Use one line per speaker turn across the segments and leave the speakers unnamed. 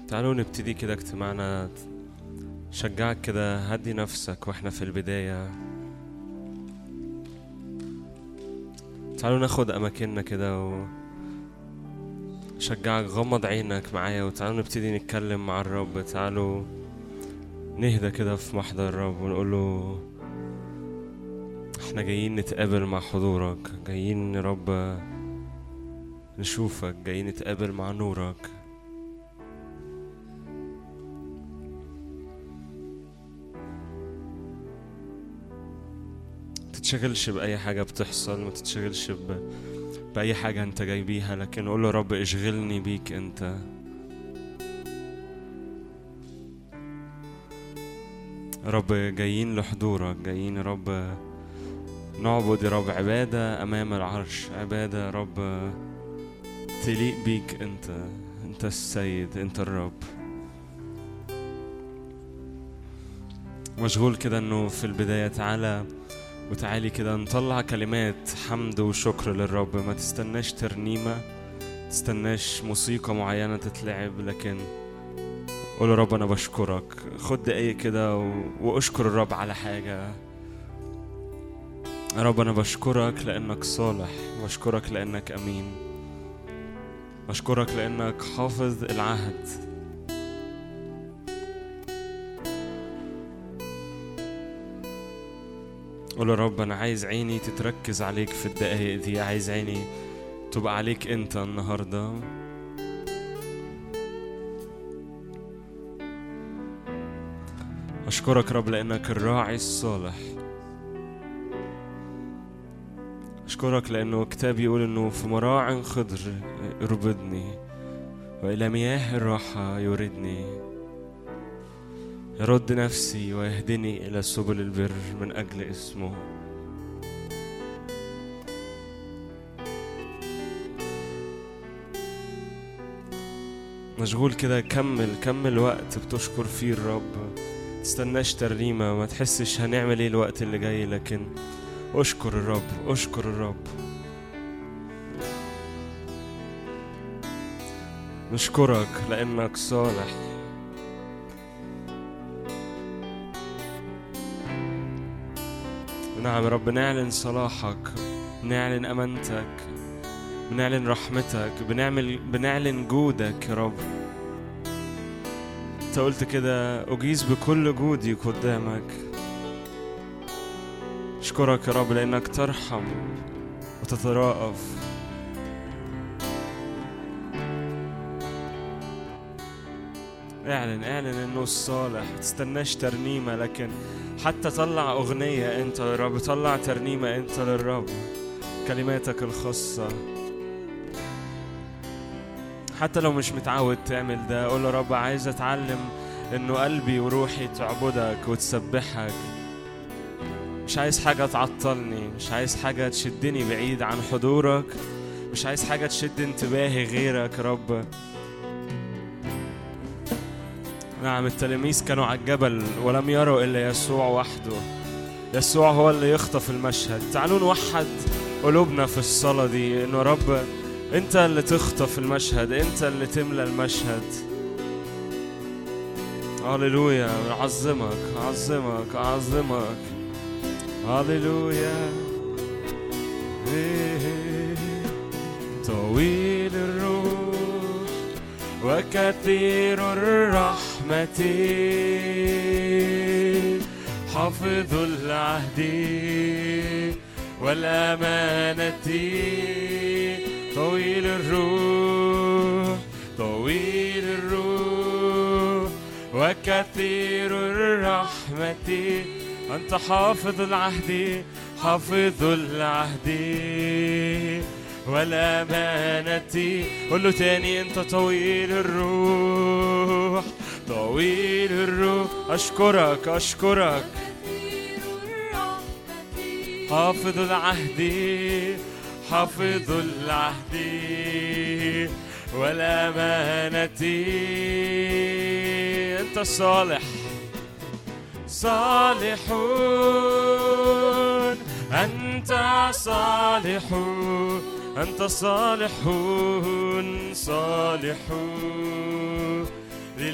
تعالوا نبتدي كده اجتماعنا. شجعك كده، هدي نفسك واحنا في البداية. تعالوا ناخد أماكننا كده شجعك، غمض عينك معايا وتعالوا نبتدي نتكلم مع الرب. تعالوا نهدى كده في محضر الرب ونقول له احنا جايين نتقابل مع حضورك، جايين يا رب نشوفك، جايين نتقابل مع نورك. تتشغلش بأي حاجة بتحصل، ما تتشغلش بأي حاجة انت جاي بيها، لكن قول له رب اشغلني بيك انت. رب جايين لحضورك، جايين يا رب نعبد يا رب عبادة أمام العرش، عبادة يا رب تليق بيك انت السيد، انت الرب. مشغول كده انه في البداية تعالى وتعالي كده نطلع كلمات حمد وشكر للرب. ما تستناش ترنيمة، تستناش موسيقى معينة تتلعب، لكن قول رب أنا بشكرك. خد دقايق كده وأشكر الرب على حاجة. يا رب أنا بشكرك لأنك صالح، بشكرك لأنك أمين، بشكرك لأنك حافظ العهد. قول يا رب أنا عايز عيني تتركز عليك في الدقايق دي، عايز عيني تبقى عليك أنت النهاردة. أشكرك رب لأنك الراعي الصالح. أشكرك لأنه كتاب يقول أنه في مراع خضر يربدني وإلى مياه الراحة يوردني، يرد نفسي ويهدني إلى سبل البر من أجل اسمه. مشغول كده، كمل وقت بتشكر فيه الرب. تستناش ترنيمة، ما تحسش هنعمل ايه الوقت اللي جاي، لكن اشكر الرب، اشكر الرب. نشكرك لأنك صالح. نعم يا رب، نعلن صلاحك، نعلن أمانتك، بنعلن رحمتك، بنعلن جودك يا رب. انت قلت كده أجيز بكل جودي قدامك. اشكرك يا رب لأنك ترحم وتترأف. اعلن انه الصالح. تستناش ترنيمة، لكن حتى طلع أغنية انت يا رب، طلع ترنيمة انت للرب، كلماتك الخاصة. حتى لو مش متعود تعمل ده، قول له رب عايز اتعلم انه قلبي وروحي تعبدك وتسبحك. مش عايز حاجة تعطلني، مش عايز حاجة تشدني بعيد عن حضورك، مش عايز حاجة تشد انتباهي غيرك يا رب. نعم، التلاميذ كانوا على الجبل ولم يروا إلا يسوع وحده. يسوع هو اللي يخطف المشهد. تعالوا نوحد قلوبنا في الصلاة دي، إنه رب أنت اللي تخطف المشهد، أنت اللي تملى المشهد. هاليلويا، أعظمك أعظمك أعظمك. هاليلويا. طويل الروح وكثير الرحمة، حافظ العهد والأمانة. طويل الروح وكثير الرحمة، أنت حافظ العهد، حافظ العهد والأمانة. قل له تاني، أنت طويل الروح، طويل الروح. أشكرك حافظ العهد، حافظ العهد والأمانة. أنت صالح، صالحون، أنت صالحون، أنت صالحون، صالحون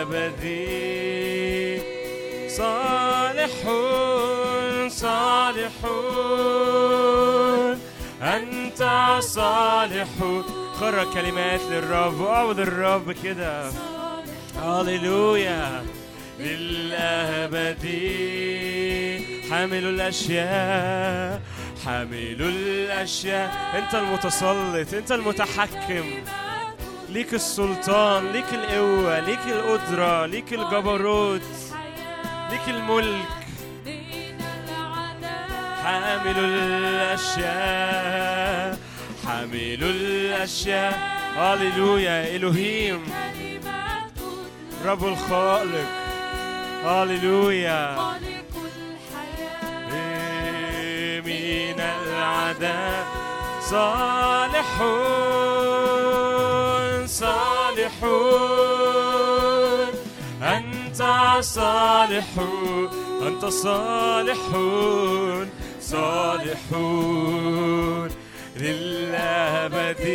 للأبد صالحون صالحون أنت صالحون. خرج كلمات للرب واعبد الرب كده. هاليلويا. للأبد حامل الأشياء حامل الأشياء. أنت المتسلط، أنت المتحكم، ليك السلطان، ليك القوة، ليك القدرة، ليك الجبروت، ليك الملك. حامل الأشياء حامل الأشياء. هاليلويا. إلهيم رب الخالق. هاليلويا. من العداء صالحون صالحون أنت صالحون أنت صالحون صالحون للأبد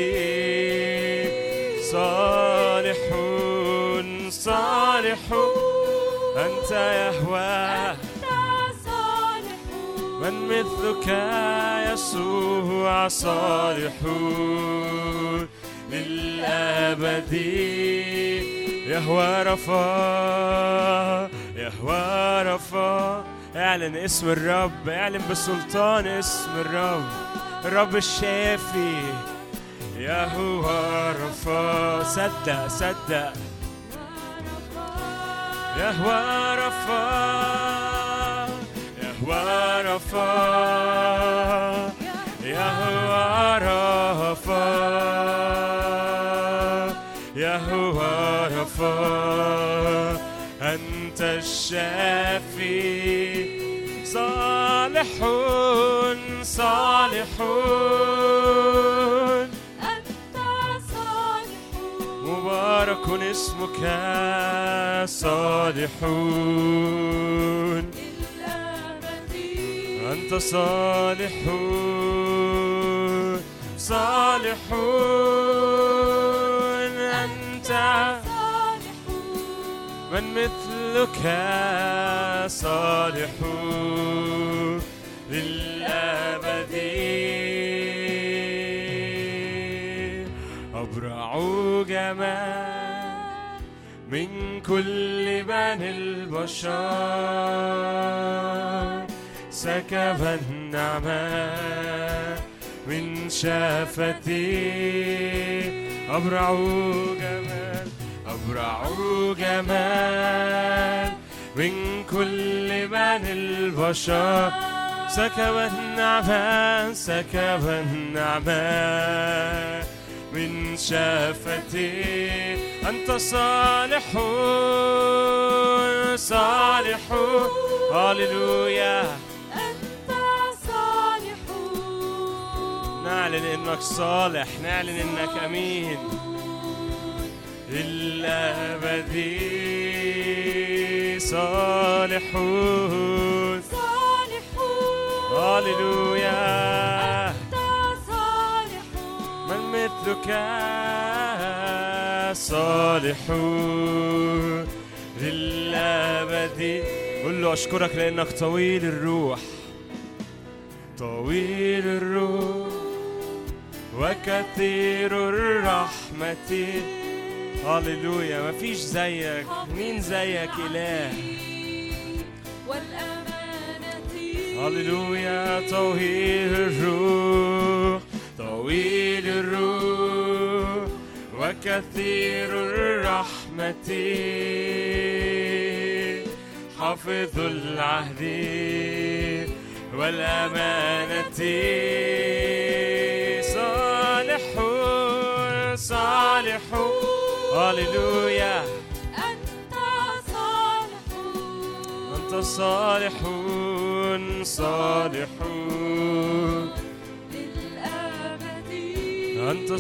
صالحون صالحون أنت يهوه من مثلك يسوع صالحون للأبد. يهوى رفا يهوى رفا. اعلن اسم الرب، اعلن بسلطان اسم الرب. الرب الشافي يهوى رفا. صدق صدق. يهوى رفا يهوى رفا يهوى رفا يهوى رفا أنت الشافي. صالحون صالحون
أنت صالحون
مبارك اسمك صالحون أنت صالحون صالحون أنت صالحون من مثلك صالحون للأبد. أبرع جمال من كل بني البشر سكب النعمة من شفتي. أبرع جمال أبرع جمال من كل بني البشر سكب النعمة سكب النعمة من شفتي. أنت صالحون صالحون. هاليلويا. نعلن إنك صالح، نعلن إنك أمين للأبد. صالحون
صالحون
هاليلويا.
أنت صالحون
من مثلك صالحون للأبد. قل له أشكرك لأنك طويل الروح طويل الروح وكثير الرحمة. هاليلويا. مفيش زيك. مين زيك إله؟
والأمانة.
هاليلويا. طويل الروح طويل الروح وكثير الرحمة حافظ العهد والأمانة. صالحون صالحون. هاليلويا.
أنت صالحون
أنت صالحون صالحون
للأبد.
أنت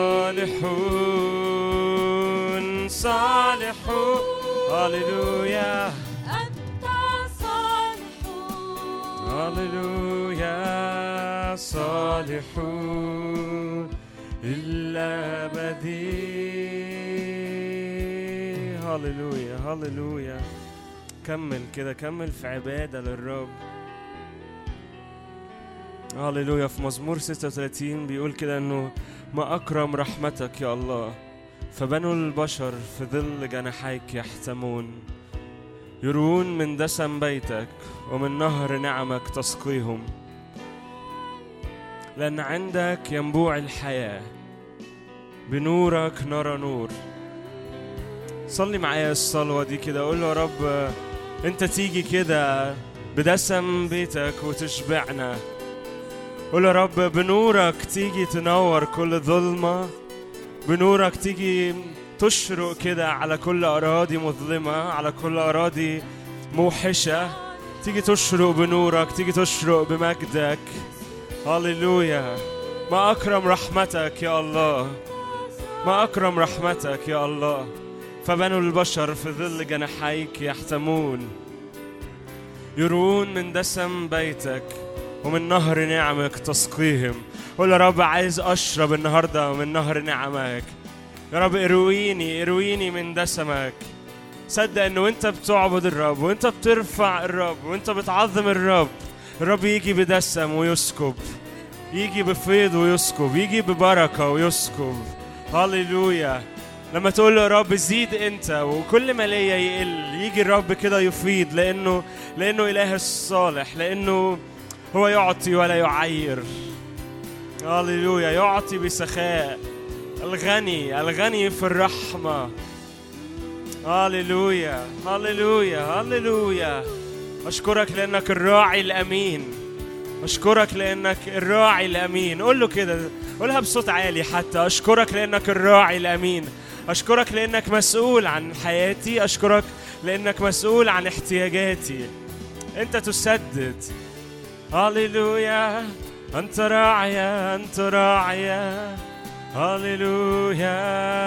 صالحون صالحون. هاليلويا.
أنت صالحون
هاليلويا. صالحون للأبد. هاليلويا هاليلويا. كمل كده، كمل في عبادة للرب. هاليلويا. في مزمور 36 بيقول كده انه ما اكرم رحمتك يا الله، فبنو البشر في ظل جناحيك يحتمون، يروون من دسم بيتك ومن نهر نعمك تسقيهم، لأن عندك ينبوع الحياة، بنورك نرى نور. صلي معايا الصلوة دي كده، قول له يا رب انت تيجي كده بدسم بيتك وتشبعنا. قول يا رب بنورك تيجي تنور كل ظلمة، بنورك تيجي تشرق كده على كل أراضي مظلمة، على كل أراضي موحشة. تيجي تشرق بنورك، تيجي تشرق بمجدك. هاليلويا. ما أكرم رحمتك يا الله، ما أكرم رحمتك يا الله، فبنو البشر في ظل جناحيك يحتمون، يروون من دسم بيتك ومن نهر نعمك تسقيهم. قول يا رب عايز أشرب النهاردة من نهر نعمك يا رب. ارويني من دسمك. صدق انه وانت بتعبد الرب وانت بترفع الرب وانت بتعظم الرب يجي بدسم ويسكب، يجي بفيض ويسكب، يجي ببركة ويسكب. هاليلويا. لما تقول له يا رب زيد انت وكل ما ليا يقل، يجي الرب كده يفيض، لانه اله الصالح، لانه هو يعطي ولا يعير. هاليلويا. يعطي بسخاء، الغني في الرحمة. هاليلويا هاليلويا هاليلويا. أشكرك لأنك الراعي الأمين، أشكرك لأنك الراعي الأمين. قول له كده، قولها بصوت عالي حتى. أشكرك لأنك الراعي الأمين، أشكرك لأنك مسؤول عن حياتي، أشكرك لأنك مسؤول عن احتياجاتي. أنت تسدد. هاليلويا. أنت راعية، أنت راعية. هاليلويا.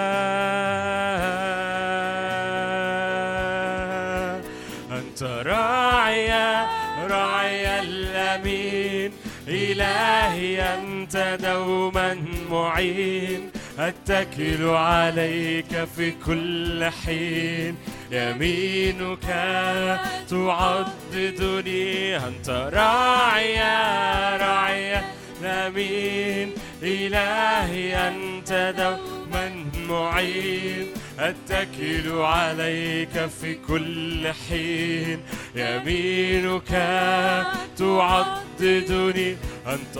أنت راعية، راعي الأمين. إلهي أنت دوما معين، أتكل عليك في كل حين. يمينك تعضدني. أنت راعية، راعي الأمين. إلهي أنت دوما معين، أتكل عليك في كل حين. يمينك تعضدني. أنت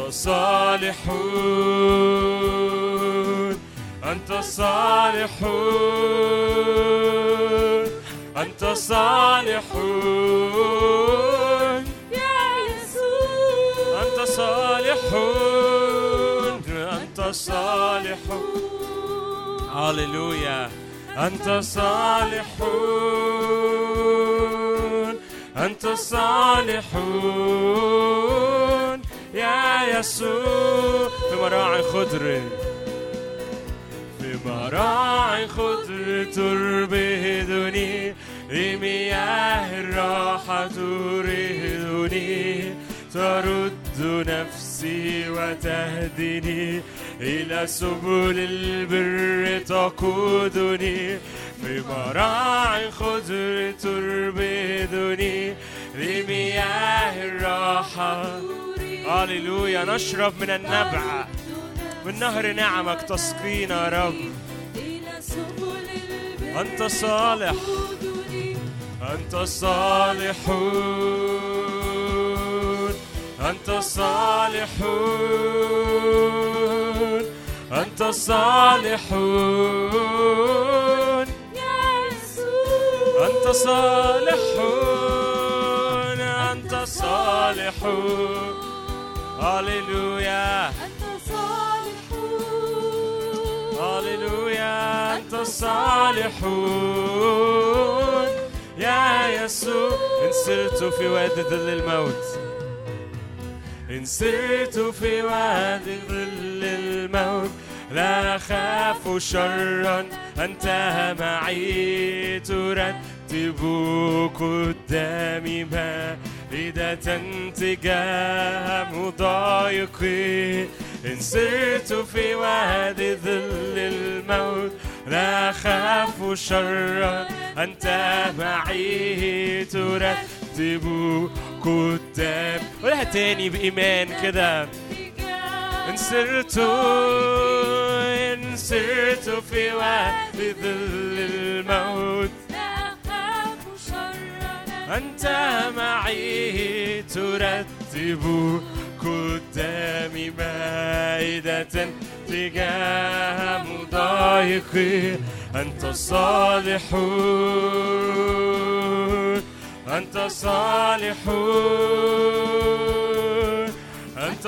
صالحون، أنت صالحون، أنت صالحون
يا يسوع.
أنت صالحون، أنت صالحون. هاليلويا. أنت صالحون، أنت صالحون يا يسوع. في مراعي خضر، في مراعي خضر تربدني، لمياه الراحة ترهدني. ترد نفسي وتهدني، إلى سبل البر تقودني. في مراعي خضر تربدني، لمياه الراحة. هاليلويا. نشرب من النبع، من نهر نعمك تسقينا يا رب. أنت صالح، أنت صالحون، أنت صالحون، أنت صالحون
يا يسوع.
أنت صالحون، أنت صالحون. هاليلويا.
أنت صالحون.
هاليلويا. أنت صالحون يا يسوع. إن سرت في وادي ظل الموت، إن سرت في وادي ظل الموت، لا أخاف شرا، أنت معي. ترتب قدامي مائدة تجاه مضايقي. إن سرت في وادي ظل الموت، لا أخاف شرا، أنت معي ترتب قدام. قولها تاني بإيمان كده. إن سرت في وادي ظل الموت
لا أخاف شرا،
أنت معي ترتب قدامي مائدة تجاه مضايقي. أنت صالحون، أنت صالحون، أنت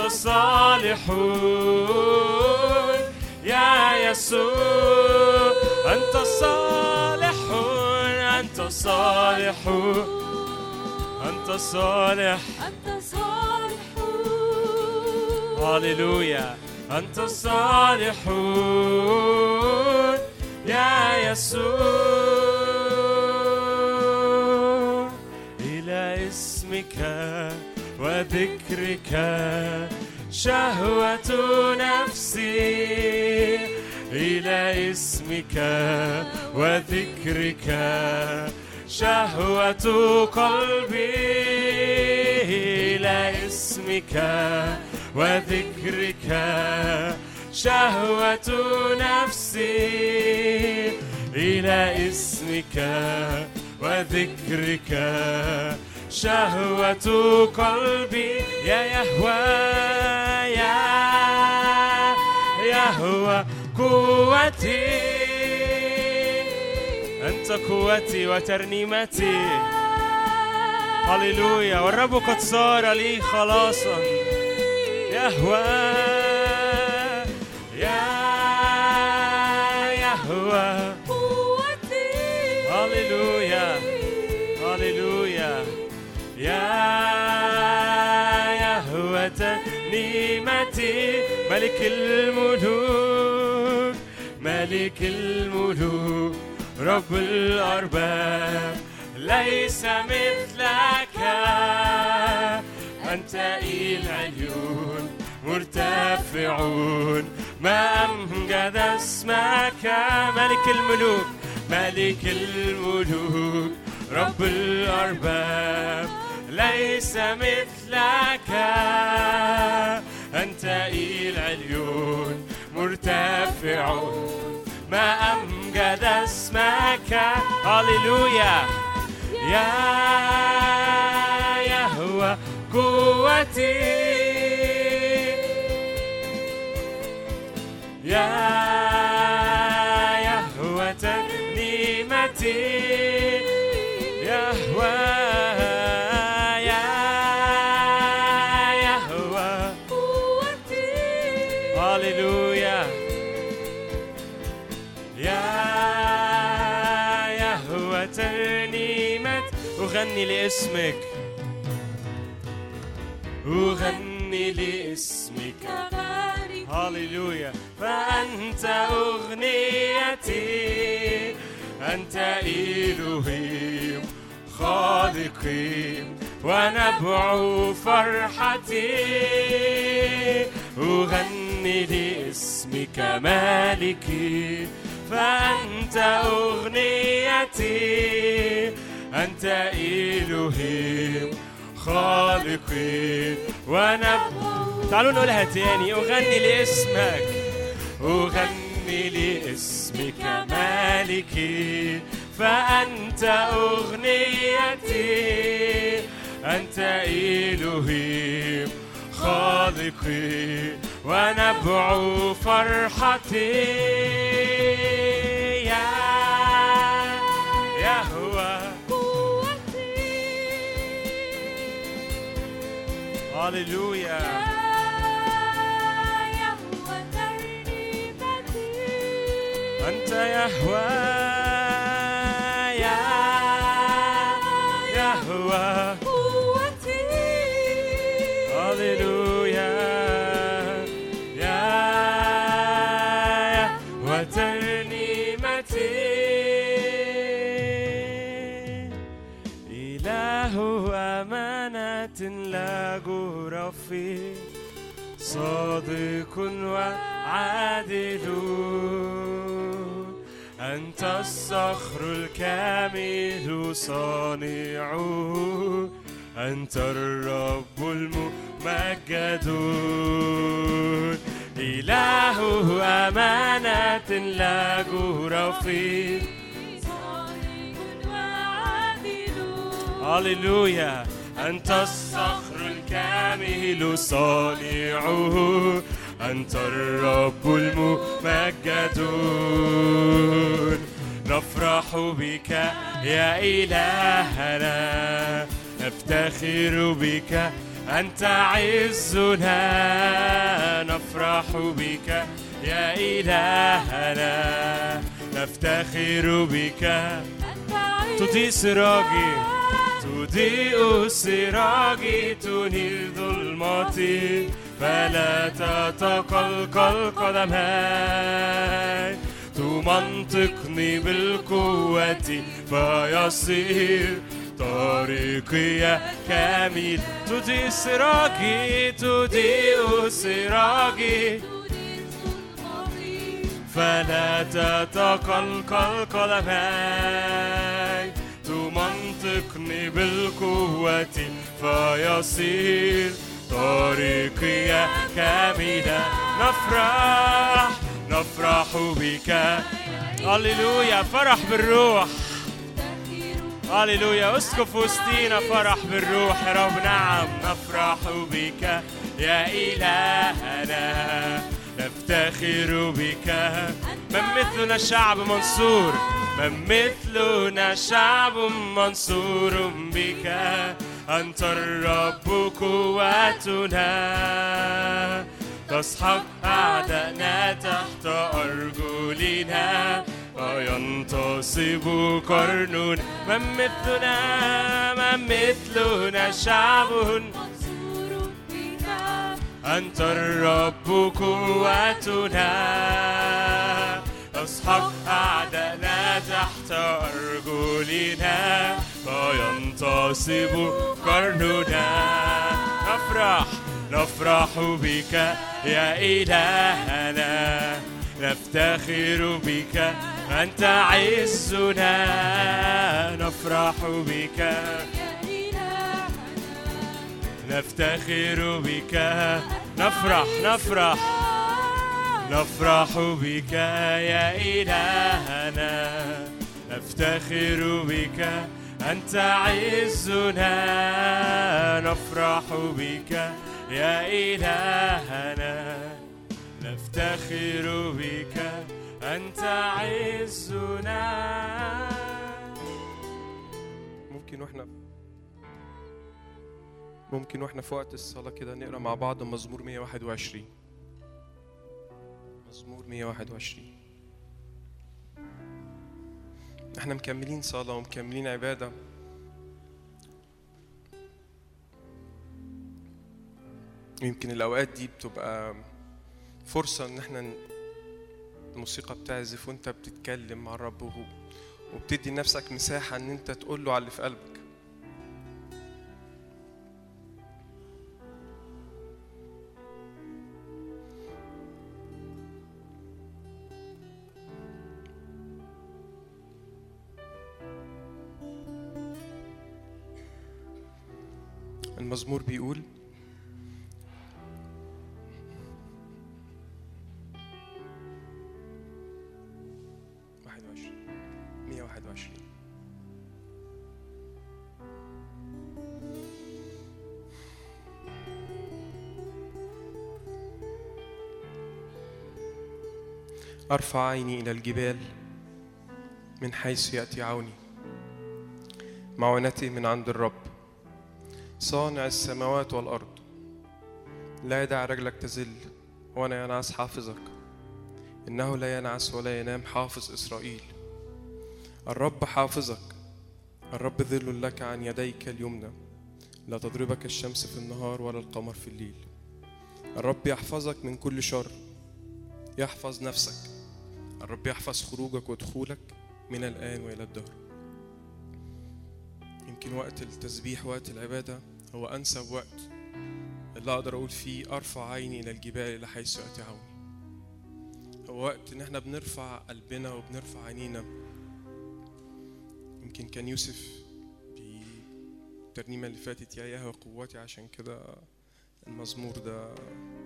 صالحون يا يسوع. أنت صالحون، أنت صالحون، أنت صالح،
أنت صالحون.
هاليلويا. أنت صالحون يا يسوع. إلى اسمك وذكرك شهوة نفسي، إلى اسمك وذكرك شهوة قلبي، إلى اسمك وذكرك شهوة نفسي، إلى اسمك وذكرك شهوة قلبي. يا يهوى، يا يهوى قوتي، أنت قوتي وترنيمتي. هللويا. والرب قد صار لي خلاصا. يهوى، يا يهوى
قوتي.
هللويا، هللويا. يا يهوى ترنيمتي. ملك الملوك، ملك الملوك، رب الأرباب، ليس مثلك. أنت العليون مرتفعون، ما أمجد اسمك. ملك الملوك، ملك الملوك، رب الأرباب، ليس مثلك. أنت العليون مرتفعون، ما أمجد اسمك. هللويا. يا يهوى قوتي، يا يهوى ترنيمتي. يهوى، يا يهوى
قوتي.
هللويا. يا يهوى ترنيمتي. أغني لاسمك، أغني لاسمك. هاليلويا. فأنت أغنيتي، أنت إلهي خالقي ونبع فرحتي. أغني لاسمك مالكي، فأنت أغنيتي، أنت إلهي خالقي ونبع. تعالوا نقولها تاني. أغني لاسمك، أغني لاسمك مالكي، فأنت أغنيتي، أنت إلهي خالقي ونبع فرحتي. يا يهوى
قوتي.
هاليلويا.
يهوى ترنيمتي.
أنت يهوى، يا يهوى
قوتي.
هاليلويا. يا يهوى ترنيمتي. إله أمانة لا جرف، صادق وعادل، أنت الصخر الكامل صانعه، أنت الرب الممجد، إله أمانة لا جور فيه،
صالح وعادل.
هللويا. أنت الصخر الكامل صانعه، أنت الرب الممجد، نفرح بك يا إلهنا، نفتخر بك أنت عزنا، نفرح بك يا إلهنا، نفتخر بك. تضيء سراجي، تضيء سراجي، تنير ظلمتي، فلا تتقلقل قدماي، تمنطقني بالقوة فيصير طريقي كامل. تضيء سراجي، تضيء سراجي، فلا تتقلقل قدماي، تمنطقني بالقوة فيصير طريقي كاملا. نفرح، نفرح بك. هللويا. فرح بالروح. هللويا. اسكب وسطينا فرح بالروح يا رب. نعم. نفرح بك يا إلهنا، نفتخر بك. من مثلنا شعب منصور، من مثلنا شعب منصور بك، أنت الرب قوتنا، تسحق أعداءنا تحت أرجلنا وينتصب قرننا. من مثلنا، من مثلنا شعب
منصور بك،
أنت الرب قوتنا، تسحق أعداءنا تحت أرجلنا وينتصب قرننا. نفرح، نفرح بك يا إلهنا، نفتخر بك أنت عزنا، نفرح بك
يا إلهنا،
نفتخر بك. نفرح، نفرح، نفرح بك يا إلهنا، نفتخر بك أنت عزنا، نفرح بك يا إلهنا، نفتخر بك أنت عزنا.
ممكن واحنا في وقت الصلاة كده نقرأ مع بعض مزمور 121. مزمور 121. احنا مكملين صلاة ومكملين عبادة. يمكن الأوقات دي بتبقى فرصة ان احنا الموسيقى بتعزف وانت بتتكلم مع الرب وبتدي نفسك مساحة ان انت تقول له على اللي في قلبك. المزمور بيقول: أرفع عيني إلى الجبال من حيث يأتي عوني، معونتي من عند الرب صانع السماوات والأرض. لا يدع رجلك تزل ولا ينعس حافظك، إنه لا ينعس ولا ينام حافظ إسرائيل. الرب حافظك، الرب ظل لك عن يديك اليمنى، لا تضربك الشمس في النهار ولا القمر في الليل. الرب يحفظك من كل شر، يحفظ نفسك. الرب يحفظ خروجك ودخولك من الآن وإلى الدهر. يمكن وقت التسبيح وقت العبادة هو أنسب وقت اللي أقدر أقول فيه أرفع عيني إلى الجبال إلى حيث يأتي عوني. هو وقت ان احنا بنرفع قلبنا وبنرفع عينينا. يمكن كان يوسف بالترنيمة اللي فاتت يا يهوه قوتي، عشان كده المزمور ده.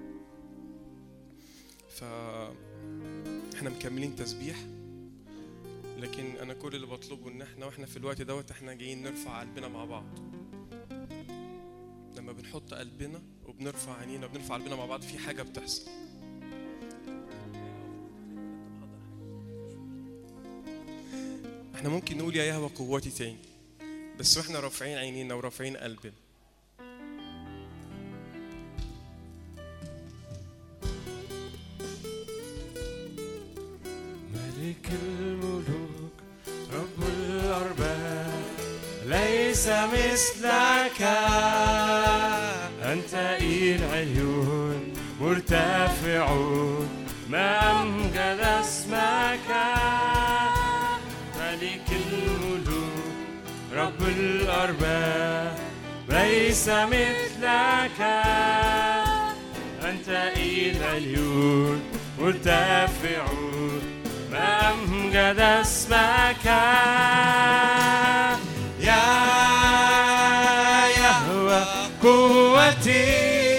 فاحنا مكملين تسبيح، لكن انا كل اللي بطلبه ان واحنا في الوقت دوت احنا جايين نرفع قلبنا مع بعض. لما بنحط قلبنا وبنرفع عينينا وبنرفع قلبنا مع بعض في حاجة بتحصل. احنا ممكن نقول يا يهوه قوتي تاني، بس واحنا رافعين عينينا ورافعين قلبنا.
ملك الملوك رب الأرباب ليس مثلك، أنت إله العيون مرتفعون ما أمجد اسمك. ملك الملوك رب الأرباب ليس مثلك، أنت إله العيون مرتفعون ما أمجد اسمك. يا يهوه قوتي،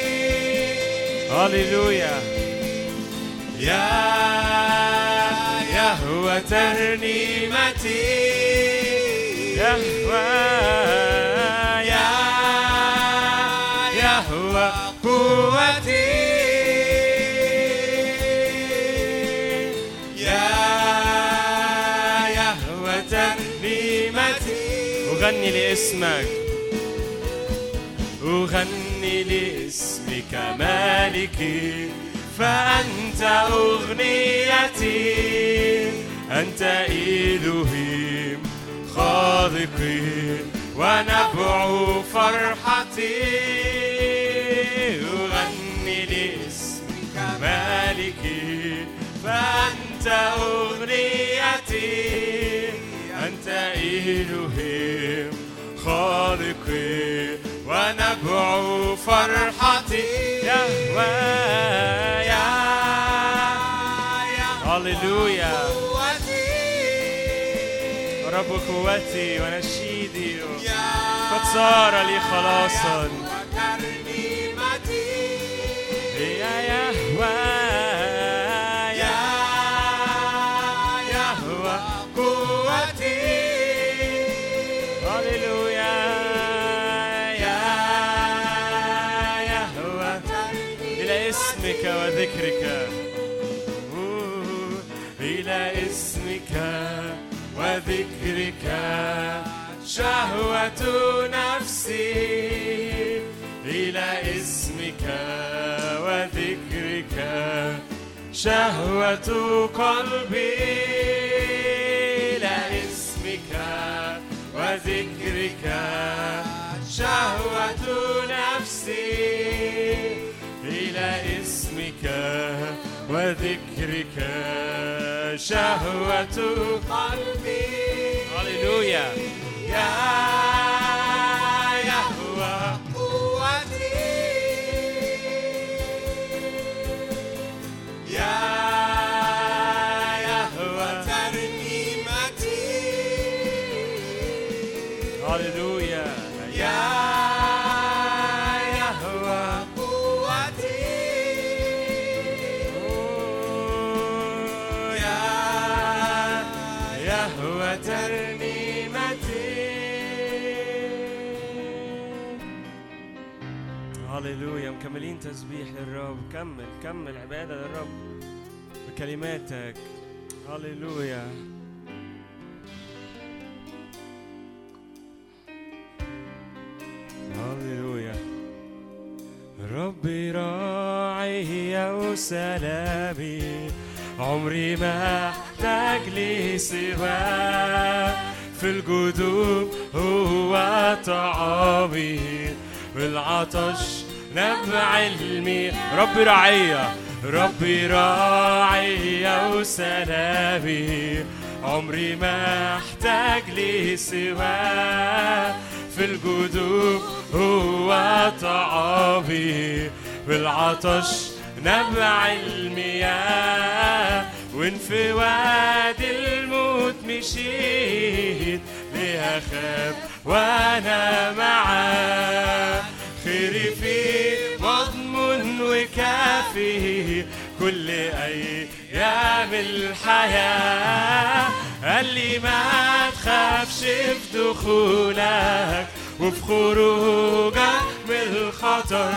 هللويا. يا يهوه ترنيمتي، يهوه يا يهوه قوتي، يا يهوه ترنيمتي. أغني لاسمك، أغني لاسمك مالكي، فأنت أغنيتي، أنت إلهي خالقي ونبع فرحتي. أغني لاسمك مالكي، فأنت أغنيتي، أنت إلهي خالقي ونبع فرحتي. يهوه يا هللويا رب قوتي ونشيدي، قد صار لي خلاصا. يا يهوه يا يهوه قوتي، هللويا يا يهوه إلى اسمك وذكرك، إلى اسمك وذكرك شهوة نفسي، إلى اسمك وذكرك شهوة قلبي، إلى اسمك وذكرك شهوة نفسي، إلى اسمك وذكرك شهوة قلبي. هللويا يا يهوه قوتي، يا يهوه ترنيمتي. هللويا يا يهوه قوتي، يا يهوه ترنيمتي. هللويا. مكملين تسبيح للرب. كمل عبادة للرب بكلماتك. هللويا. هللويا. ربي راعي وسلامي، عمري ما احتاج لي سواه، في الجدوب هو طعامي، والعطش نبع المياه. ربي راعي وسلامي، عمري ما احتاج لي سواه، في الجدوب هو طعامي، والعطش نبع المياه، وإن في وادي الموت مشيت ليه أخاف وأنا معاك. خيري فيه مضمون وكافي كل أيام الحياة. قال لي ما تخافش في دخولك وفي خروجك من الخطر،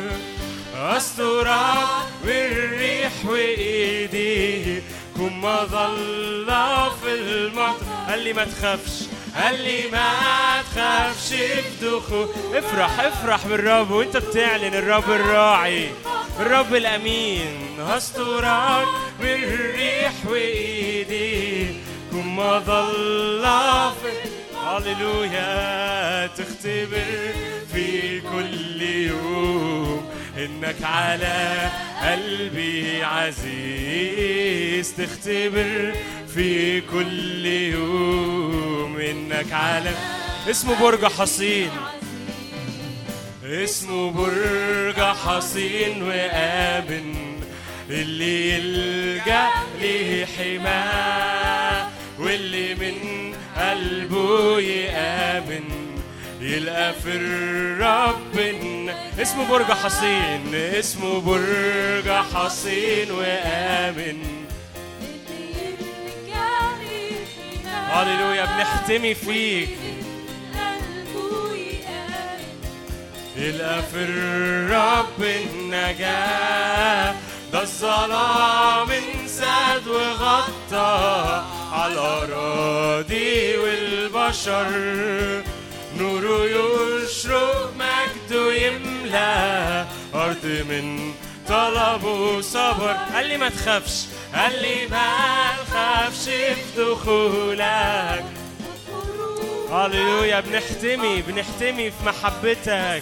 أسترك بالريح وإيدي كن مظلة في المطر. قال لي ما تخافش، قال لي ما تخافش في دخول. افرح بالرب وانت بتعلن الرب الراعي، الرب الأمين. هسترك بالريح وإيدي كن مظلة في هللويا. تختبر في كل يوم إنك على قلبي عزيز. تختبر في كل يوم إنك على اسمه برج حصين، اسمه برج حصين وآمن اللي يلجأ ليه حماه، واللي من قلبه يآمن يلقى في الرب. اسمه برج حصين، اسمه برج حصين وآمن. هللويا. بنحتمي فيك يلقى في الرب النجاة. ده الظلام انساد وغطى على الأراضي والبشر، نوره يشرق مجده يملى أرض من طلبه صبر. قال لي ما تخافش، قال لي ما تخافش في دخولك. هللويا. بنحتمي في محبتك.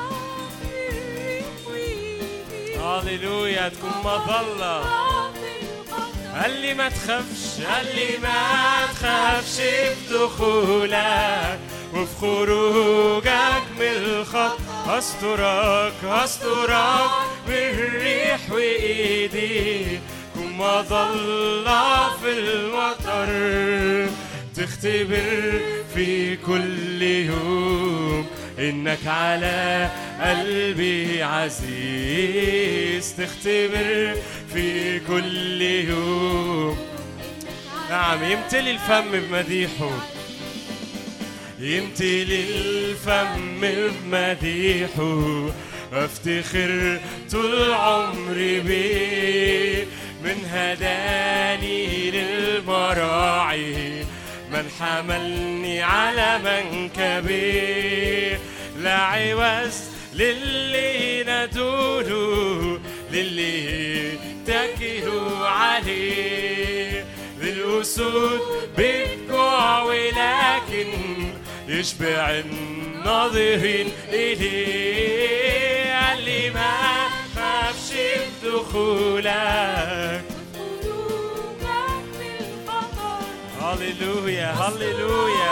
هللويا. تكون مظلة. قال لي ما تخافش، قال لي ما تخافش في دخولك وفي خروجك من الخط. هسترك بالريح وإيدي كن مظلة في المطر. تختبر في كل يوم إنك على قلبي عزيز. تختبر في كل يوم. نعم. يمتلي الفم بمديحه، يمتلي الفم بمديحه. افتخر طول عمري بيه، من هداني للمراعي، من حملني على منكبي. لا عوز للي ندوله، للي تكلوا عليه. للأسود بتجوع ولكن يشبع الناظرين إليه. قال لي ما تخافش بدخولك. هللويا هللويا.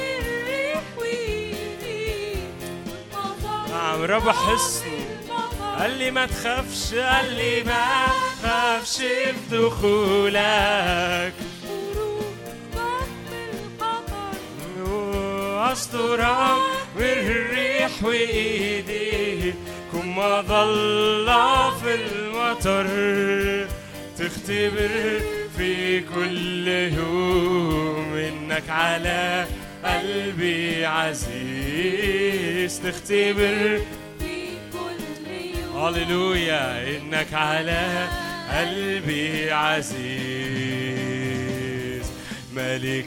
نعم. رب حصن. قال لي ما تخافش، قال لي ما تخافش بدخولك. أسترك بالريح وإيدي كن مظلة في المطر. تختبر في كل يوم إنك على قلبي عزيز. تختبر في كل يوم. هللويا. إنك على قلبي عزيز. ملك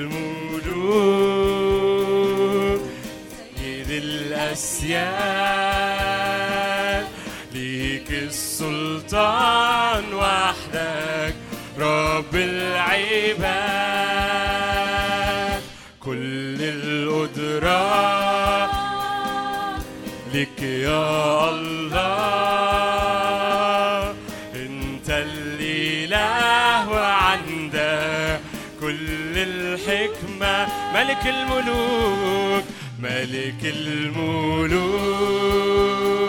الملوك سيد الأسياد، ليك السلطان وحدك رب العباد. كل القدرة لك يا الله، انت الإله وعندك كل الحكمة. ملك الملوك، ملك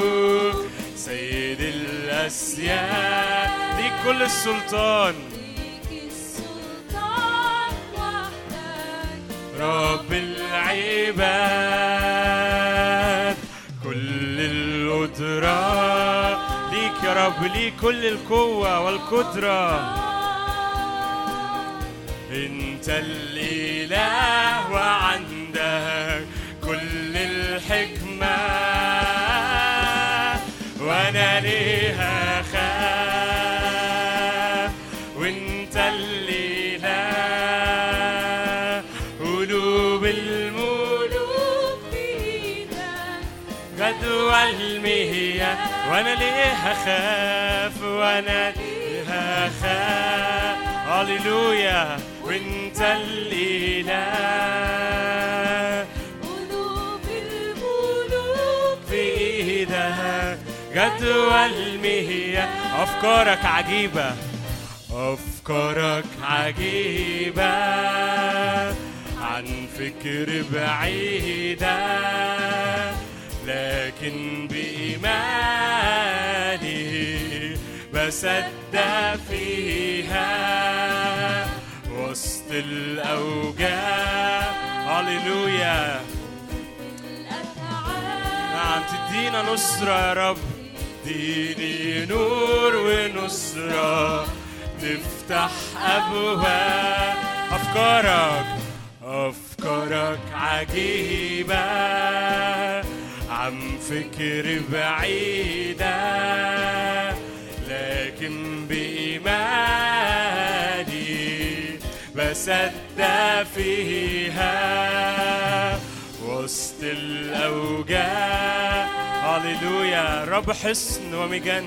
الملوك سيد الأسياد، ليك كل السلطان، رب العباد. كل القدرة ليك يا رب، ليك كل القوة والقدرة. انت الإله وعندك كل الحكمة، وانا ليه اخاف وانت الإله. قلوب الملوك
بإيدك
جدوى المياه، وانا ليه اخاف وانا ليه اخاف. هللويا. وانت الإله.
قلوب الملوك
في ايدك جدوى المياه. افكارك عجيبة، افكارك عجيبة عن فكر بعيدة، لكن بإيماني بصدق فيها وسط الأوجاع. هللويا. نعم تدينا نصرة يا رب، تديني نور ونصرة، تفتح أبواب. أفكارك عجيبة عن فكر بعيدة، لكن بإيماني بصدق فيها وسط الأوجاع. هللويا. رب حصن ومجن،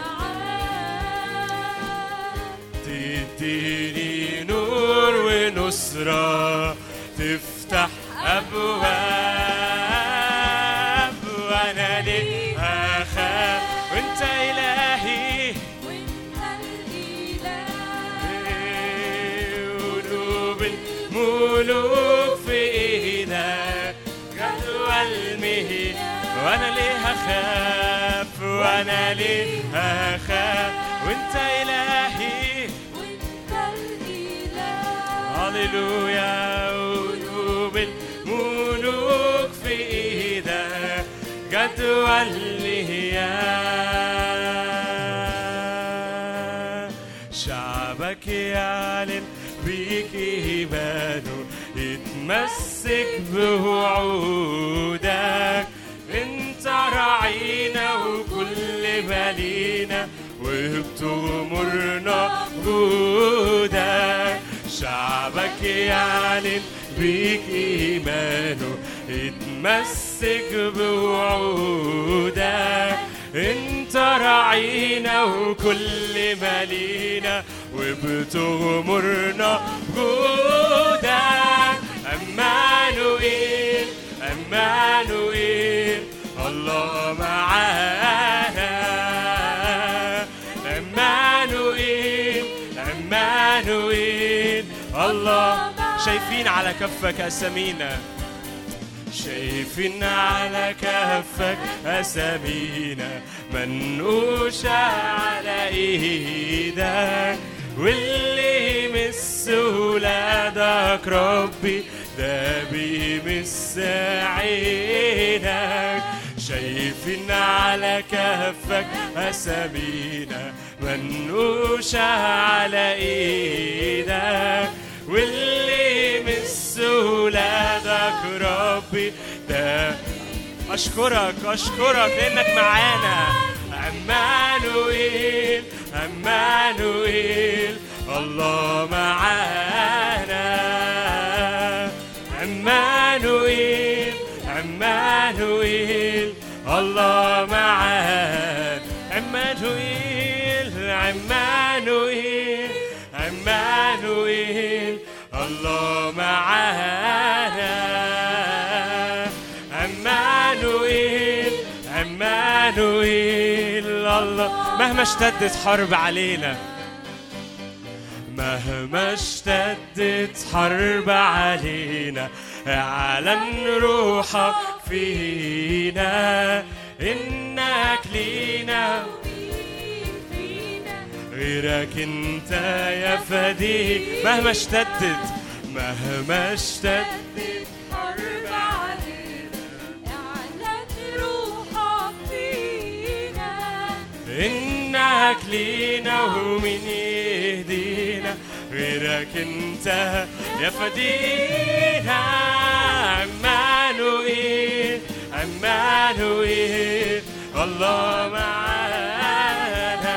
تديني نور ونصرة، تفتح أبواب، وأنا ليه أخاف وأنت إلهي. قلوب الملوك في إيدك جدوى المياه، وأنا ليه أخاف وأنا ليه أخاف وأنت إلهي. هللويا. قلوب الملوك في إيدك جدوى المياه. شعبك يعلن بيك إيمانه، يتمسك بوعودك. انت راعينا وكل بالينا، وبتغمرنا جودك. شعبك يعلن بيك إيمانه، يتمسك بوعودك. انت راعينا وكل مالينا، وبتغمرنا بجودك. أمانوئيل أمانوئيل الله معانا. أمانوئيل أمانوئيل الله. شايفين على كفك أسامينا، شايفين على كفك أسامينا منقوشة على إيدك. واللي يمس ولادك ربي ده بيمس عينك. شايفين على كفك أسامينا منقوشة على إيدك. واللي يمس ولادك ربي ده. أشكرك لأنك معانا. أمانوئيل أمانوئيل الله معانا. أمانوئيل أمانوئيل الله معانا. أمانوئيل أمانوئيل أمانوئيل الله معانا. أمانوئيل أمانوئيل الله. مهما اشتدت حرب علينا، مهما اشتدت حرب علينا، اعلن روحك فينا. إنك لينا غيرك انت يا فدي. مهما اشتدت مهما اشتد
حرب علينا اعلن روحك فينا
إنك لينا ومن يهدينا غيرك انت يا فدينا. عمانوئيل عمانوئيل الله معانا.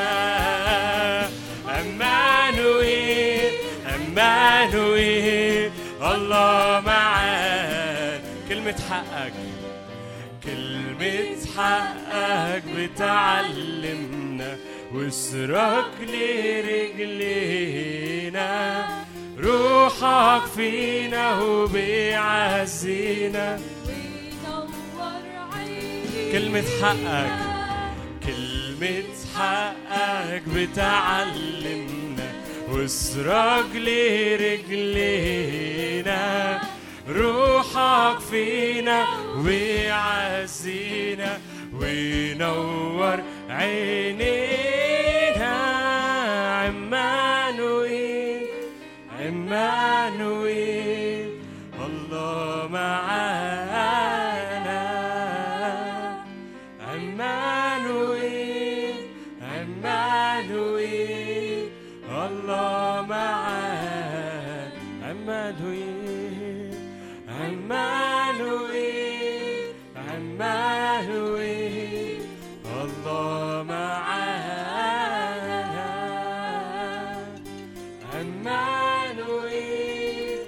عمانوئيل عمانوئيل الله معانا. كلمة حقك كلمة حقك بتعلمنا واسرك لرجلينا. روحك فينا وبيعزينا
وينور عينينا.
كلمة حقك كلمة حقك بتعلمنا واسرك لرجلينا. روحك فينا ويعزينا وينور عينينا. عمانوئيل عمانوئيل الله معانا. عمانوئيل عمانوئيل الله معانا. عمانوئيل عمانوئيل عمانوئيل الله معانا. عمانوئيل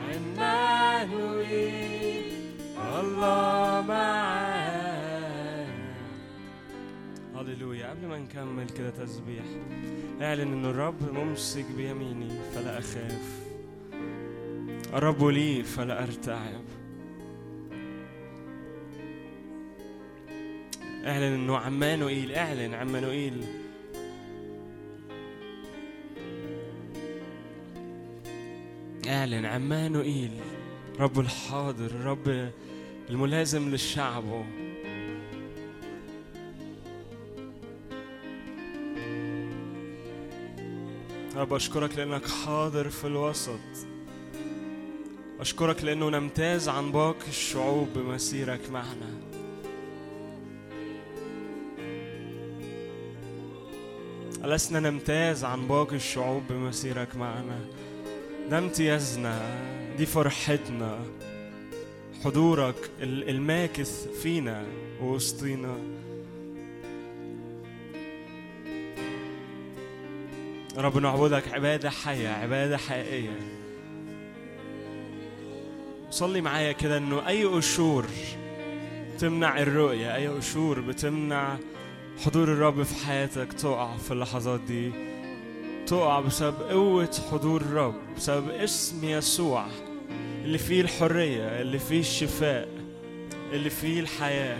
عمانوئيل الله معانا. هللويا. قبل ما نكمل كده تسبيح اعلن ان الرب ممسك بيميني فلا اخاف. الرب لي فلا ارتعب. اعلن انه عمانوئيل. اعلن عمانوئيل. اعلن عمانوئيل رب الحاضر الرب الملازم للشعب. رب أشكرك لأنك حاضر في الوسط. أشكرك لأنه نمتاز عن باقي الشعوب بمسيرك معنا. ألسنا نمتاز عن باقي الشعوب بمسيرك معنا. ده امتيازنا، دي فرحتنا، حضورك الماكث فينا ووسطينا. رب نعبدك عبادة حية، عبادة حقيقية. صلي معايا كده انه اي قشور تمنع الرؤية، اي قشور بتمنع حضور الرب في حياتك تقع في اللحظات دي، تقع بسبب قوة حضور الرب، بسبب اسم يسوع اللي فيه الحرية، اللي فيه الشفاء، اللي فيه الحياة.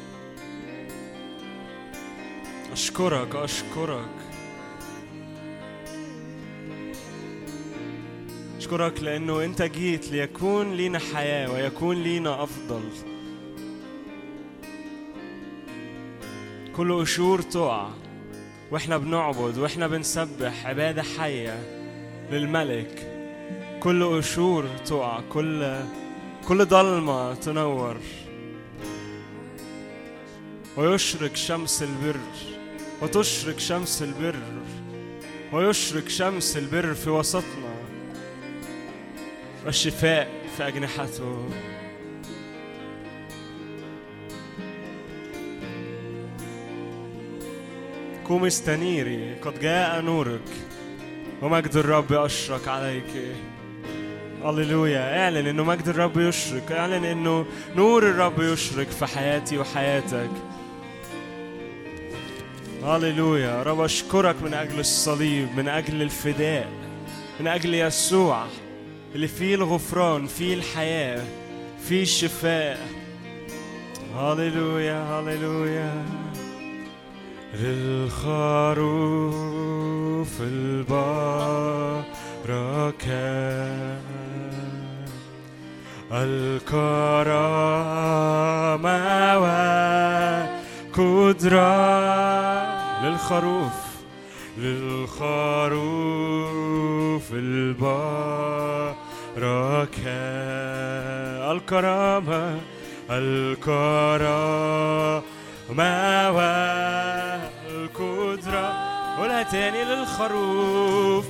أشكرك أشكرك أشكرك لأنه أنت جيت ليكون لينا حياة ويكون لينا أفضل. كل قشور تقع وإحنا بنعبد وإحنا بنسبح عبادة حية للملك. كل قشور تقع، كل ضلمة تنور ويشرق شمس البر، وتشرق شمس البر، ويشرق شمس البر في وسطنا، والشفاء في أجنحته. قوم استنيري، قد جاء نورك ومجد الرب أشرق عليك. هللويا. اعلن انه مجد الرب يشرق، اعلن انه نور الرب يشرق في حياتي وحياتك. هللويا. رب أشكرك من أجل الصليب، من أجل الفداء، من أجل يسوع اللي فيه الغفران، فيه الحياة، فيه الشفاء. هللويا هللويا. للخروف البركة، الكرامة والقدرة. للخروف البركة، الكرامة الكرامة والقدرة. قولها تاني. للخروف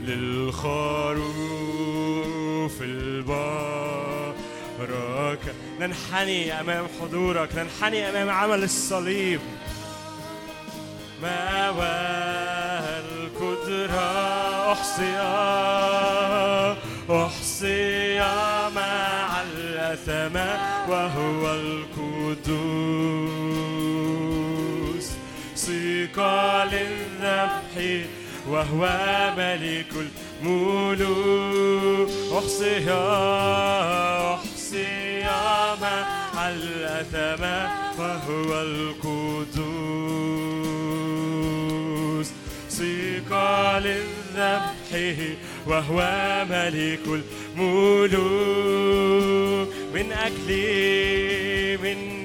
البركة. ننحني أمام حضورك، ننحني أمام عمل الصليب. ما والقدرة أحصي مع الأثماء وهو القدوس. ثقة للذبح وهو ملك الملوك. أحصي مع الأثماء وهو القدوس. ثقة للذبح وهو ملك الملوك. من أجلي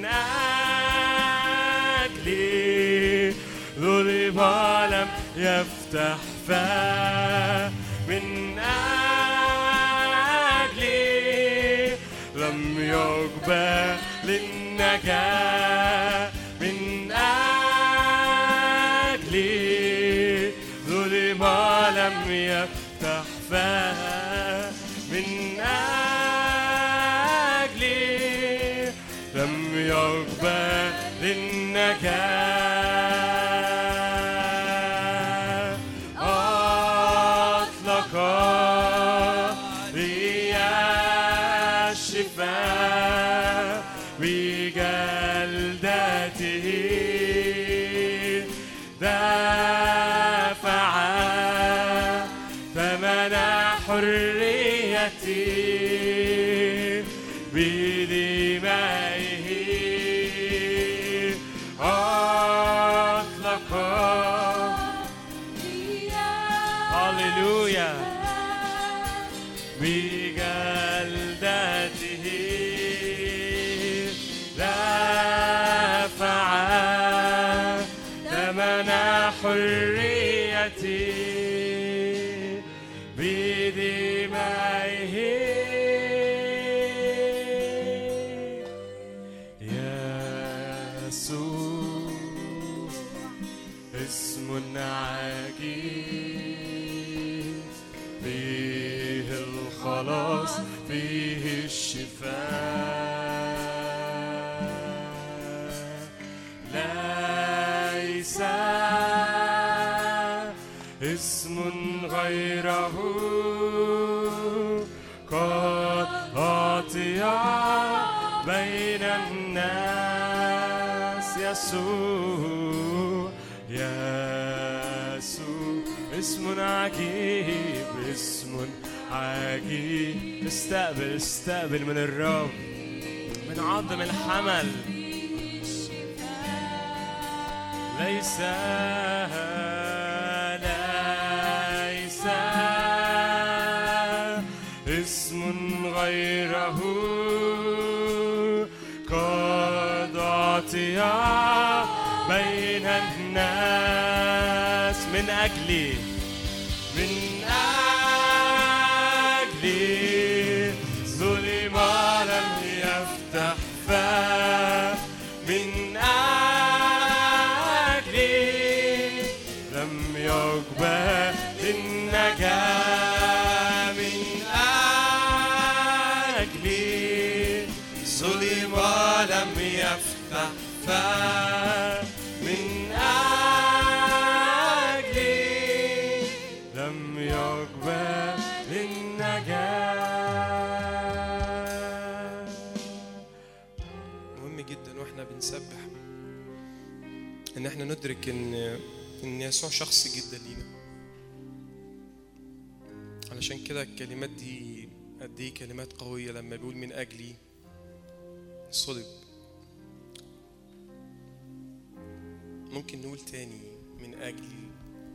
ضرب لم يفتح فاه. من أجلي لم يقبل للنجاة. من أجلي ظلم لم يفتح فاه. من أجلي لم يقبل للنجاة. أطلق رياح الشفاء بجلدته. دافع ثمن حريتي بدمائه. أطلق هللويا بجلدته. دافع ثمن حريتي بدمائه. يسوع اسم عجيب، فيه الخلاص فيه الشفاء. ليس اسم غيره قد أعطي بين الناس. يسوع اسم عجيب، اسم عجيب. استقبل من الرب، من عظم الحمل. ليس اسم غيره قد أعطي بين الناس. من أجلي ظلم لم يفتح فاه. من أجلي لم يقبل النجاة. من أجلي ظلم لم يفتح فاه. من أجلي لم يقبل النجاة.
مهم جدا واحنا بنسبح ان احنا ندرك ان يسوع شخص جدا لينا. علشان كده الكلمات دي قد ايه كلمات قوية لما بيقول من أجلي صلب. ممكن نقول تاني من أجلي.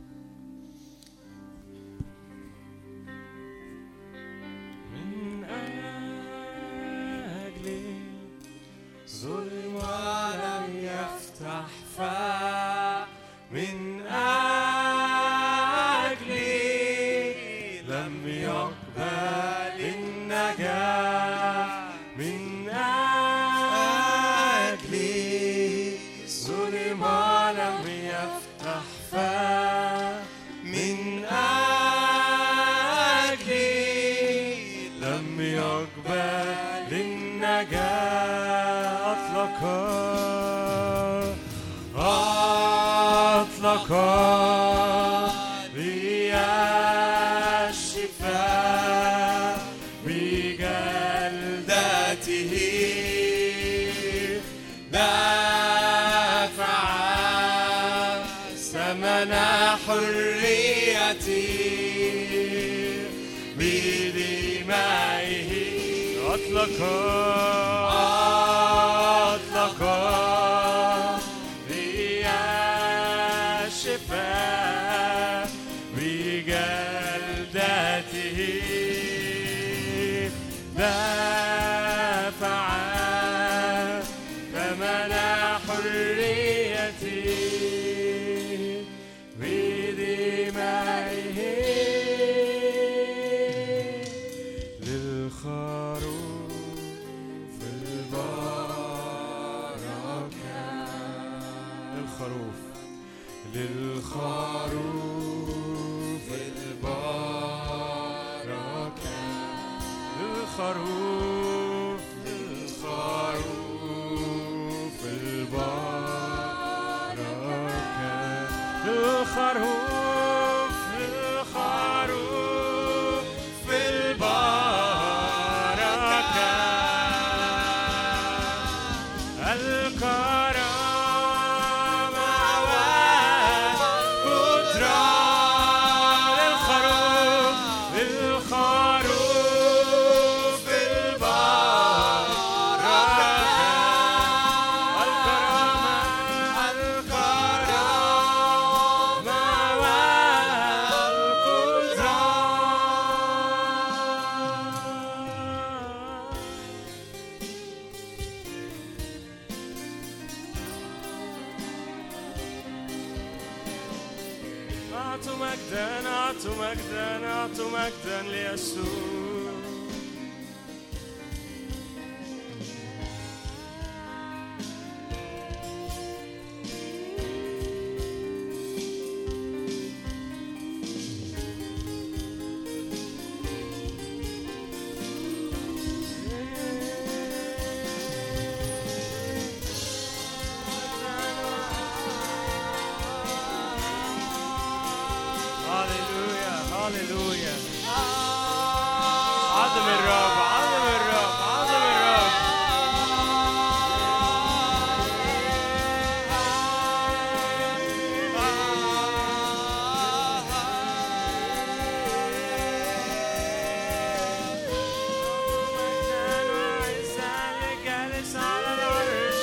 من أجلي ظلم ولم يفتح فاه. من أجلي لم يقبل جاء أطلق لي الشفاء بجلدته دفع ثمن حريتي بدمائه أطلق لي الشفاء بجلدته دفع ثمن حريتي بدمائه للخروف البركة للخروف البركة للخروف البركة للخروف البركة الكرامة والقدرة للخروف أعطوا مجدا ليسوع. هاليلويا. عظم الرب، عظم الرب، عظم الرب. جالس على العرش،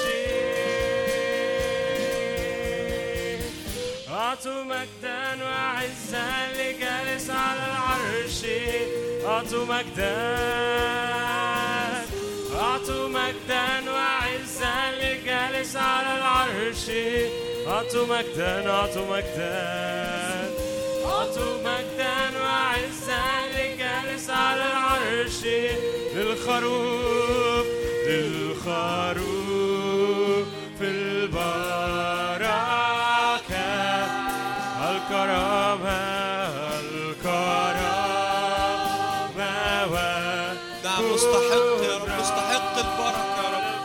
أعطوا مجدا وعزا لجالس على العرش. أعطوا مجدا، أعطوا مجدا وعزا لجالس على العرش. أعطوا مجدا، أعطوا مجدا، أعطوا مجدا وعزا لجالس على العرش. للخروف، للخروف في البركة الكرامة،
مستحق يا رب، مستحق البركة يا رب.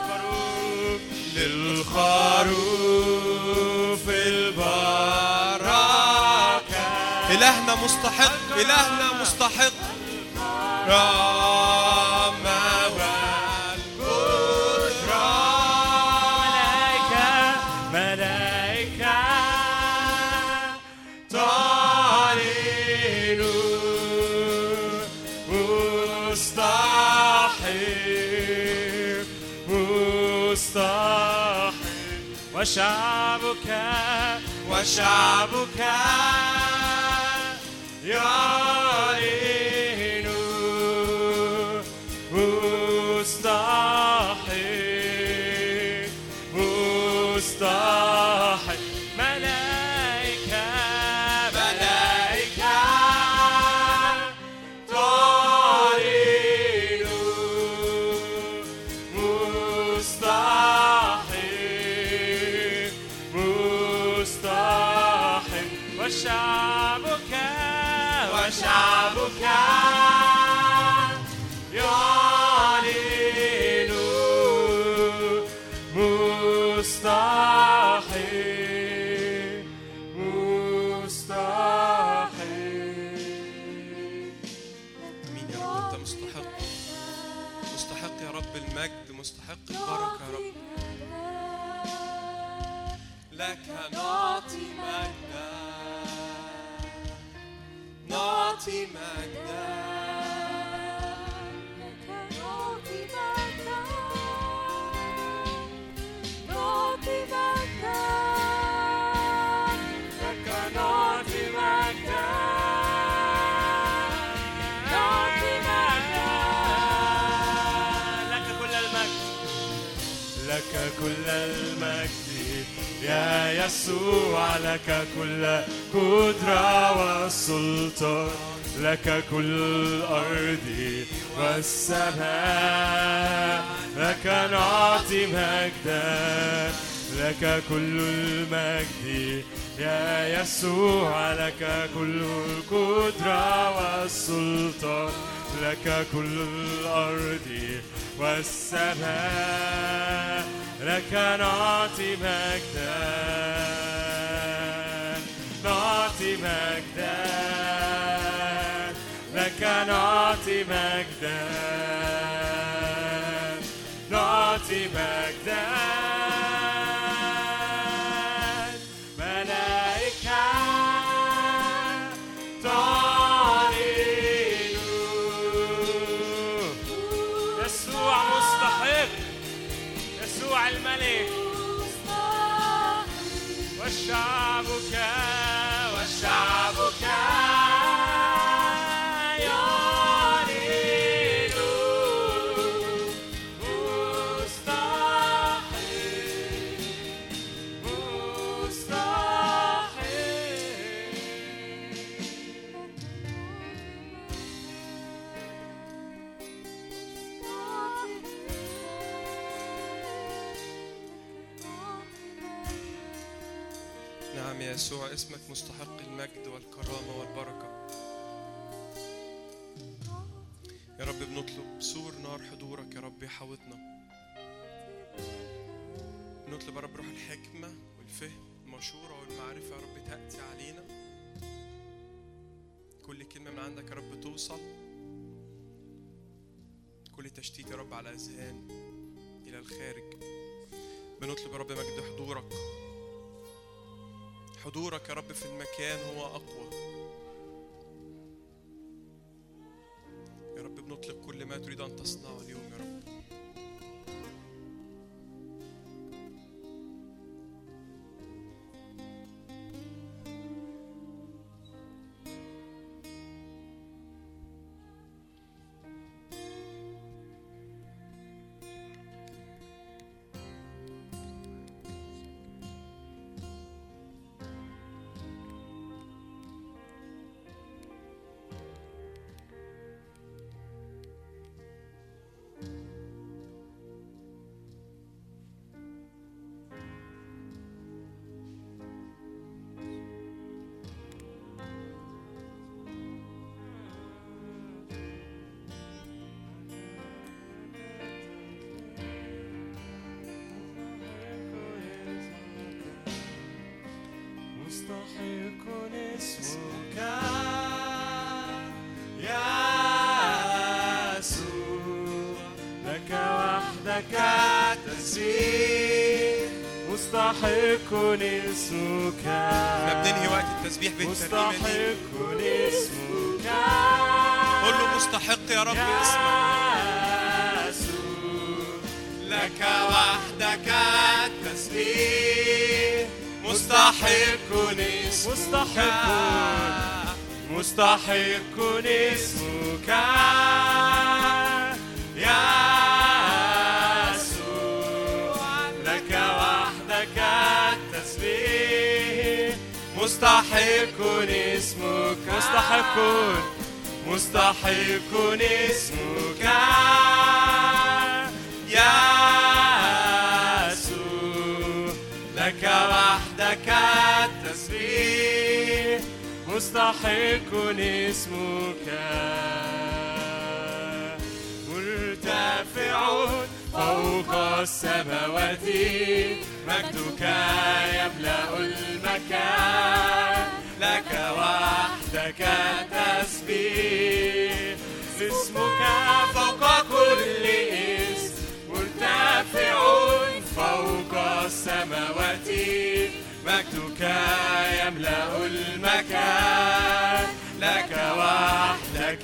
للخروف البركة،
إلهنا مستحق، إلهنا مستحق. رحمة والقدرة،
ملائكة ملائكة تعلن مستحق، وشعبك وشعبك يعلن مستحق، مستحق. ملائكة ملائكة تعلن مستحق، مستحق. وشعبك وشعبك يعلن مستحيل مستحيل.
امين يا رب، انت مستحق، مستحق يا رب المجد، مستحق البركه يا رب. لك نعطي مجدا، نعطي مجدا،
نعطي مجدا، نعطي مجدا،
لك نعطي مجدا،
نعطي مجدا،
لك كل المجد، لك كل المجد يا يسوع، لك كل قدرة والسلطان، لك كل الأرض والسماء، لك نعطي مجدا، لك كل المجد يا يسوع، لك كل القدرة والسلطان، لك كل الأرض والسماء، لك نعطي مجدا، نعطي مجدا، لك نعطي مجدا، نعطي مجدا. ملائكة تعلن يسوع مستحق، يسوع الملك، وشعبك وشعبك يعلن مستحيل
نعم يا يسوع، اسمك مستحق المجد والكرامة والبركة يا رب. بنطلب سور نار حضورك يا رب يحوطنا، بنطلب يا رب روح الحكمة والفهم، المشورة والمعرفة يا رب تأتي علينا، كل كلمة من عندك يا رب توصل، كل تشتيت يا رب على أذهان إلى الخارج. بنطلب يا رب مجد حضورك، حضورك يا رب في المكان هو أقوى يا رب. بنطلق كل ما تريد أن تصنعه اليوم يا رب.
مستحق اسمك يا يسوع، لك وحدك التسبيح، مستحق اسمك.
احنا بننهي وقت التسبيح بالترنيمة دي.
مستحق اسمك،
قول له مستحق يا رب اسمك، لك وحدك التسبيح، مستحق اسمك،
مستحق اسمك يا يسوع، لك وحدك التسبيح، مستحق اسمك، مستحق اسمك يا يسوع، لك وحدك التسبيح، مستحق اسمك. مرتفع فوق السماوات مجدك يملأ المكان لك وحدك تسبيح اسمك فوق كل اسم مرتفع فوق السماوات مجدك يملأ المكان لك وحدك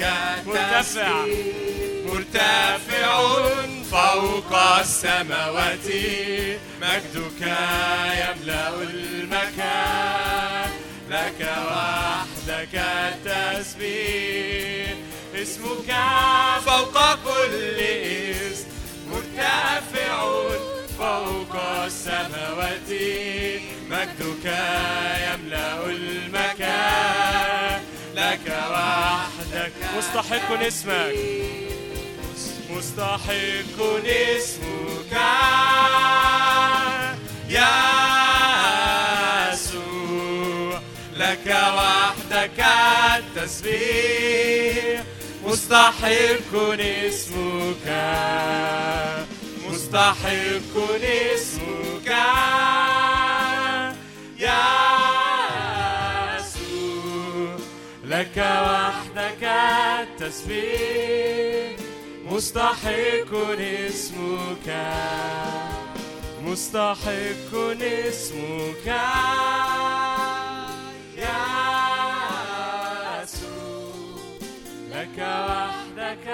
مرتفع فوق السماوات مجدك يملأ المكان لك وحدك التسبيح اسمك فوق كل اسم مرتفع فوق السماوات مجدك يملأ المكان لك وحدك مستحق اسمك مستحق اسمك يا يسوع لك وحدك التسبيح مستحق اسمك مستحق اسمك يا يسوع لك وحدك التسبيح مستحق اسمك مستحق اسمك يا يسوع لك وحدك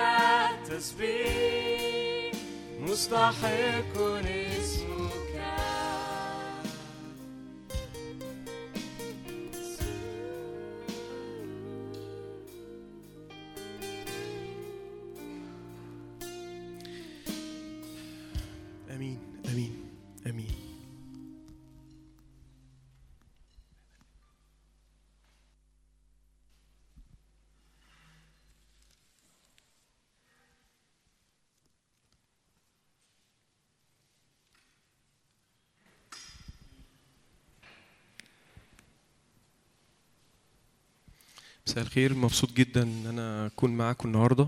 التسبيح مستحق اسمك
امين امين امين. مساء الخير، مبسوط جدا ان انا اكون معاكم النهارده،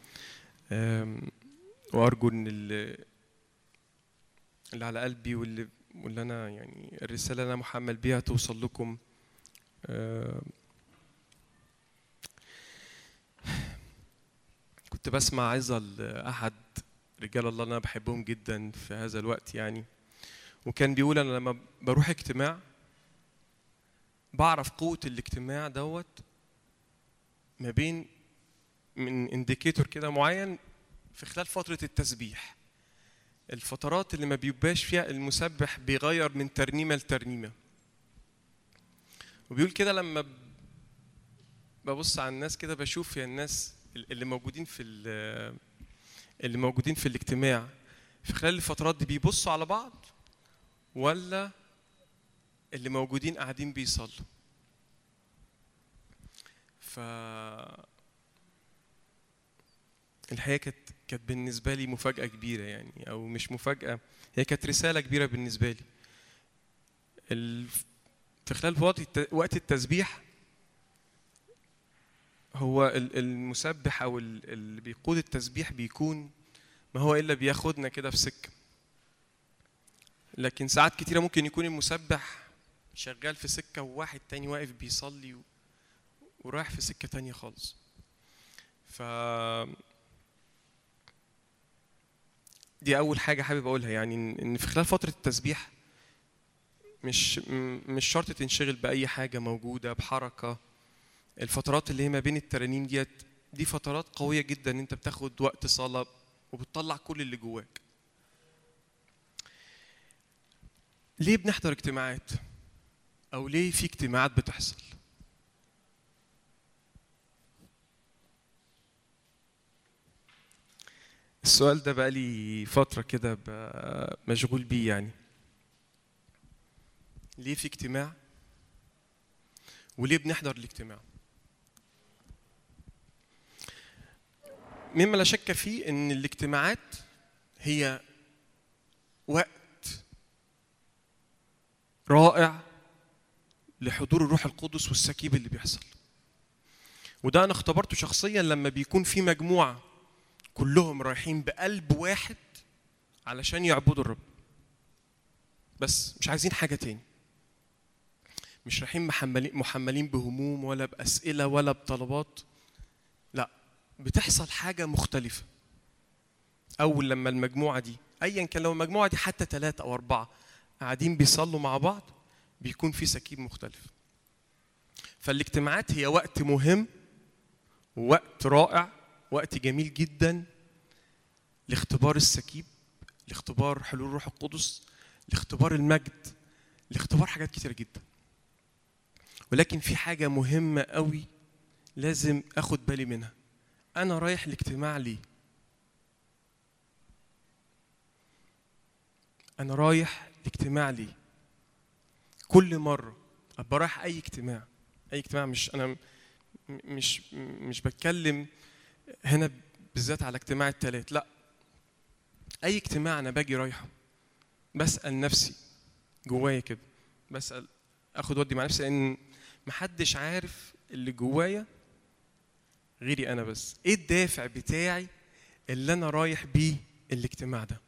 وارجو ان اللي على قلبي واللي انا يعني الرساله اللي انا محمل بيها توصل لكم. كنت بسمع عظه لاحد رجال الله اللي انا بحبهم جدا في هذا الوقت يعني، وكان بيقول انا لما بروح اجتماع بعرف قوه الاجتماع دوت ما بين من انديكيتور كده معين في خلال فتره التسبيح، الفترات اللي ما بيبقاش فيها المسبح بيغير من ترنيمه لترنيمه. وبيقول كده لما ببص على الناس كده بشوف يا الناس اللي موجودين في الاجتماع في خلال الفترات دي بيبصوا على بعض ولا اللي موجودين قاعدين بيصلوا. الحقيقة كانت بالنسبة لي مفاجأة كبيرة يعني، أو مش مفاجأة، هي كانت رسالة كبيرة بالنسبة لي. في خلال وقت التسبيح هو المسبح أو اللي بيقود التسبيح بيكون ما هو إلا بياخدنا كده في سكة، لكن ساعات كتيرة ممكن يكون المسبح شغال في سكة وواحد تاني واقف بيصلي ورايح في سكة تانية خالص. دي أول حاجة حابب أقولها، يعني إن في خلال فترة التسبيح مش شرط تنشغل بأي حاجة موجودة بحركة. الفترات اللي هي ما بين الترانيم دي فترات قوية جدا، إن أنت بتاخد وقت صلاة وبتطلع كل اللي جواك. ليه بنحضر اجتماعات؟ أو ليه في اجتماعات بتحصل؟ السؤال ده بقى لي فترة كده مشغول بيه يعني. ليه في اجتماع؟ وليه بنحضر الاجتماع؟ مما لا شك فيه ان الاجتماعات هي وقت رائع لحضور الروح القدس والسكيب اللي بيحصل. وده انا اختبرته شخصيا لما بيكون في مجموعة كلهم رايحين بقلب واحد علشان يعبدوا الرب بس، مش عايزين حاجة تاني. مش رايحين محملين بهموم ولا بأسئلة ولا بطلبات، لا، بتحصل حاجة مختلفة. أول لما المجموعة دي أيا كان، لو المجموعة دي حتى 3 أو 4 قاعدين بيصلوا مع بعض، بيكون في سكيب مختلف. فالاجتماعات هي وقت مهم ووقت رائع، وقت جميل جدا لاختبار السكيب، لاختبار حلول الروح القدس، لاختبار المجد، لاختبار حاجات كتير جدا. ولكن في حاجة مهمة قوي لازم أخد بالي منها. أنا رايح الاجتماع ليه؟ أنا رايح الاجتماع ليه؟ كل مرة أبقى رايح أي اجتماع، مش أنا مش بتكلم هنا بالذات على اجتماع التلات، لا، أي اجتماع أنا باجي رايحه بسأل نفسي جوايا كده، بسأل، أخد ودي مع نفسي، لأن محدش عارف اللي جوايا غيري أنا بس. إيه الدافع بتاعي اللي أنا رايح بيه الاجتماع ده؟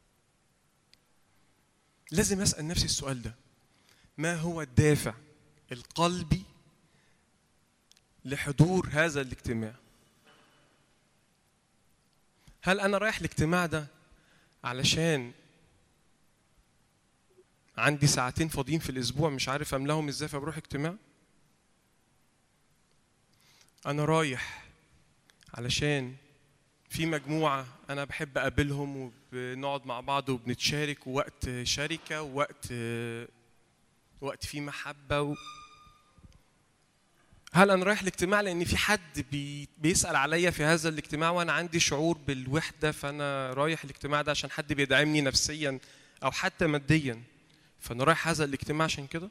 لازم أسأل نفسي السؤال ده. ما هو الدافع القلبي لحضور هذا الاجتماع؟ هل أنا رايح الاجتماع ده علشان عندي 2 ساعات فاضيين في الأسبوع مش عارف أملاهم إزاي فبروح اجتماع؟ أنا رايح علشان في مجموعة أنا بحب أقابلهم وبنقعد مع بعض وبنتشارك، ووقت شركة ووقت فيه محبة هل أنا رايح الاجتماع لأن في حد بيسأل عليا في هذا الاجتماع وأنا عندي شعور بالوحدة، فأنا رايح الاجتماع ده عشان حد بيدعمني نفسيا أو حتى ماديا، فأنا رايح هذا الاجتماع عشان كده؟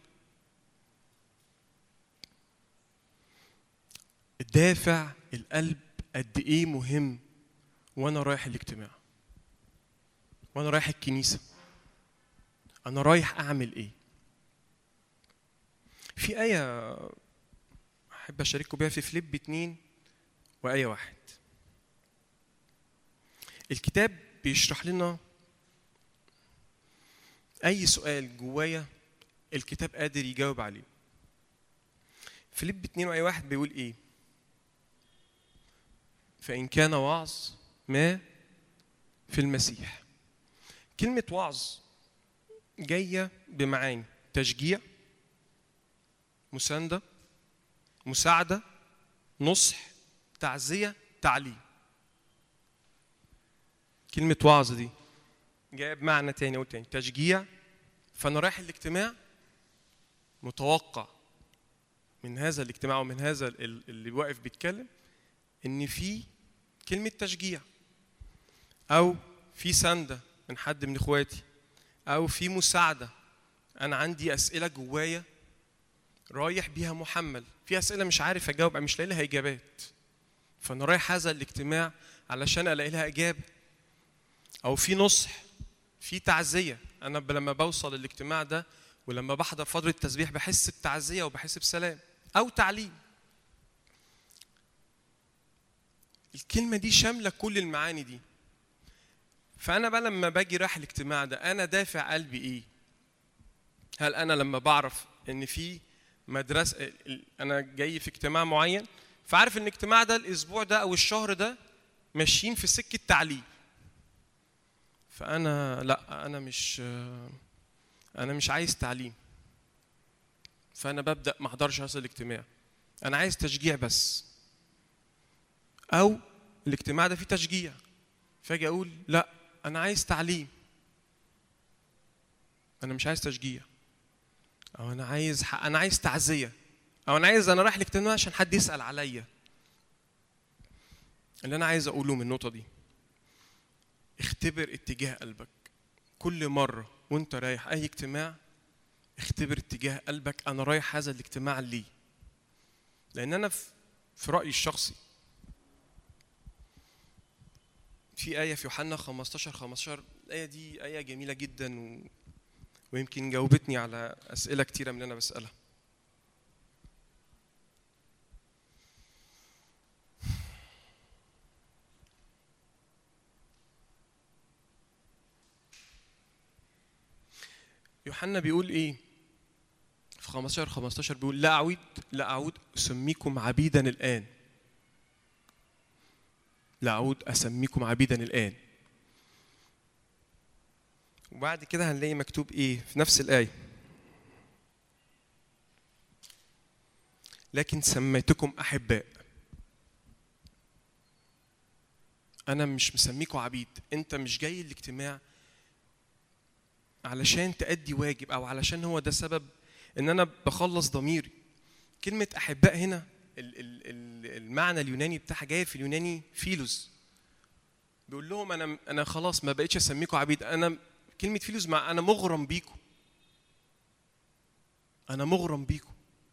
الدافع القلب قد إيه مهم وأنا رايح الاجتماع، وأنا رايح الكنيسة، أنا رايح أعمل إيه؟ في آية أحب أشارككم بيها في فيليب 2 وآية 1. الكتاب بيشرح لنا أي سؤال جوايا الكتاب قادر يجاوب عليه. فيليب 2 وآية 1 بيقول إيه؟ فإن كان وعظ ما في المسيح. كلمة وعظ جاية بمعاني تشجيع، مساندة، مساعدة، نصح، تعزية، تعليم. كلمة وعظ دي جاية بمعنى تاني أو تاني، تشجيع. فأنا رايح الاجتماع متوقع من هذا الاجتماع ومن هذا اللي واقف بيتكلم إن في كلمة تشجيع، أو في سندة من حد من إخواتي، أو في مساعدة. أنا عندي أسئلة جوايا رايح بيها محمل، في أسئلة مش عارف أجاوب، مش لاقي لها إجابات، فأنا رايح هذا الاجتماع علشان ألاقي لها إجابة. أو في نصح، في تعزية. أنا لما بوصل الاجتماع ده ولما بحضر فترة التسبيح بحس بتعزية وبحس بسلام. أو تعليم. الكلمة دي شاملة كل المعاني دي. فأنا بقى لما باجي رايح الاجتماع ده أنا دافع قلبي إيه؟ هل أنا لما بعرف إن في مدرسة، أنا جاي في اجتماع معين فعارف إن الاجتماع ده الأسبوع ده أو الشهر ده ماشيين في سكة تعليم، فأنا لا، أنا مش عايز تعليم، فأنا ببدأ ما أحضرش هذا الاجتماع، أنا عايز تشجيع بس. أو الاجتماع ده فيه تشجيع فاجي أقول لا، أنا عايز تعليم، أنا مش عايز تشجيع. أو أنا عايز تعزية، أو أنا رايح الاجتماع عشان حد يسأل عليا. اللي أنا عايز أقوله من النقطة دي، اختبر اتجاه قلبك كل مرة وانت رايح أي اجتماع. اختبر اتجاه قلبك، أنا رايح هذا الاجتماع ليه؟ لأن أنا في رأيي الشخصي في آية في يوحنا 15:15، الآية دي آية جميلة جدا ويمكن جاوبتني على أسئلة كتيرة من اللي أنا بسألها. يوحنا بيقول ايه في 15 بيقول لا اعود اسميكم عبيدا الان، لا اعود اسميكم عبيدا الان. وبعد كده هنلاقي مكتوب ايه في نفس الايه؟ لكن سميتكم احباء. انا مش مسميكم عبيد. انت مش جاي الاجتماع علشان تأدي واجب او علشان هو ده سبب ان انا بخلص ضميري. كلمة احباء هنا المعنى اليوناني بتاعها جاي في اليوناني فيلوس. بيقول لهم انا خلاص ما بقيتش اسميكم عبيد. انا كلمة فيلوس مع انا مغرم بيكم. انا مغرم بيكم.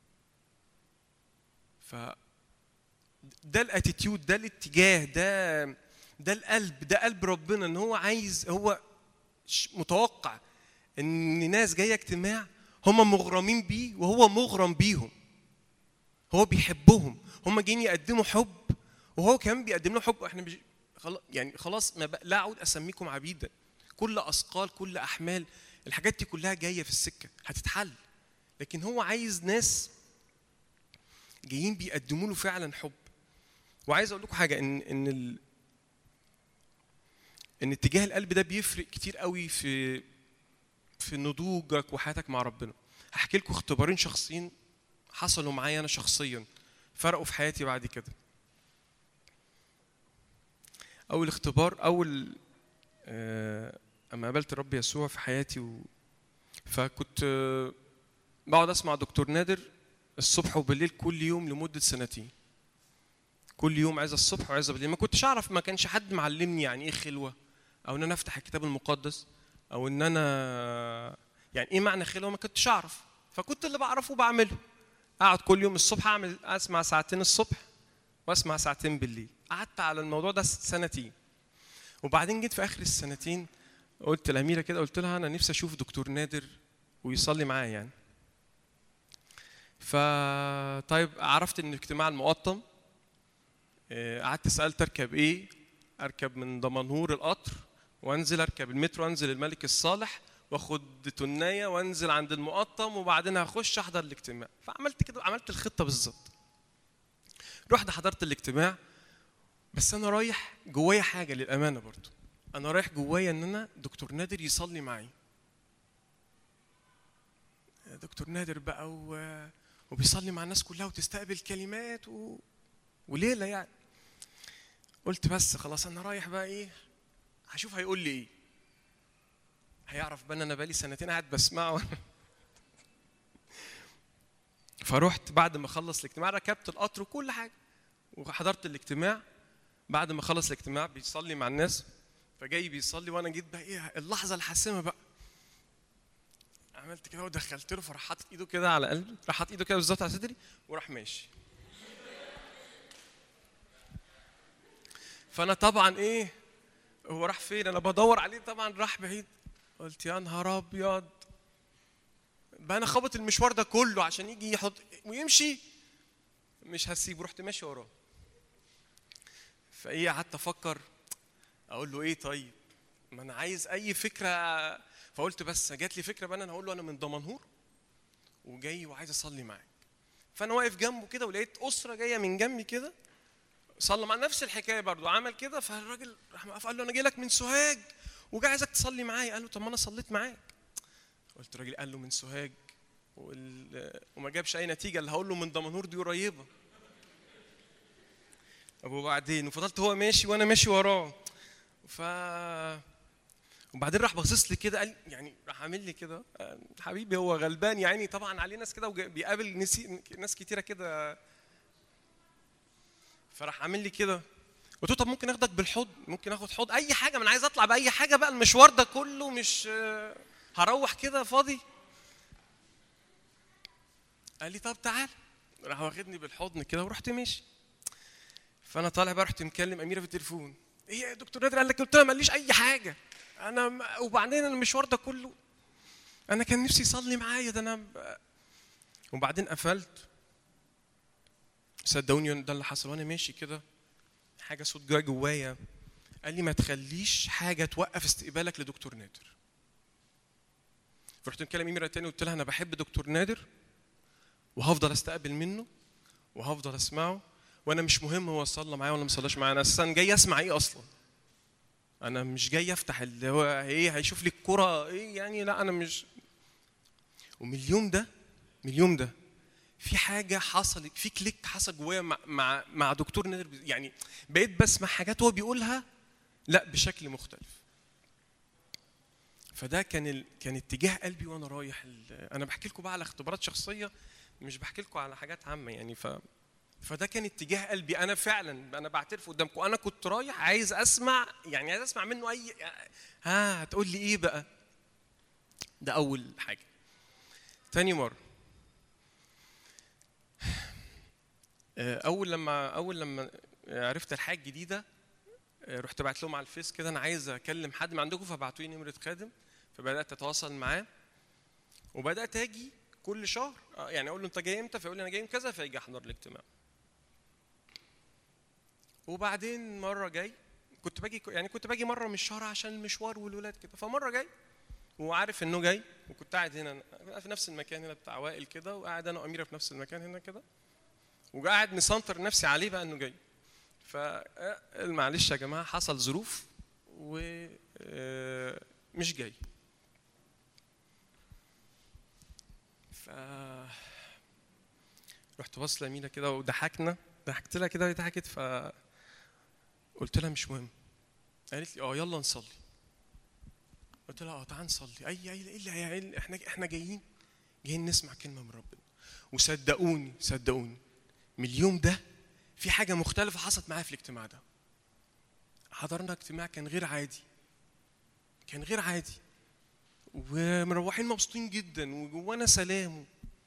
ف ده الاتيتيود، ده الاتجاه، ده القلب، ده قلب ربنا. ان هو عايز، هو متوقع ان ناس جايه اجتماع هم مغرمين بيه وهو مغرم بيهم. هو بيحبهم، هم جايين يقدموا حب وهو كمان بيقدم لهم حب. احنا يعني خلاص لا اعود اسميكم عبيدا. كل اثقال، كل احمال، الحاجات دي كلها جايه في السكه هتتحل. لكن هو عايز ناس جايين بيقدموا له فعلا حب. وعايز اقول لكم حاجه، ان اتجاه القلب ده بيفرق كتير قوي في نضوجك وحياتك مع ربنا. هحكي لكم اختبارين شخصيين حصلوا معايا انا شخصيا، فرقوا في حياتي بعد كده. اول اختبار، اما قابلت الرب يسوع في حياتي فكنت بقعد اسمع دكتور نادر الصبح وبالليل كل يوم لمده 2 سنين. كل يوم عايز الصبح وعايز بالليل. ما كنتش اعرف، ما كانش حد معلمني يعني ايه خلوه، او ان انا افتح الكتاب المقدس، او ان انا يعني ايه معنى خلوه. ما كنتش اعرف. فكنت اللي بعرفه بعمله. اقعد كل يوم الصبح اسمع 2 ساعة الصبح واسمع 2 ساعة بالليل. قعدت على الموضوع ده 2 سنين. وبعدين جيت في اخر ال2 سنين قلت لأميرة كده، قلت لها انا نفسي اشوف دكتور نادر ويصلي معايا يعني. طيب عرفت ان الاجتماع المقطم. قعدت سألت اركب ايه. اركب من دمنهور القطر وانزل اركب المترو، انزل الملك الصالح واخد تنايه وانزل عند المقطم وبعدين هخش احضر الاجتماع. فعملت كده، عملت الخطه بالظبط. رحت حضرت الاجتماع. بس انا رايح جوايا حاجه للامانه برضو. انا رايح جوايا ان انا دكتور نادر يصلي معي. دكتور نادر بقى وبيصلي مع الناس كلها وتستقبل كلمات وليله يعني. قلت بس خلاص انا رايح بقى ايه، هشوف هيقول لي ايه. هيعرف بقى انا بقالي 2 سنين قاعد بسمعه. فروحت بعد ما خلص الاجتماع، ركبت القطر وكل حاجه وحضرت الاجتماع. بعد ما خلص الاجتماع بيصلي مع الناس، فجاي بيصلي وانا جيت بقى ايه اللحظه الحاسمه بقى. عملت كده ودخلت له، فراح حاطط ايده كده على قلبي، راح حاطط ايده كده بالظبط على صدري وراح ماشي. فانا طبعا ايه، هو راح فين؟ انا بدور عليه طبعا، راح بعيد. قلت يا نهار ابيض، بقى انا خبط المشوار ده كله عشان يجي يحط ويمشي، مش هسيبه. رحت ماشي وراه. فايه قعدت افكر اقول له ايه طيب، ما انا عايز اي فكره. فقلت بس جات لي فكره بقى، انا هقول له انا من دمنهور وجاي وعايز اصلي معاك. فانا واقف جنبه كده ولقيت اسره جايه من جنبي كده صلى مع نفس الحكايه برضو. عمل كده، فالراجل راح قال له انا جاي لك من سوهاج وجاي عايزك تصلي معايا. قال له طب ما انا صليت معاك. قلت الراجل قال له من سوهاج وما جابش اي نتيجه. اللي هقول له من دمنهور دي قريبه. وبعدين وفضلت هو ماشي وانا ماشي وراه. وبعدين راح باصص لي كده، قال يعني راح عامل لي كده، حبيبي هو غلبان يعني طبعا عليه ناس كده وبيقابل ناس كتيره كده. فراح عامل لي كده. قلت له طب ممكن اخدك بالحضن، ممكن اخد حضن اي حاجه، ما انا عايز اطلع باي حاجه بقى، المشوار ده كله مش هروح كده فاضي. قال لي طب تعال. راح واخدني بالحضن كده ورحت ماشي. فانا طالع بقى، رحت مكلم اميره في التليفون، ايه يا دكتور نادر؟ قال لك؟ قلت لها ماليش اي حاجه، انا وبعدين المشوار ده كله انا كان نفسي يصلي معايا ده انا وبعدين قفلت. صدقوني ده اللي حصل. وانا ماشي كده حاجه صوت جوايا قال لي ما تخليش حاجه توقف استقبالك لدكتور نادر. فرحت مكلم اميره تاني وقلت لها انا بحب دكتور نادر وهفضل استقبل منه وهفضل اسمعه، وانا مش مهم هو صلى معايا ولا ما صلاش معايا، انا اساسا جاي اسمع ايه اصلا. انا مش جاي افتح اللي هو ايه هيشوف لي الكرة ايه يعني، لا انا مش. ومن اليوم ده في حاجه حصلت، في كليك حصل جوايا مع دكتور نادر، يعني بقيت بسمع حاجات هو بيقولها لا بشكل مختلف. فده كان اتجاه قلبي وانا رايح. انا بحكي لكم بقى على اختبارات شخصيه، مش بحكي لكم على حاجات عامه يعني. فده كان اتجاه قلبي انا فعلا، انا بعترف قدامكم انا كنت رايح عايز اسمع، يعني عايز اسمع منه اي هتقول لي ايه بقى. ده اول حاجه. تاني مره اول لما عرفت الحاجه الجديده، رحت بعت لهم على الفيس كده انا عايز اكلم حد من عندكم، فبعتوا لي نمره خادم، فبدات اتواصل معاه وبدات اجي كل شهر، يعني اقول له انت جاي امتى، فيقول لي انا جاي كذا، فيجي احضر الاجتماع. وبعدين مره جاي كنت باجي مره من الشهر عشان المشوار والولاد كده، فمره جاي وعارف انه جاي، وكنت قاعد هنا في نفس المكان هنا بتاع وائل كده، وقاعد انا واميره في نفس المكان هنا كده، وقاعد مسنطر نفسي عليه بقى انه جاي. فمعلش يا جماعه حصل ظروف ومش جاي. رحت باص لامينه كده ضحكت لها كده وهي ضحكت، فقلت لها مش مهم. قالت لي يلا نصلي. قلت لها تعال نصلي. ايه اللي احنا جايين نسمع كلمه من ربنا. وصدقوني من اليوم ده في حاجه مختلفه حصلت معايا في الاجتماع ده. حضرنا اجتماع كان غير عادي ومروحين مبسوطين جدا وجوانا سلام.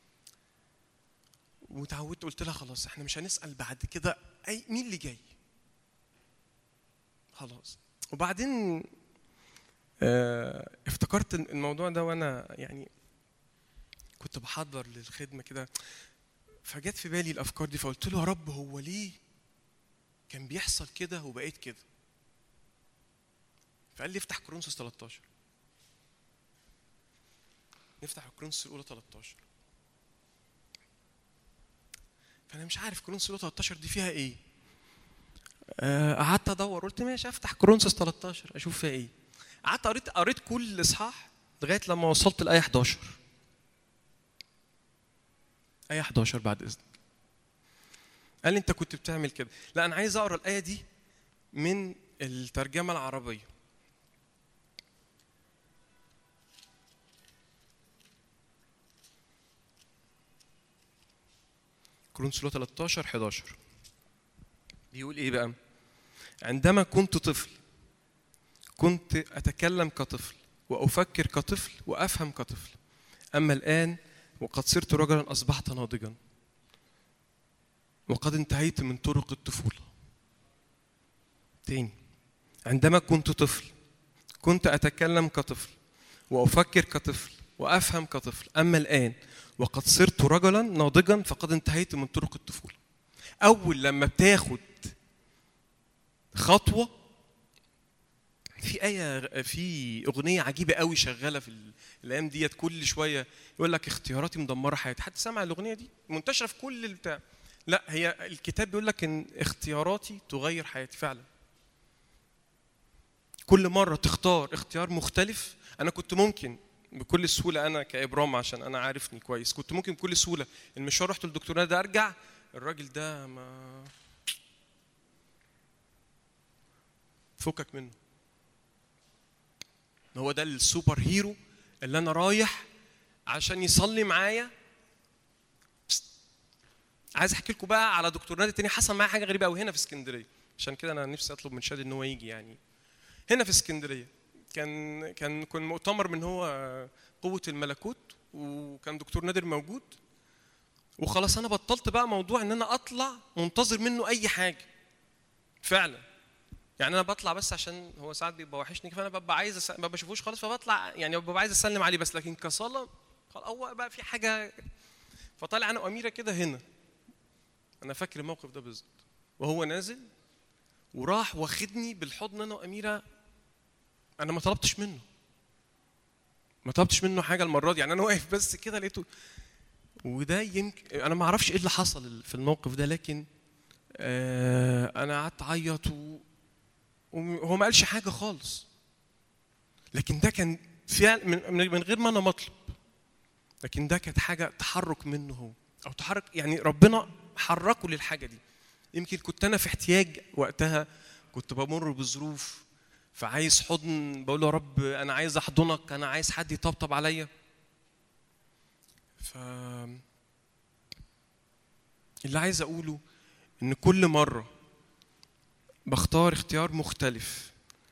وتعودت قلت لها خلاص احنا مش هنسال بعد كده مين اللي جاي خلاص. وبعدين افتكرت الموضوع ده وانا يعني كنت بحضر للخدمه كده، فجت في بالي الافكار دي، فقلت له يا رب هو ليه كان بيحصل كده وبقيت كده؟ فقال لي افتح كورنثوس 13. نفتح كورنثوس الاولى 13. فانا مش عارف كورنثوس الاولى 13 دي فيها ايه. قعدت ادور، قلت ماشي افتح كورنثوس 13 اشوف فيها ايه. قعدت قريت كل اصحاح لغايه لما وصلت الايه 11. ايه 11 بعد اذنك. قال لي انت كنت بتعمل كده. لا انا عايز اقرا الايه دي من الترجمه العربيه. كورنثوس 13 11 بيقول ايه بقى؟ عندما كنت طفل كنت اتكلم كطفل وافكر كطفل وافهم كطفل، اما الان وقد صرت رجلا اصبحت ناضجا وقد انتهيت من طرق الطفوله. تاني، عندما كنت طفل كنت اتكلم كطفل وافكر كطفل وافهم كطفل، اما الان وقد صرت رجلا ناضجا فقد انتهيت من طرق الطفوله. اول لما بتاخد خطوه، في اغنيه عجيبه قوي شغاله في الايام ديت، كل شويه يقول لك اختياراتي مدمره حياتي. حد سمع الاغنيه دي؟ منتشره في كل البتاع. لا، هي الكتاب بيقول لك ان اختياراتي تغير حياتي فعلا. كل مره تختار اختيار مختلف. انا كنت ممكن بكل سهوله، انا كابرام عشان انا عارفني كويس، كنت ممكن بكل سهوله المشوار رحت للدكتور ده ارجع الراجل ده ما فكك منه، هو ده السوبر هيرو اللي انا رايح عشان يصلي معايا. عايز احكي لكم بقى على دكتور نادر تاني حصل معايا حاجه غريبه قوي هنا في اسكندريه، عشان كده انا نفسي اطلب من شادي ان هو يجي. يعني هنا في اسكندريه كان مؤتمر من هو قوه الملكوت، وكان دكتور نادر موجود. وخلاص انا بطلت بقى موضوع ان انا اطلع منتظر منه اي حاجه فعلا. يعني انا بطلع بس عشان هو ساعات بيبقى وحشني، فانا ببقى عايز ما بشوفوش خالص، فبطلع يعني ببقى عايز اسلم عليه بس، لكن كصلاه هو بقى في حاجه. فطالع انا واميره كده هنا، انا فاكر الموقف ده بالظبط، وهو نازل وراح واخدني بالحضن انا واميره. انا ما طلبتش منه، ما طلبتش منه حاجه المره دي، يعني انا واقف بس كده لقيته. وده يمكن انا ما اعرفش ايه اللي حصل في الموقف ده، لكن انا قعدت اعيط وهو ما قالش حاجه خالص، لكن ده كان فعلا من غير ما انا مطلب، لكن ده كانت حاجه تحرك منه هو، او تحرك يعني ربنا حركه للحاجه دي. يمكن كنت انا في احتياج وقتها، كنت بمر بظروف فعايز حضن، بقول له يا رب انا عايز احضنك، انا عايز حد يطبطب عليا. اللي عايز اقوله ان كل مره بختار اختيار مختلف،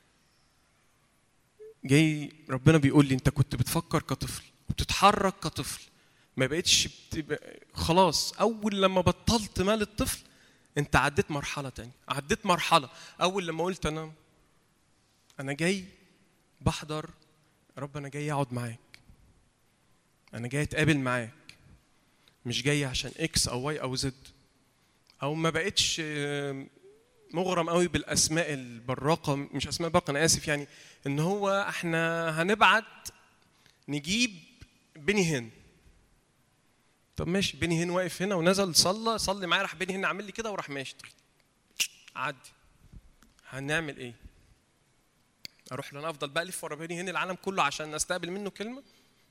جاي ربنا بيقول لي انت كنت بتفكر كطفل وبتتحرك كطفل، ما بقتش خلاص. اول لما بطلت مال الطفل انت عديت مرحله تانية، عديت مرحله. اول لما قلت انا جاي بحضر رب، انا جاي اقعد معاك، انا جاي اتقابل معاك، مش جاي عشان اكس او واي او زد. او ما بقتش مغرم قوي بالاسماء البراقه، مش اسماء براقه انا اسف، يعني ان هو احنا هنبعت نجيب بني هن. طب ماشي، بني هن واقف هنا ونزل صلي معايا، راح بني هن عامل لي كده وراح ماشي عدي. هنعمل ايه؟ اروح لنا افضل بألف ورا بني هن العالم كله عشان استقبل منه كلمه؟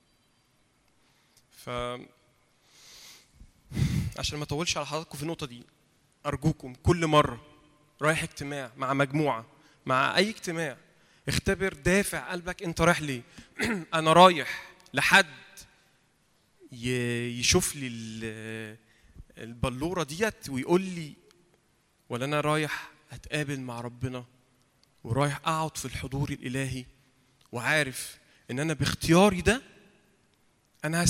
عشان ما اطولش على حضراتكم في النقطه دي، ارجوكم كل مره رايح اجتماع مع مجموعه، مع اي اجتماع، اختبر دافع قلبك انت رايح ليه. انا رايح لحد يشوف لي البلوره ديت ويقول لي، ولا انا رايح اتقابل مع ربنا ورايح اقعد في الحضور الالهي وعارف ان انا باختياري ده انا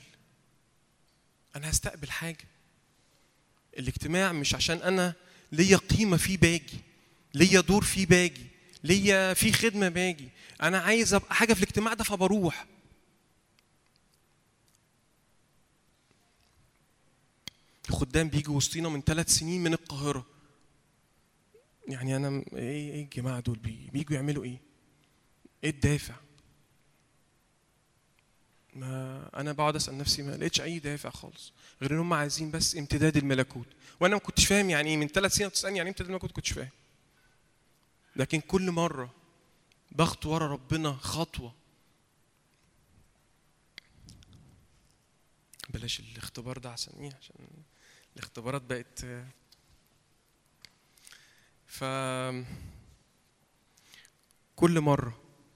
هستقبل حاجه. الاجتماع مش عشان انا ليا قيمه فيه باجي، ليا دور فيه باجي، ليا فيه خدمه باجي، انا عايز ابقى حاجه في الاجتماع ده فبروح. الخدام بيجوا وسطينا من 3 سنين من القاهره، يعني انا ايه الجماعه دول بيجوا يعملوا ايه الدافع؟ ما انا بقعد اسال نفسي، ما لقيتش اي دافع خالص غير ان هم عايزين بس امتداد الملكوت. وانا ما كنتش فاهم يعني ايه من 3 سنين بتسالني يعني ايه امتداد الملكوت، كنتش فاهم. لكن كل مره بخطو ورا ربنا خطوه. بلاش الاختبار ده عشان ايه، عشان الاختبارات بقت كل مره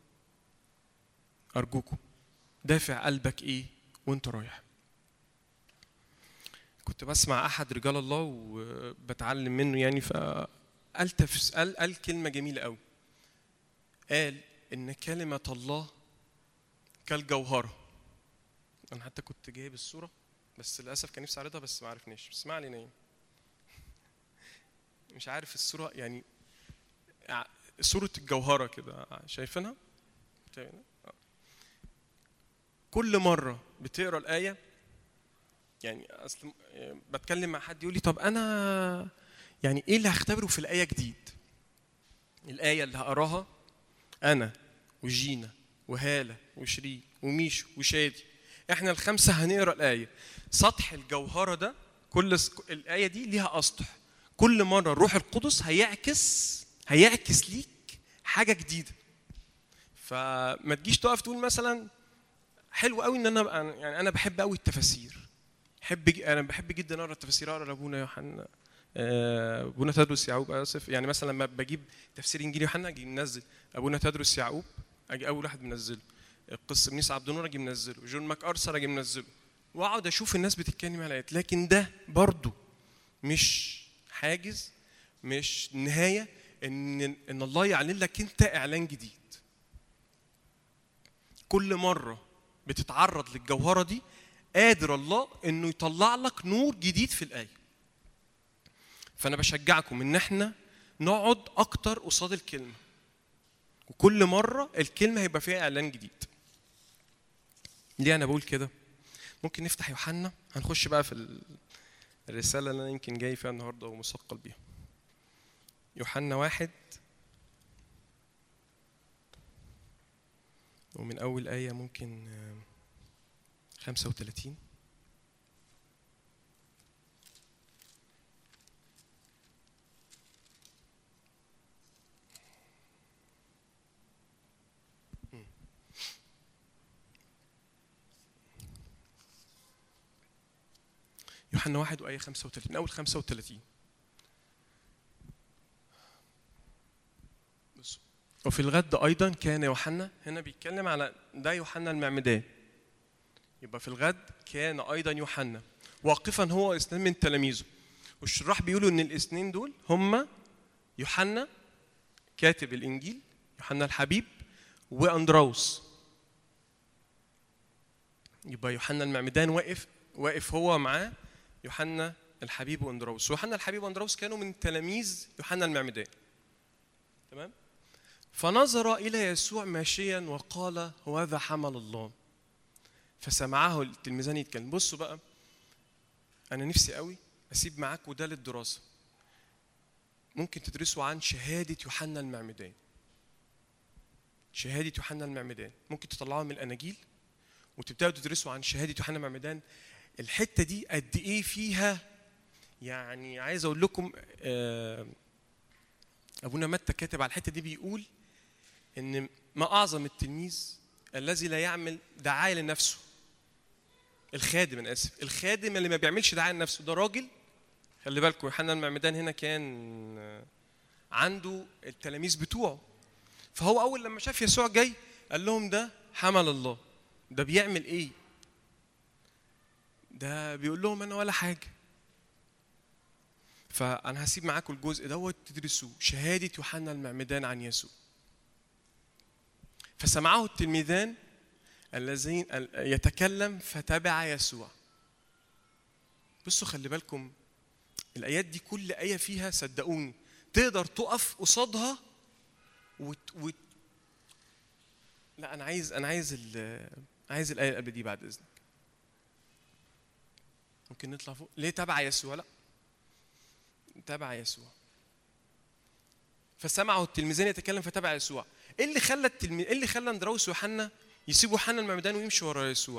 ارجوكم دافع قلبك ايه وانت رايح. كنت بسمع احد رجال الله وبتعلم منه يعني، قال كلمه جميله قوي. قال ان كلمه الله كالجوهره. انا حتى كنت جايب الصوره بس للاسف كان نفسي اعرضها بس ما عرفناش، بس ما علينا يعني. مش عارف الصوره يعني صوره الجوهره كده، شايفينها؟ كل مره بتقرا الايه، يعني اصل بتكلم مع حد يقول لي طب انا يعني ايه اللي هختبره في الايه جديد؟ الايه اللي هقراها انا وجينا وهاله وشريك وميشو وشادي، احنا الخمسه هنقرا الايه. سطح الجوهره ده كل الايه دي ليها اسطح، كل مره الروح القدس هيعكس ليك حاجه جديده. فما تجيش تقف تقول مثلا حلو قوي ان انا يعني انا بحب قوي التفاسير، انا بحب جدا اقرا التفاسير، اقرا لابونا يوحنا، ابونا تدرس يعقوب اسف، يعني مثلا لما بجيب تفسير انجيل يوحنا اجي منزل ابونا تدرس يعقوب، اجي اول واحد منزله، القس بنيس عبد النور اجي منزله، جون ماك ارثر اجي منزله، واقعد اشوف الناس بتتكلم على الايات. لكن ده برضو مش حاجز، مش نهايه ان الله يعلن لك انت اعلان جديد. كل مره بتتعرض للجوهره دي قادر الله انه يطلع لك نور جديد في الايه. فانا بشجعكم ان احنا نقعد اكتر قصاد الكلمه، وكل مره الكلمه هيبقى فيها اعلان جديد. ليه انا بقول كده؟ ممكن نفتح يوحنا، هنخش بقى في الرساله اللي انا يمكن جاي فيها النهارده ومثقل بيها. يوحنا 1 ومن أول آية ممكن 35. يوحنا 1 وآية 35، من أول 35. بصوا، وفي الغد أيضا كان يوحنا، هنا بيتكلم على ده يوحنا المعمدان، يبقى في الغد كان أيضا يوحنا واقفا هو واثنين من تلاميذه. والشراح بيقولوا إن الاثنين دول هم يوحنا كاتب الإنجيل، يوحنا الحبيب، وأندراوس. يبقى يوحنا المعمدان واقف هو معاه يوحنا الحبيب واندراوس. ويوحنا الحبيب واندراوس كانوا من تلاميذ يوحنا المعمدان. تمام؟ فنظر إلى يسوع ماشيا وقال هذا حمل الله. فسمعه التلميذان يتكلم. بصوا بقى، أنا نفسي قوي أسيب معاكم ده للدراسة. ممكن تدرسوا عن شهادة يوحنا المعمدان. شهادة يوحنا المعمدان ممكن تطلعوها من الأناجيل وتبدأوا تدرسوا عن شهادة يوحنا المعمدان. الحتة دي قد إيه فيها، يعني عايز أقول لكم أبونا متى كاتب على الحتة دي بيقول إن ما أعظم التلميذ الذي لا يعمل دعاية لنفسه. الخادم، أنا آسف، الخادم اللي ما بيعملش دعاية لنفسه ده راجل. خلي بالكم يوحنا المعمدان هنا كان عنده التلاميذ بتوعه، فهو أول لما شاف يسوع جاي قال لهم ده حمل الله. ده بيعمل إيه؟ ده بيقول لهم أنا ولا حاجة. فأنا هسيب معاكم الجزء دوت تدرسوه، شهادة يوحنا المعمدان عن يسوع. فسمعه التلميذان الذين يتكلم فتبع يسوع. بصوا خلي بالكم، الآيات دي كل آية فيها صدقوني تقدر تقف قصادها لا أنا عايز الآية اللي قبل دي بعد إذنك. ممكن نطلع فوق. ليه تبع يسوع؟ لا، تبع يسوع. فسمعوا التلميذان يتكلم فتبع يسوع. ايه اللي خلى اندراوس ويوحنا يسيبوا يوحنا المعمدان ويمشوا ورا يسوع؟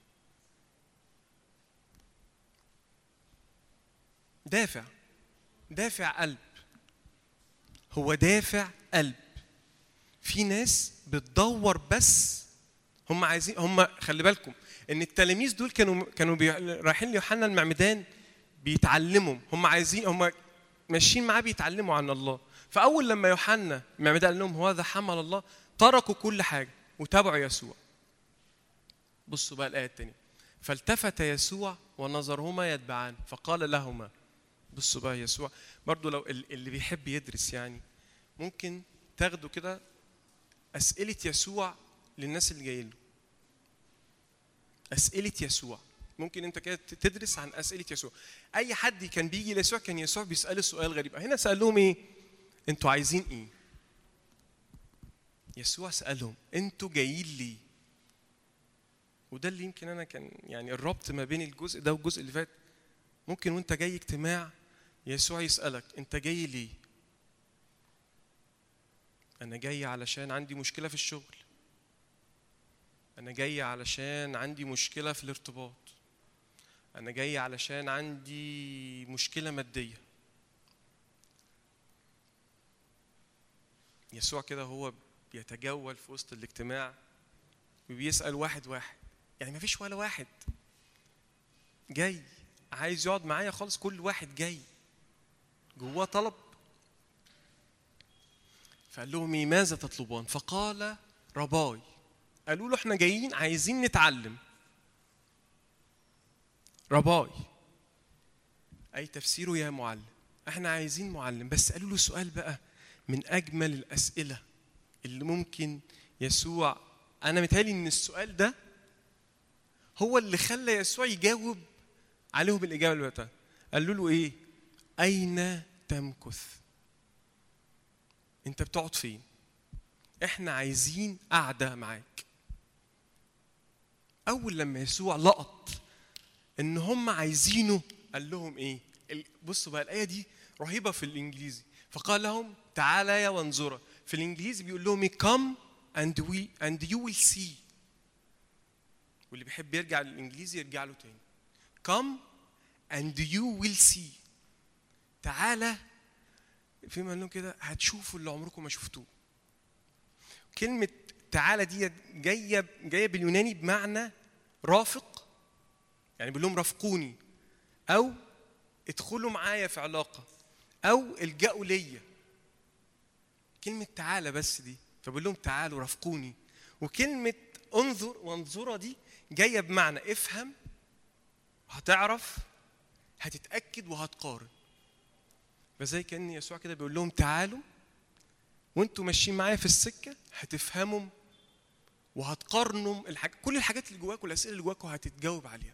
دافع قلب. هو دافع قلب. في ناس بتدور، بس هم عايزين، خلي بالكم ان التلاميذ دول كانوا رايحين ليوحنا المعمدان بيتعلموا. هم ماشيين معاه بيتعلموا عن الله. فاول لما يوحنا المعمدان قال لهم هذا حمل الله، تركوا كل حاجه وتابعوا يسوع. بصوا بقى الايه الثانيه. فالتفت يسوع ونظرهما يتبعان فقال لهما. بصوا بقى يسوع برضو، لو اللي بيحب يدرس يعني ممكن تاخدوا كده اسئله يسوع للناس اللي جايين له. اسئله يسوع ممكن انت كده تدرس عن اسئله يسوع. اي حد كان بيجي ليسوع كان يسوع بيساله سؤال غريب. هنا سال لهم ايه؟ انتوا عايزين ايه؟ يسوع سالهم انتوا جايين ليه؟ وده اللي يمكن انا كان يعني الربط ما بين الجزء ده والجزء اللي فات. ممكن وانت جاي اجتماع يسوع يسالك انت جاي ليه؟ انا جاي علشان عندي مشكله في الشغل. انا جاي علشان عندي مشكله في الارتباط. أنا جاي علشان عندي مشكلة مادية. يسوع كده هو بيتجول في وسط الاجتماع وبيسأل واحد واحد، يعني ما فيش ولا واحد جاي عايز يقعد معايا خالص. كل واحد جاي جواه طلب. فقال لهم ماذا تطلبون؟ فقال رباي. قالوا له احنا جايين عايزين نتعلم. رباي أي تفسيره يا معلم، احنا عايزين معلم. بس قالوا له سؤال بقى من أجمل الأسئلة اللي ممكن يسوع، أنا متهيألي إن السؤال ده هو اللي خلى يسوع يجاوب عليهم الإجابة اللي بتاعته. قالوا له إيه؟ أين تمكث؟ أنت بتقعد فين؟ احنا عايزين قعدة معاك. أول لما يسوع لقط إن هم عايزينه قال لهم إيه؟ بصوا بقى الآية دي رهيبة في الإنجليزي. فقال لهم تعالى وانظرا. في الإنجليزي بيقول لهم come and you will see. واللي بيحب يرجع للإنجليزي يرجع له تاني. Come and you will see. تعالى فيما لهم كده هتشوفوا اللي عمركم ما شفتوه. كلمة تعالى دي جاية باليوناني بمعنى رافق، يعني بيقول لهم رافقوني، أو ادخلوا معايا في علاقة، أو الجأوا ليا. كلمة تعالى بس دي، فبقول لهم تعالوا رافقوني. وكلمة انظر وانظرة دي جاية بمعنى افهم، هتعرف، هتتأكد وهتقارن. فزي كأن يسوع كده بيقول لهم تعالوا وانتوا ماشيين معايا في السكة هتفهموا وهتقارنوا كل الحاجات اللي جواكم والأسئلة اللي جواكم هتتجاوب عليها.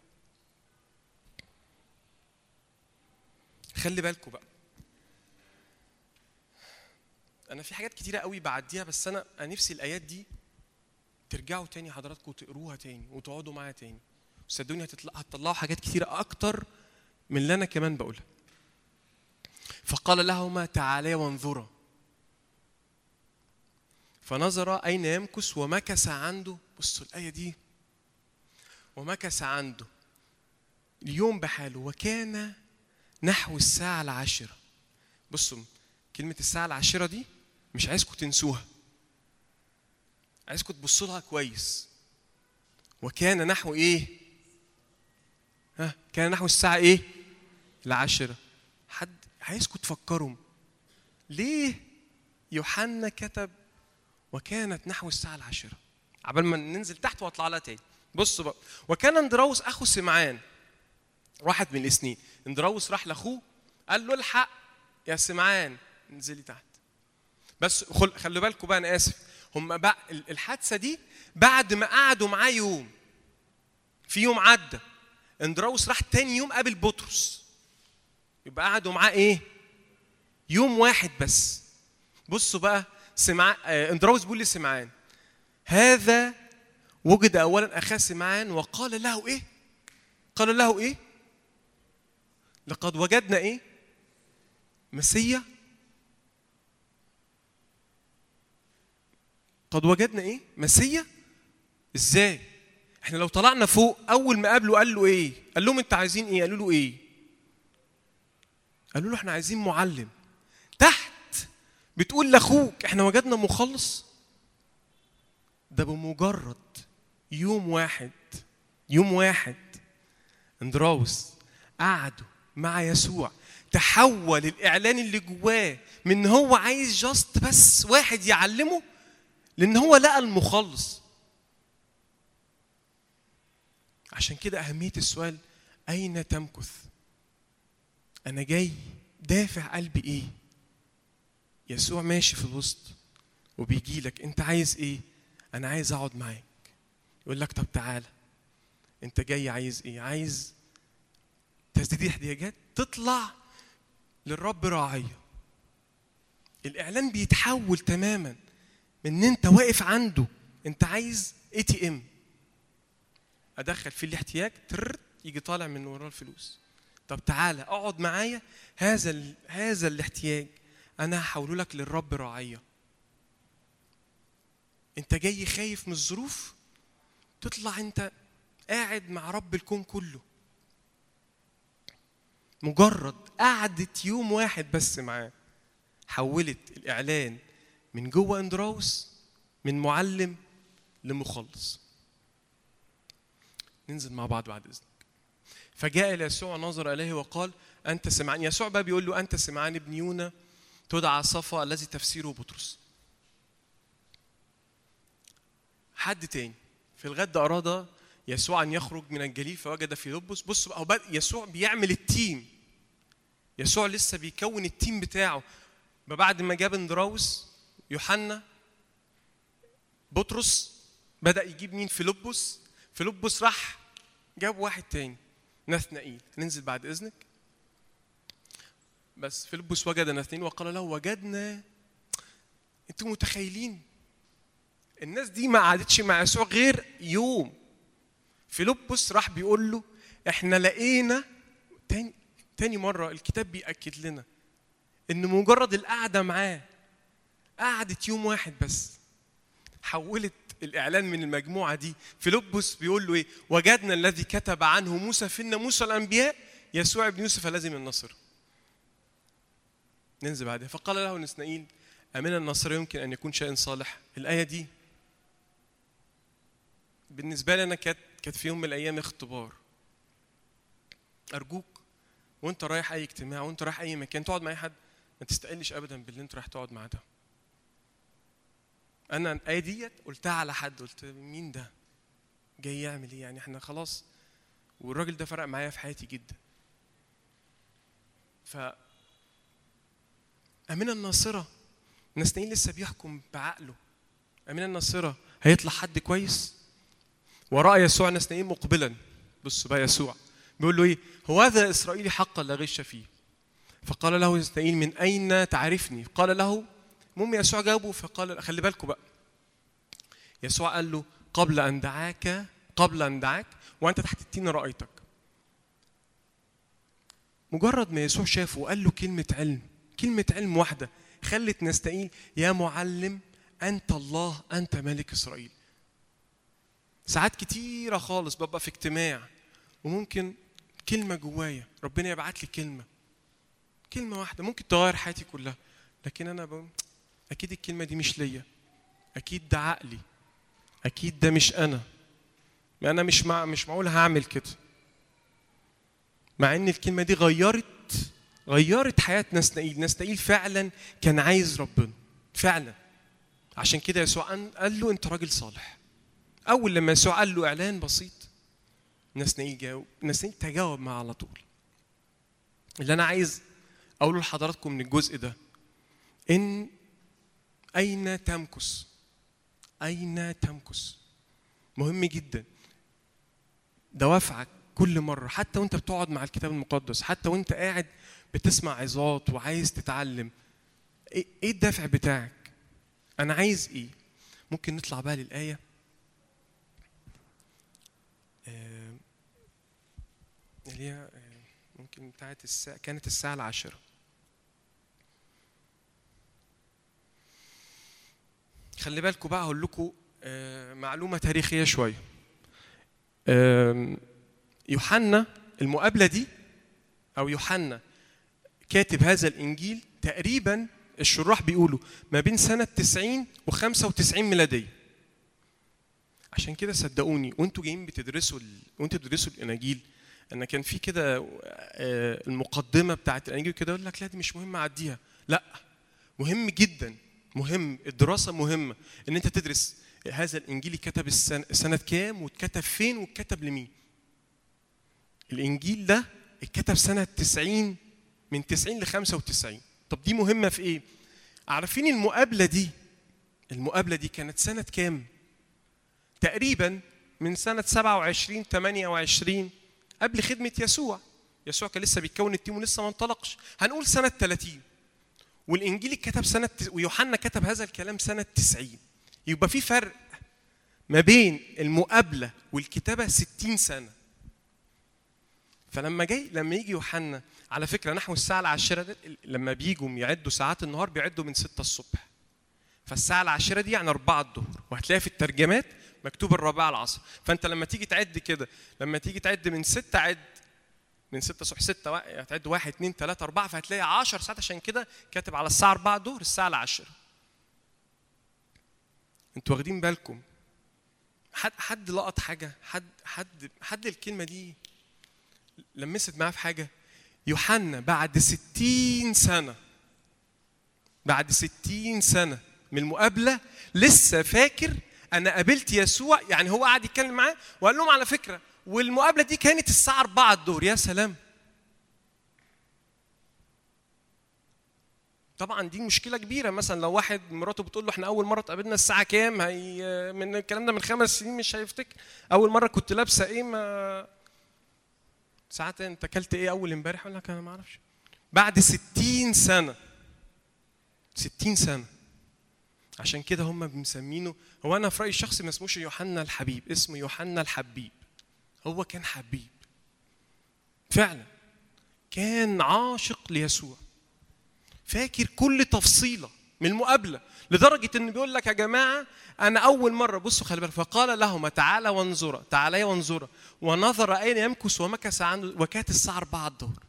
خلي بالكم بقى، أنا في حاجات كتيرة قوي بعديها، بس أنا نفسي الآيات دي ترجعوا تاني حضراتكم وتقروها تاني وتقعدوا معايا تاني، وصدقوني هتطلعوا حاجات كتيرة أكتر من اللي أنا كمان بقولها. فقال لهما تعاليا وانظرا، فنظر أين يمكث ومكث عنده. بصوا الآية دي، ومكث عنده اليوم بحاله وكان نحو الساعة 10. بصوا كلمة الساعة 10 دي مش عايزكم تنسوها، عايزكم تبصوا لها كويس. وكان نحو ايه؟ كان نحو الساعة ايه؟ 10. حد عايزكم تفكروا ليه يوحنا كتب وكانت نحو الساعة 10 عبال ما ننزل تحت واطلع لها تاني. بصوا بقى، وكان اندراوس اخو سمعان واحد من الاثنين. اندراوس راح لاخوه قال له الحق يا سمعان انزلي تحت. بس خلوا بالكم بقى، انا اسف، هم بقى الحادثه دي بعد ما قعدوا معاه يوم، في يوم عدى اندراوس راح تاني يوم قابل بطرس، يبقى قعدوا معاه ايه؟ يوم واحد بس. بصوا بقى، اندراوس بيقول لسمعان هذا وجد اولا اخاه سمعان وقال له ايه؟ قال له ايه؟ لقد وجدنا ايه؟ مسيا. قد وجدنا ايه؟ مسيا. ازاي؟ احنا لو طلعنا فوق اول ما قابله قال له ايه؟ قال لهم انت عايزين ايه؟ قالوا له ايه؟ قالوا له احنا عايزين معلم. تحت بتقول لاخوك احنا وجدنا مخلص. ده بمجرد يوم واحد اندراوس قعدوا مع يسوع تحول الاعلان اللي جواه من ان هو عايز جاست بس واحد يعلمه لان هو لقى المخلص. عشان كده اهميه السؤال اين تمكث؟ انا جاي دافع قلبي ايه؟ يسوع ماشي في الوسط وبيجي لك، انت عايز ايه؟ انا عايز اقعد معاك. يقول لك طب تعالى، انت جاي عايز ايه؟ عايز تسديد احتياجات؟ تطلع للرب راعيه. الاعلان بيتحول تماما من ان انت واقف عنده، انت عايز ATM ادخل فيه الاحتياج يجي طالع من وراه الفلوس. طب تعالى اقعد معايا، هذا الاحتياج انا هحوله لك للرب راعيه. انت جاي خايف من الظروف، تطلع انت قاعد مع رب الكون كله. مجرد قعدة يوم واحد بس معاه حولت الاعلان من جوه اندراوس من معلم لمخلص. ننزل مع بعض بعد اذنك. فجاء الى يسوع نظر اليه وقال انت سمعان. يسوع بقى بيقول له انت سمعان ابن يونا تدعى صفا الذي تفسيره بطرس. حد تاني في الغد اراد يسوع ان يخرج من الجليل فوجد فيلبس. بص بقى، يسوع بيعمل التيم. يسوع لسه بيكون التيم بتاعه بعد ما جاب اندراوس يوحنا بطرس، بدأ يجيب مين؟ فيلبس راح جاب واحد تاني نثنائيل. ننزل بعد إذنك. بس فيلبس وجد نثنائيل وقال له وجدنا. انتوا متخيلين الناس دي ما قعدتش مع يسوع غير يوم. فيلبس راح بيقول له احنا لقينا تاني مرة الكتاب بيأكد لنا ان مجرد القعدة معاه، قعدت يوم واحد بس، حولت الإعلان من المجموعة دي. فيلبس بيقول له إيه؟ وجدنا الذي كتب عنه موسى في الناموس والأنبياء يسوع ابن يوسف الذي من الناصرة. ننزل بعدها. فقال له نسنائيل أمن الناصرة يمكن أن يكون شيء صالح. الآية دي بالنسبة لي أنا كانت في يوم من الأيام اختبار. أرجوك وأنت رايح أي اجتماع وأنت رايح أي مكان تقعد مع أي حد ما تستقلش أبدا باللي أنت رايح تقعد معاه ده. أنا الآية ديت قلتها على حد، قلت مين ده؟ جاي يعمل إيه؟ يعني إحنا خلاص. والراجل ده فرق معايا في حياتي جدا. أمين الناصرة نسنائيل لسه بيحكم بعقله. أمين الناصرة هيطلع حد كويس؟ ورأى يسوع نسنائيل مقبلا. بصوا بقى يسوع بيقول له إيه؟ هو هذا إسرائيلي حقا لا غش فيه. فقال له نسنائيل من أين تعرفني؟ قال له المهم يسوع جاوبه. فقال خلي بالكم بقى، يسوع قال له قبل أن دعاك وأنت تحت التين رأيتك. مجرد ما يسوع شافه وقال له كلمة علم واحدة خلت نسنائيل يا معلم أنت الله أنت ملك إسرائيل. ساعات كتيرة خالص ببقى في اجتماع وممكن كلمة جوايا ربنا يبعت لي كلمة واحدة ممكن تغير حياتي كلها، لكن أنا بقول أكيد الكلمة دي مش ليا، أكيد ده عقلي، أكيد ده مش أنا مش معقول هعمل كده. مع إن الكلمة دي غيرت حياة نسنائيل فعلا كان عايز ربنا فعلا. عشان كده يسوع قال له أنت راجل صالح. أول لما يسوع قال له إعلان بسيط نسنائيل تجاوب معه على طول. اللي أنا عايز أقوله لحضراتكم من الجزء ده إن أين تمكث مهم جدا. دوافعك كل مرة حتى وانت بتقعد مع الكتاب المقدس، حتى وانت قاعد بتسمع عظات وعايز تتعلم، ايه الدافع بتاعك؟ انا عايز ايه؟ ممكن نطلع بقى للآية اللي هي ممكن بتاعت كانت الساعة 10. خلي بالكم بقى هقول لكم معلومة تاريخية شوية. يوحنا المقابلة دي أو يوحنا كاتب هذا الإنجيل تقريبا الشراح بيقولوا ما بين سنة 90 و95 ميلادية. عشان كده صدقوني وانتوا جايين بتدرسوا الإناجيل، أنا كان في كده المقدمة بتاعت الإنجيل كده يقول لك لا دي مش مهمة أعديها. لا مهم جدا، مهم، الدراسة مهمة ان انت تدرس هذا الانجيل كتب سنة كام واتكتب فين واتكتب لمين. الانجيل ده اتكتب سنة 90 من 90 ل 95. طب دي مهمة في ايه؟ عارفين المقابلة دي كانت سنة كام؟ تقريبا من سنة 27 28 قبل خدمة يسوع كان لسه بيتكون التيم ولسه ما انطلقش. هنقول سنة 30 والإنجيل اتكتب سنة ويوحنا كتب هذا الكلام سنة 90. يبقى في فرق ما بين المقابلة والكتابة 60 سنة. فلما يجي يوحنا على فكرة نحو الساعة 10 لما بيجوا يعدوا ساعات النهار بيعدوا من 6 الصبح. فالساعة 10 دي يعني 4 الظهر، وهتلاقي في الترجمات مكتوب 4 العصر. فأنت لما تيجي تعد كده، لما تيجي تعد من 6 عد من 6 الصبح 6 هتعد 1 2 3 4 فهتلاقي 10 ساعات. عشان كده كاتب على الساعة 4 الظهر الساعة 10. انتوا واخدين بالكم؟ حد لقط حاجة؟ حد الكلمة دي لمست معاه في حاجة؟ يوحنا بعد 60 سنة من المقابلة لسه فاكر أنا قابلت يسوع. يعني هو قاعد يتكلم معاه وقال لهم على فكرة والمقابلة دي كانت الساعة 4 الظهر. يا سلام. طبعا دي مشكلة كبيرة. مثلا لو واحد مراته بتقول له احنا أول مرة اتقابلنا الساعة كام، من الكلام ده من 5 سنين مش هيفتكر. أول مرة كنت لابسة إيه، ما ساعات أنت أكلت إيه أول امبارح، أقول لك أنا ما أعرفش. بعد 60 سنة. عشان كده هم مسمينه، هو أنا في رأيي الشخصي ما اسموش يوحنا الحبيب، اسمه يوحنا الحبيب. هو كان حبيب فعلا، كان عاشق ليسوع، فاكر كل تفصيلة من المقابله، لدرجه ان بيقول لك يا جماعه انا اول مره، بصوا خلي بالك، فقال لهما تعالى وانظرا، تعالى وانظرا، ونظر اين يمكث ومكث عنه، وكانت الساعه 4 الظهر.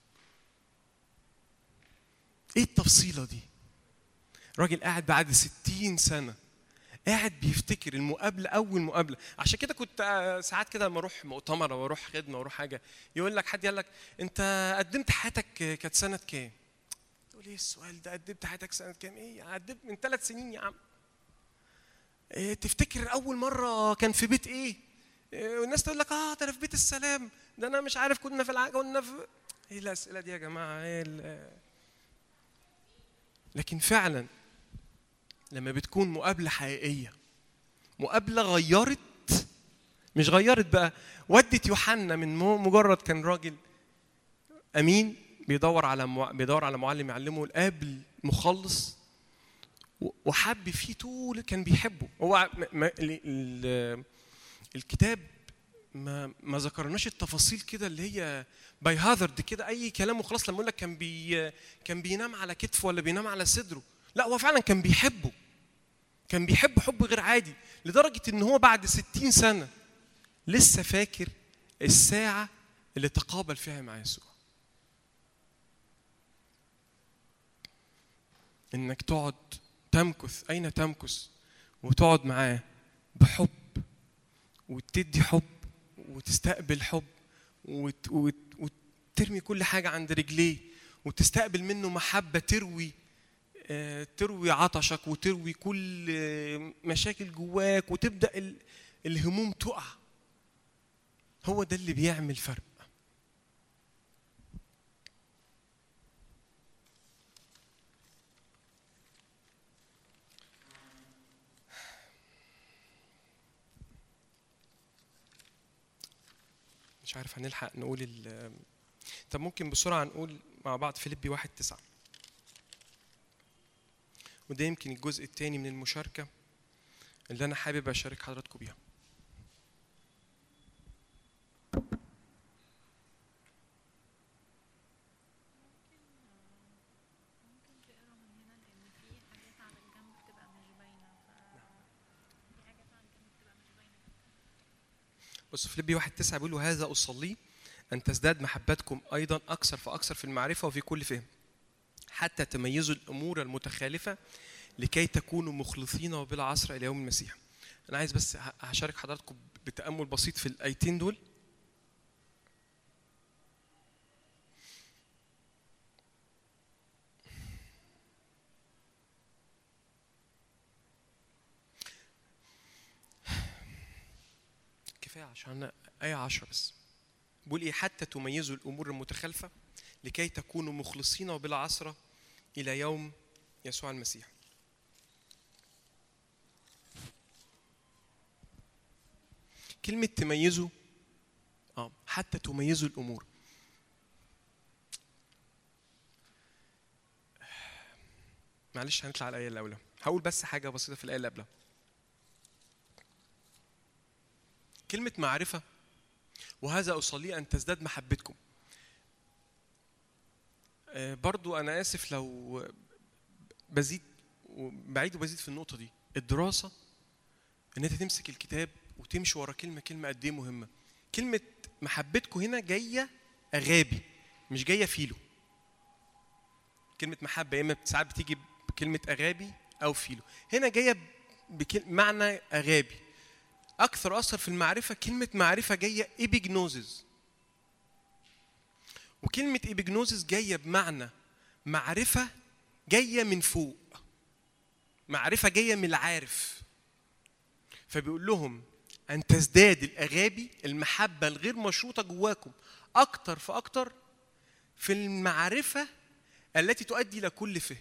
ايه التفصيله دي؟ راجل قاعد بعد 60 سنه قاعد بيفتكر المقابله، اول مقابله. عشان كده كنت ساعات كده لما اروح مؤتمر او اروح خدمه او اروح حاجه، يقول لك حد يقول لك انت قدمت حياتك كانت سنه كام؟ تقول ايه السؤال ده؟ قدمت حياتك سنه كام؟ ايه قدمت من 3 سنين يا عم. إيه تفتكر اول مره كان في بيت ايه؟ والناس تقول لك ده انا في بيت السلام، ده انا مش عارف كنا في كنا في ايه الاسئله دي يا جماعه؟ لكن فعلا لما بتكون مقابله حقيقيه، مقابله غيرت، مش غيرت بقى، ودت يوحنا من مجرد كان راجل امين بيدور على معلم يعلمه الاب المخلص، وحب فيه طول، كان بيحبه. هو الكتاب ما ذكرناش التفاصيل كده اللي هي باي هازارد كده اي كلام وخلاص. لما اقول لك كان بينام على كتفه ولا بينام على صدره، لا هو فعلا كان بيحبه، كان بيحب حب غير عادي، لدرجه ان هو بعد 60 سنه لسه فاكر الساعه اللي تقابل فيها مع يسوع. انك تقعد تمكث، اين تمكث؟ وتقعد معاه بحب، وتدي حب، وتستقبل حب، وترمي كل حاجه عند رجليه، وتستقبل منه محبه تروي عطشك، وتروي كل مشاكل جواك، وتبدا الهموم تقع. هو ده اللي بيعمل فرق. مش عارف هنلحق نقول طب ممكن بسرعه نقول مع بعض فيليبي 1:9، وده يمكن الجزء الثاني من المشاركه اللي انا حابب اشارك حضراتكم بيها. بص فيليبي 1:9 بيقول وهذا أصلي أن تزداد محبتكم أيضا أكثر فأكثر في المعرفة وفي كل فهم، حتى تميزوا الأمور المتخالفة لكي تكونوا مخلصين وبلا عثرة إلى يوم المسيح. أنا عايز بس هشارك حضراتكم بتأمل بسيط في الآيتين دول. كفاية عشان آية 10 بس. بقول إيه؟ حتى تميزوا الأمور المتخالفة لكي تكونوا مخلصين وبلا عثرة إلى يوم يسوع المسيح. كلمة تميزوا حتى تميزوا الأمور. معلش هنطلع على الآية اللي قبلها، هقول بس حاجة بسيطة في الآية اللي قبلها. كلمة معرفة وهذا أصلي أن تزداد محبتكم. برضو أنا آسف لو بزيد وبعيد وبزيد في النقطة دي. الدراسة إن أنت تمسك الكتاب وتمشي ورا كلمة كلمة قد إيه مهمة. كلمة محبتكم هنا جاية أغابي، مش جاية فيلو. كلمة محبة إما ساعات بتيجي بكلمة أغابي أو فيلو، هنا جاية بمعنى أغابي. أكثر أثر في المعرفة، كلمة معرفة جاية إبيجنوزز، وكلمة إبيجنوزز جاية بمعنى معرفة جاية من فوق، معرفة جاية من العارف. فبيقول لهم أن تزداد الأغابي، المحبة الغير مشروطة جواكم أكتر فأكتر في المعرفة التي تؤدي إلى كل فهم.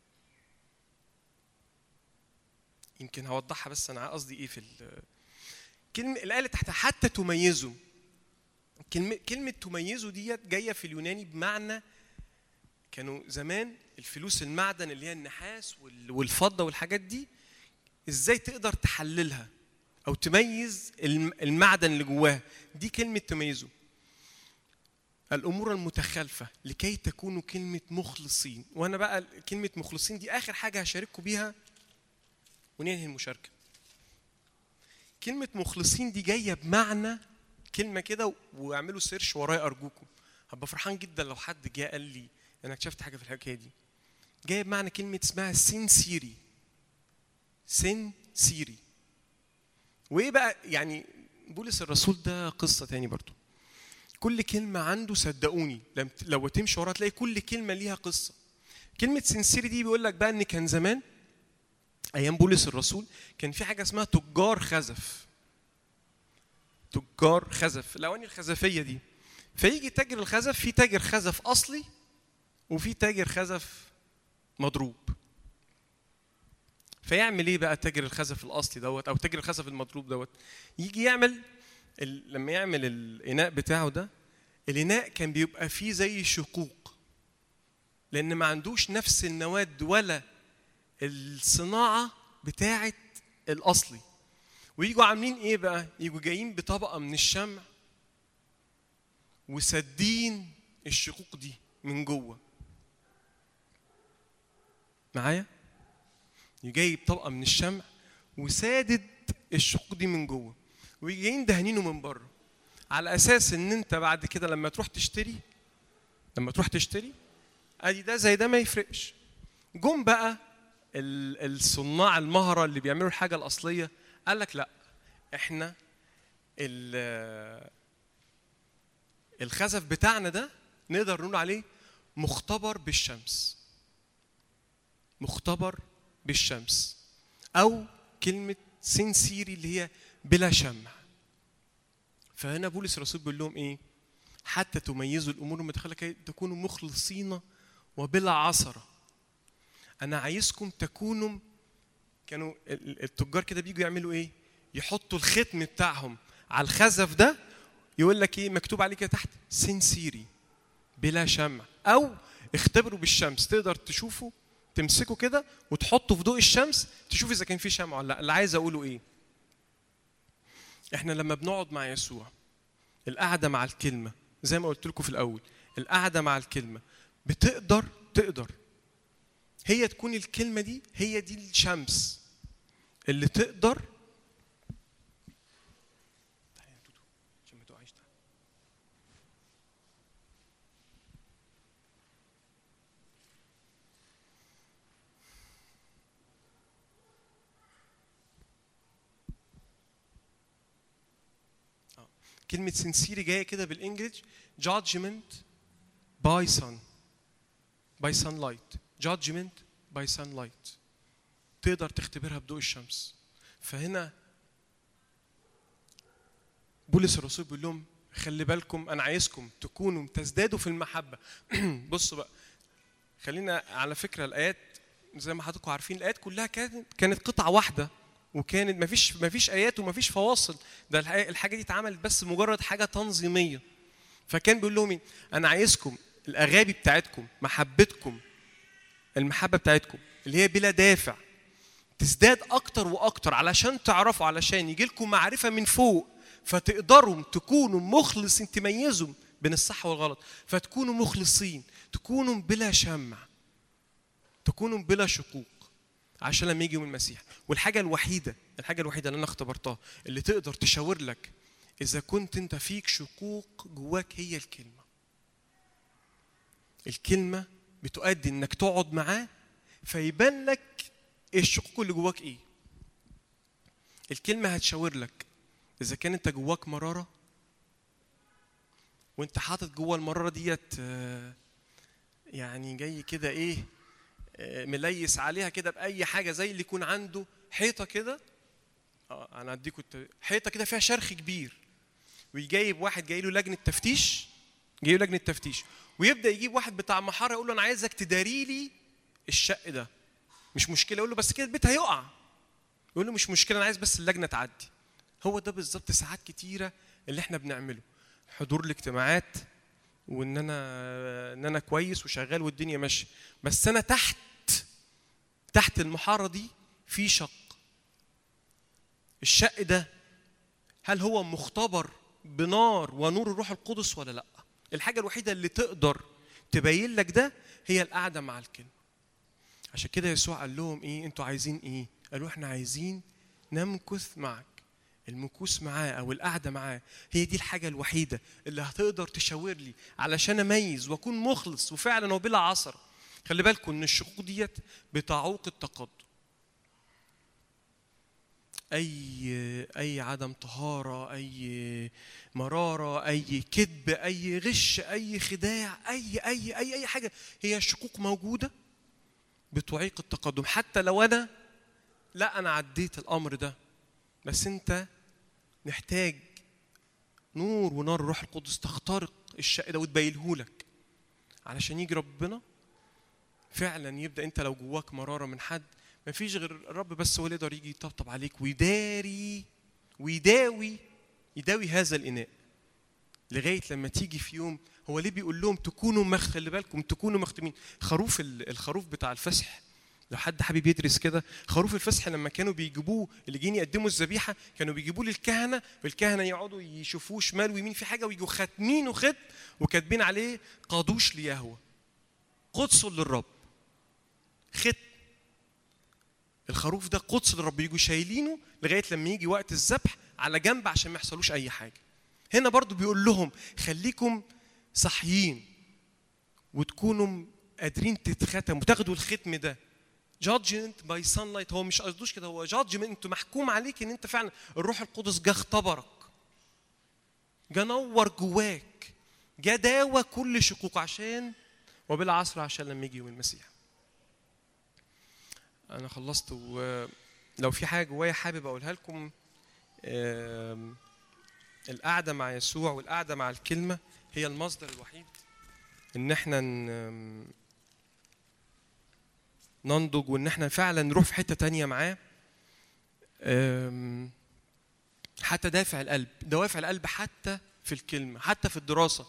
يمكن هوضحها بس أنا قصدي إيه في كلمة الآية اللي تحتها حتى تميزوا. كلمة تميزوا ديت جاية في اليوناني بمعنى كانوا زمان الفلوس المعدن اللي هي النحاس والفضة والحاجات دي، إزاي تقدر تحللها أو تميز المعدن اللي جواها، دي كلمة تميزوا. الأمور المتخلفة لكي تكونوا كلمة مخلصين. وأنا بقى كلمة مخلصين دي آخر حاجة هشارككم بيها وننهي المشاركة. كلمة مخلصين دي جاية بمعنى كلمة كده، واعملوا سيرش ورايا أرجوكم. هبقى فرحان جدا لو حد جاء قال لي أنا اكتشفت حاجة في الحكاية دي. جاية بمعنى كلمة اسمها سينسيري. سينسيري. وإيه بقى يعني بولس الرسول ده قصة تاني برضو. كل كلمة عنده صدقوني لو تمشي ورا تلاقي كل كلمة ليها قصة. كلمة سينسيري دي بيقول لك بقى إن كان زمان أيام بولس الرسول كان في حاجة اسمها تجار خزف. تجار خزف، الأواني الخزفية دي. فيجي تاجر الخزف، في تاجر خزف أصلي وفي تاجر خزف مضروب. فيعمل إيه بقى تاجر الخزف الأصلي دوت أو تاجر الخزف المضروب دوت؟ يجي يعمل لما يعمل الإناء بتاعه ده، الإناء كان بيبقى فيه زي شقوق لأن ما عندوش نفس النواد ولا الصناعة بتاعة الأصلي. ويجوا عاملين إيه بقى؟ يجوا جايين بطبقة من الشمع وسدين الشقوق دي من جوه. معايا؟ يجايب طبقة من الشمع وسادد الشقوق دي من جوه، ويجايين دهنينه من بره، على أساس إن أنت بعد كده لما تروح تشتري أدي ده زي ده ما يفرقش. جم بقى الصناع المهرة اللي بيعملوا الحاجة الأصلية قال لك لا، إحنا الخزف بتاعنا ده نقدر نقول عليه مختبر بالشمس. مختبر بالشمس، أو كلمة سينسيري اللي هي بلا شمع. فهنا بولس الرسول بيقول لهم إيه؟ حتى تميزوا الأمور المتخلفة كي تكونوا مخلصين وبلا عثرة. أنا عايزكم تكونوا، كانوا التجار كده بيجوا يعملوا إيه؟ يحطوا الختم بتاعهم على الخزف ده، يقول لك إيه مكتوب عليه كده تحت؟ سينسيري بلا شمع، أو اختبروا بالشمس. تقدر تشوفوا، تمسكوا كده وتحطوا في ضوء الشمس تشوف إذا كان في شمع ولا لا. اللي عايز أقوله إيه؟ إحنا لما بنقعد مع يسوع، القعدة مع الكلمة زي ما قلت لكم في الأول، القعدة مع الكلمة تقدر هي تكون الكلمة دي هي دي الشمس اللي تقدر كلمة سنسيري جاية كده بالإنجليزي judgment by sunlight. judgment by sunlight. تقدر تختبرها بضوء الشمس. فهنا بولس الرسول بيقول لهم خلي بالكم، أنا عايزكم تكونوا تزدادوا في المحبة. بصوا بقى، خلينا على فكرة الآيات زي ما حضراتكم عارفين الآيات كلها كانت قطعة واحدة، وكانت مفيش آيات ومفيش فواصل. ده الحاجة دي اتعملت بس مجرد حاجة تنظيمية. فكان بيقول لهم أنا عايزكم الأغابي بتاعتكم، محبتكم، المحبة بتاعتكم اللي هي بلا دافع تزداد أكتر وأكتر، علشان تعرفوا، علشان يجي لكم معرفة من فوق، فتقدروا تكونوا مخلصين، تميزوا بين الصح والغلط، فتكونوا مخلصين، تكونوا بلا شمع، تكونوا بلا شقوق، عشان لما يجي يوم المسيح. والحاجة الوحيدة اللي أنا اختبرتها اللي تقدر تشاور لك إذا كنت أنت فيك شقوق جواك هي الكلمة. الكلمة بتؤدي إنك تقعد معاه فيبان لك الشقوق اللي جواك إيه. الكلمة هتشاور لك إذا كان أنت جواك مرارة، وأنت حاطط جوا المرارة ديت يعني جاي كده إيه مليس عليها كده بأي حاجة، زي اللي يكون عنده حيطة كده. أنا أديكم حيطة كده فيها شرخ كبير، ويجيب واحد جاي له لجنة تفتيش، ويبدأ يجيب واحد بتاع محارة يقول له أنا عايزك تداري لي الشق ده. مش مشكلة. يقول له بس كده البيت هيقع. يقول له مش مشكلة، أنا عايز بس اللجنة تعدي. هو ده بالظبط ساعات كتيرة اللي احنا بنعمله، حضور الاجتماعات، وان انا كويس وشغال والدنيا ماشيه، بس انا تحت المحاره دي في شق. الشق ده هل هو مختبر بنار ونور الروح القدس ولا لا؟ الحاجة الوحيدة اللي تقدر تبين لك ده هي القعدة مع الكلمة. عشان كده يسوع قال لهم ايه؟ انتوا عايزين ايه؟ قالوا احنا عايزين نمكث معك. المكوث معاه او القعدة معاه هي دي الحاجة الوحيدة اللي هتقدر تشاور لي علشان اميز واكون مخلص وفعلا وبلا عصر. خلي بالكم ان الشقوق ديت بتعوق التقدم. اي عدم طهارة، اي مرارة، اي كذب، اي غش، اي خداع، اي حاجة هي شقوق موجودة بتعيق التقدم. حتى لو انا عديت الامر ده، بس انت محتاج نور ونار الروح القدس تخترق الشق ده وتبينهولك علشان يجي ربنا فعلا يبدا. انت لو جواك مراره من حد، مفيش غير الرب بس هو اللي يقدر يجي يطبطب عليك ويداوي هذا الاناء لغايه لما تيجي في يوم. هو ليه بيقول لهم تكونوا خلي بالكم تكونوا مختمين. الخروف بتاع الفسح، لو حد حابب يدرس كده، خروف الفسح لما كانوا بيجيبوه اللي جايين يقدموا الذبيحه كانوا بيجيبوه للكهنه، والكهنه يقعدوا يشوفوه شمال ويمين في حاجه ويجوا ختمينه ختم وكاتبين عليه قادوش ليهوه، قدس للرب. ختم الخروف ده قدس للرب، يجوا شايلينه لغايه لما يجي وقت الذبح على جنب عشان ما يحصلوش اي حاجه. هنا برضو بيقول لهم خليكم صحيين وتكونوا قادرين تتختموا وتاخدوا الختم ده. judgment by sunlight، هو مش قصدوش كده، هو judgment، انت محكوم عليك ان انت فعلا الروح القدس جه اختبرك، جه نور جواك، جه داوى كل شقوق عشان وبالعصر عشان لما يجي يوم المسيح. انا خلصت، ولو في حاجه جوايا حابب اقولها لكم. القعده مع يسوع والقعده مع الكلمه هي المصدر الوحيد ان احنا ننضج وان احنا فعلا نروح في حته تانية معاه. حتى دوافع القلب حتى في الكلمه، حتى في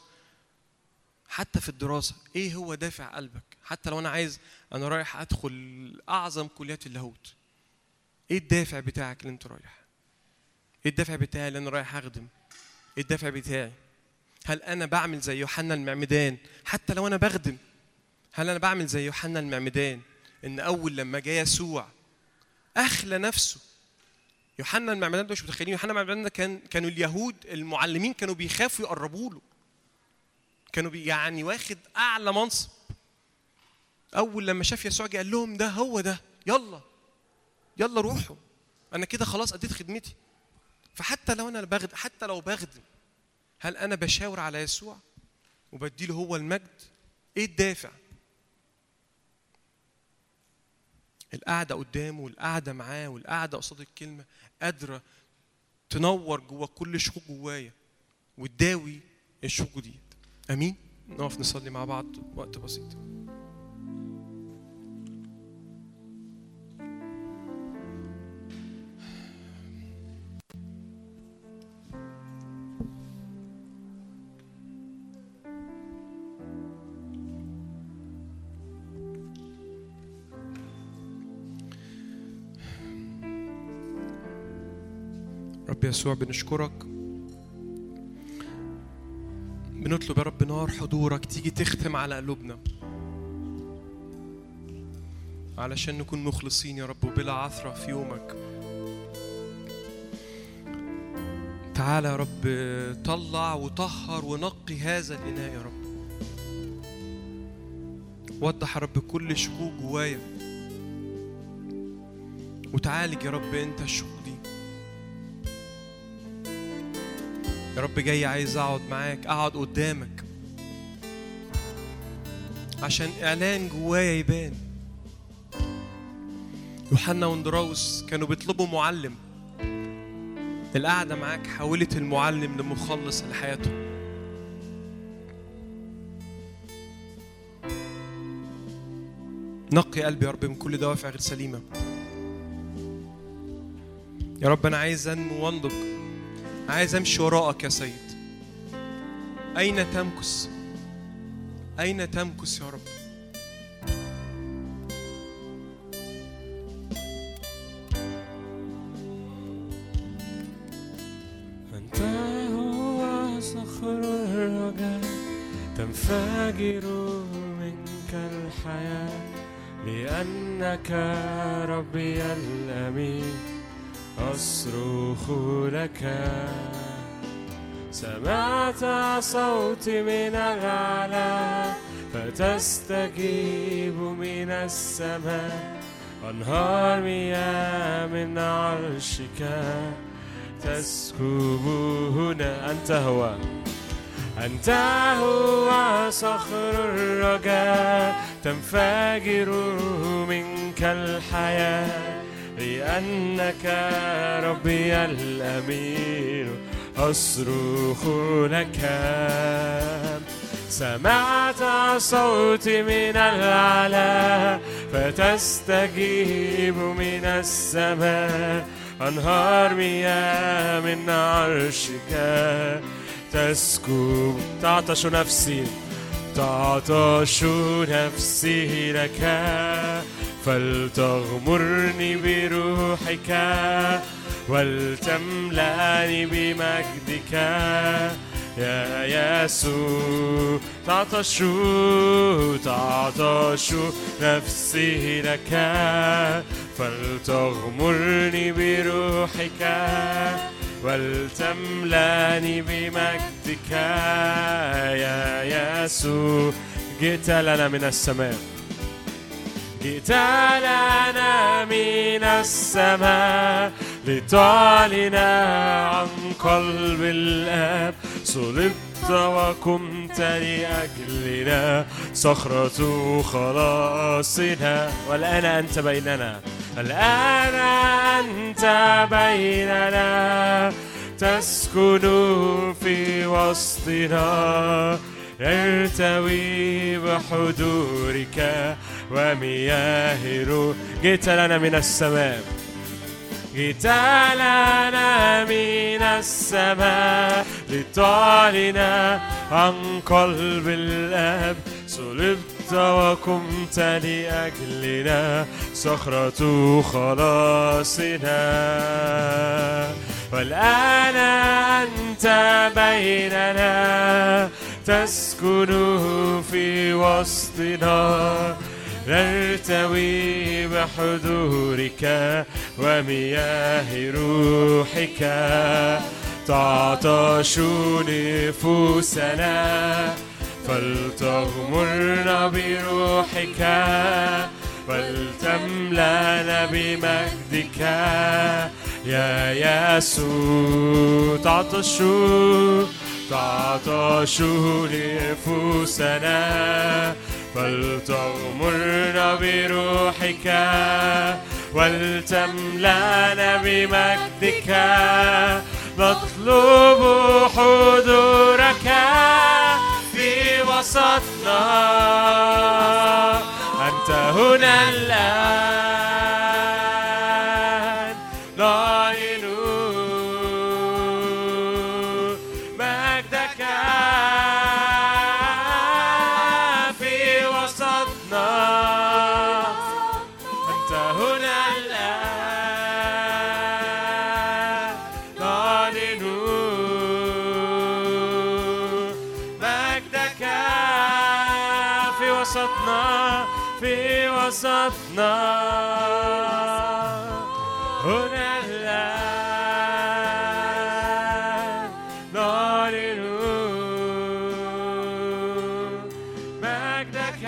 الدراسه ايه هو دافع قلبك؟ حتى لو انا رايح ادخل اعظم كليات اللاهوت، ايه الدافع بتاعك اللي انت رايح؟ ايه الدافع بتاعي اللي انا رايح اخدم؟ ايه الدافع بتاعي؟ هل انا بعمل زي يوحنا المعمدان؟ حتى لو انا بخدم، هل انا بعمل زي يوحنا المعمدان ان اول لما جاء يسوع اخلى نفسه؟ يوحنا المعمدان ده مش متخيلين، يوحنا المعمدان ده كانوا اليهود المعلمين كانوا بيخافوا يقربوا له، كانوا يعني واخد اعلى منصب. اول لما شاف يسوع قال لهم ده هو ده، يلا روحوا، انا كده خلاص اديت خدمتي. فحتى لو انا بخدم، هل انا بشاور على يسوع وبديله هو المجد؟ ايه الدافع؟ القعده قدامه والقعده معاه والقعده قصاد الكلمه قادره تنور جوا كل شقوق جوايا وتداوي الشقوق دي. امين. نقف نصلي مع بعض وقت بسيط. رب يسوع بنشكرك، بنطلب يا رب نار حضورك تيجي تختم على قلوبنا علشان نكون مخلصين يا رب وبلا عثرة في يومك. تعالى يا رب طلع وطهر ونقي هذا الإناء يا رب، وضح يا رب كل شكوك جوايا وتعالج يا رب انت الشكوك دي. يا رب جاي عايز اقعد قدامك عشان اعلان جوايا يبان. يوحنا واندراوس كانوا بيطلبوا معلم، القعدة معاك حولت المعلم لمخلص لحياتهم. نقي قلبي يا رب من كل دوافع غير سليمة. يا رب أنا عايز أنمو وانضج، عايز أمشي وراءك يا سيد. أين تمكث؟ أين تمكث يا رب؟
أنت هو صخر الرجاء تنفجر منك الحياة لأنك ربي الأمين أصرخ لك. سمعت صوتي من الأعلى فتستجيب من السماء أنهار مياه من عرشك تسكب هنا. أنت هو صخر الرجاء تنفجر منك الحياة لأنك ربي الأمين أصرخ لك. سمعت صوتي من الأعلى فتستجيب من السماء أنهار مياه من عرشك تسكب. تعطش نفسي لك فلتغمرني بروحك ولتملأني بمجدك يا يسوع. تعطش نفسي لك فلتغمرني بروحك ولتملأني بمجدك يا يسوع. جئت لنا من السماء لتعلن عن قلب الآب. صلبت وقمت لأجلنا صخرة خلاصنا. والآن أنت بيننا تسكن في وسطنا نرتوي بحضورك ومياه روح. جئت لنا من السماء لتعلن عن قلب الآب. صلبت وقمت لأجلنا صخرة خلاصنا. والآن أنت بيننا تسكن في وسطنا نرتوي بحضورك ومياه روحك. تعطش نفوسنا فلتغمرنا بروحك ولتملأنا بمجدك يا يسوع. تعطش نفوسنا فلتغمرنا بروحك ولتملأنا بمجدك. نطلب حضورك في وسطنا. أنت هنا الآن نعلن مجدك في وسطنا. أنت هنا الآن نعلن مجدك في وسطنا هنا الآن نعلن مجدك.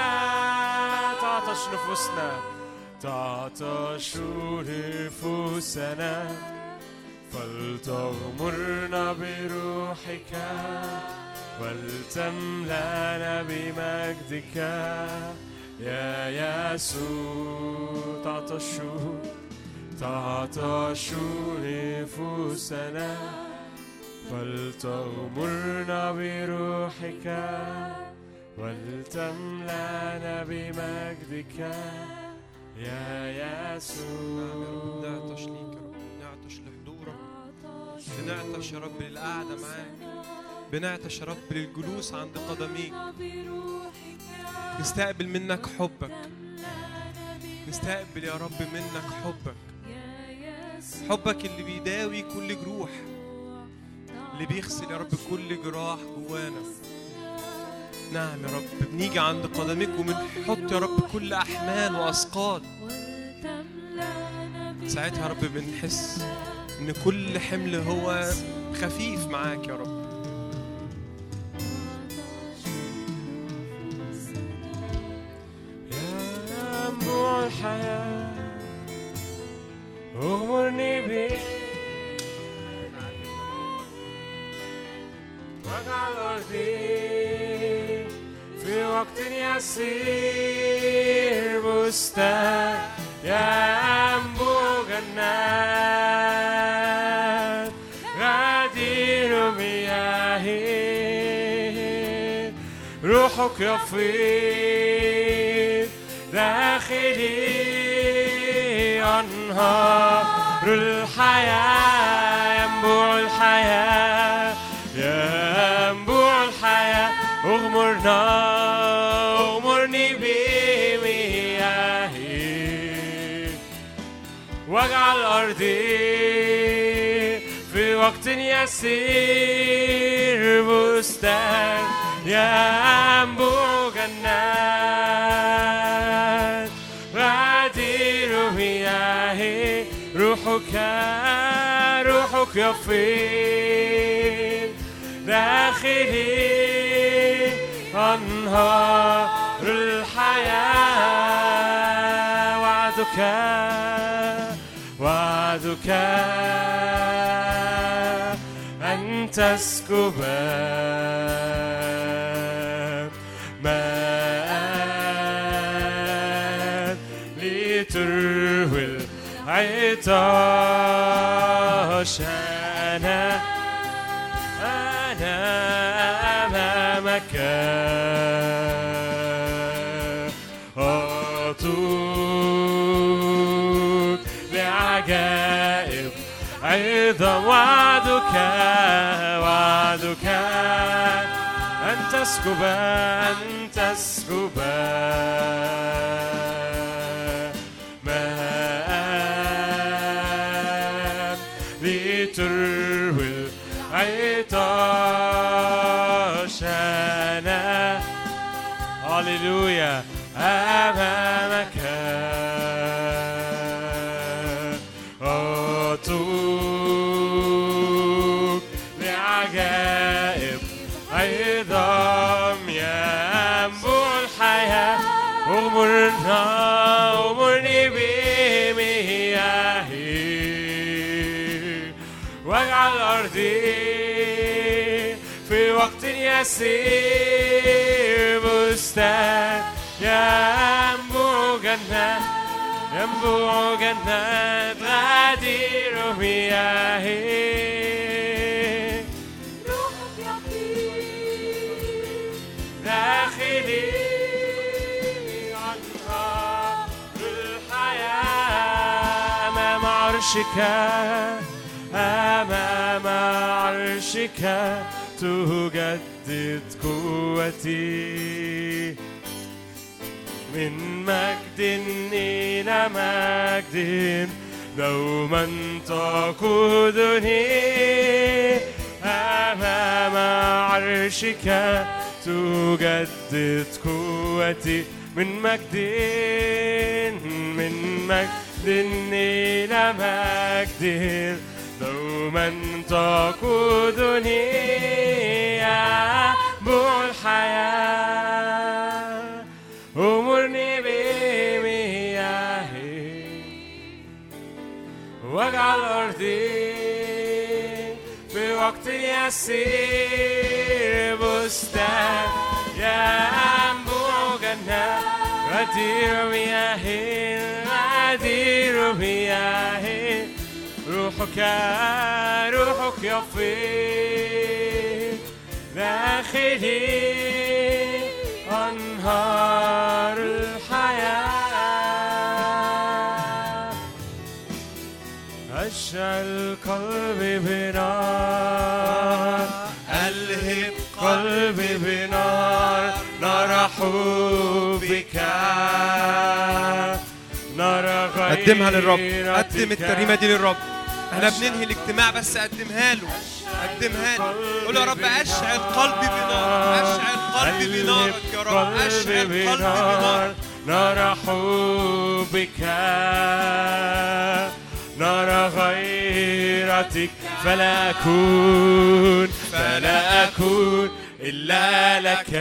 تعطش نفوسنا فلتغمرنا بروحك ولتملأنا بمجدك يا يسوع. تعطش نفوسنا فلتغمرنا بروحك ولتملأنا بمجدك يا يسوع.
نعطش ليك يا رب، نعطش لحضورك، بنعطش يا رب للقعدة معاك، بنعطش يا رب للجلوس عند قدميك. نستقبل منك حبك، نستقبل يا رب منك حبك اللي بيداوي كل جروح، اللي بيغسل يا رب كل جراح جوانا. نعم يا رب، بنيجي عند قدمك وبنحط يا رب كل أحمال وأثقال. ساعتها يا رب بنحس إن كل حمل هو خفيف معاك يا رب.
يا ينبوع الحياة أغمرني بيك واجعل أرضي في وقت يسير بستان. يا ينبوع جنات غدير مياه، روحك يفيض داخلي أنهار الحياة. ينبوع الحياة يا ينبوع الحياة أغمرني بمياهي واجعل أرضي في وقت يسير بستان. يا ينبوع جنات غدير مياهي، روحك يفيض داخلي أنهار الحياة. وعدك أن تسكب ماء لتروي العطاش. أنا أمامك أطوب بعجائب عظام. وعدك أن تسكب ماء لتروي العطاش. أنا هللويا أمامك أطوب بعجائب عظام. ينبوع الحياة أغمرني بمياهي واجعل أرضي في وقت يسير بستان. ينبوع جنات غدير مياهي،
روحك يفيض
داخلي أنهار الحياة. أمام عرشك تجدد قوتي، من مجد إلى مجد دوما تقودني. أمام عرشك تجدد قوتي، من مجد إلى مجد دوما تقودني. ينبوع الحياة أغمرني بمياهي واجعل أرضي في وقت يسير بستان. ينبوع جنات غدير مياهي، روحك يفيض داخلي أنهار الحياة. أشعل قلبي بنار، ألهب قلبي بنار، نار حبك، نار غيرتك.
قدمها للرب، قدم الترنيمة دي للرب. احنا بننهي الاجتماع بس قدمها له، قدمها له. قول يا رب اشعل قلبي بنار، اشعل قلبي
بنارك يا رب،
قلبي
أشعل قلبي
بنار،
بنارك.
نار حبك، نار غيرتك، فلا أكون إلا لك،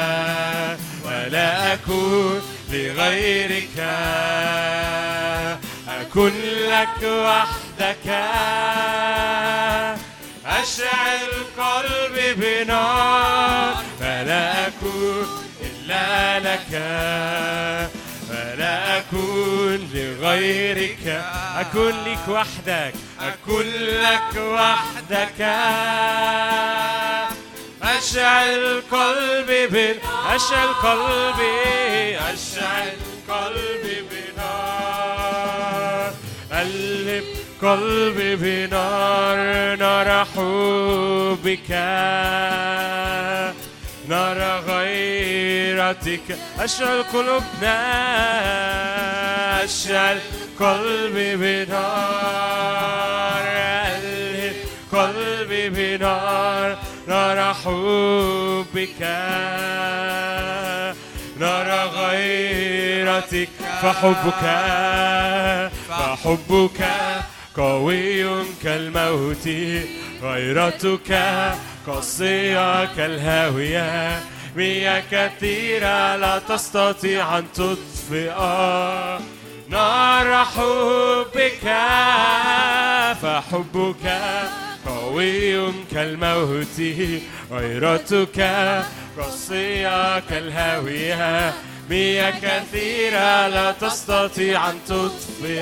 ولا أكون لغيرك، أكون لك وحدك، أشعل قلبي بنار، فلا أكون إلا لك، ولا أكون لغيرك، أكون لك وحدك، أكون لك وحدك، أشعل قلبي أشعل قلبي بنار، قلب قلبي بنار، نار حبك، نار غيرتك، أشعل قلوبنا، أشعل قلبي بنار، قلب قلبي بنار، نار حبك، نار غيرتك، فحبك قوي كالموت، غيرتك قاسية كالهاوية، مياه كثيرة لا تستطيع أن تطفئ نار حبك، فحبك قوي كالموت، غيرتك قاسية كالهاوية، مياه كثيرة لا تستطيع أن تطفئ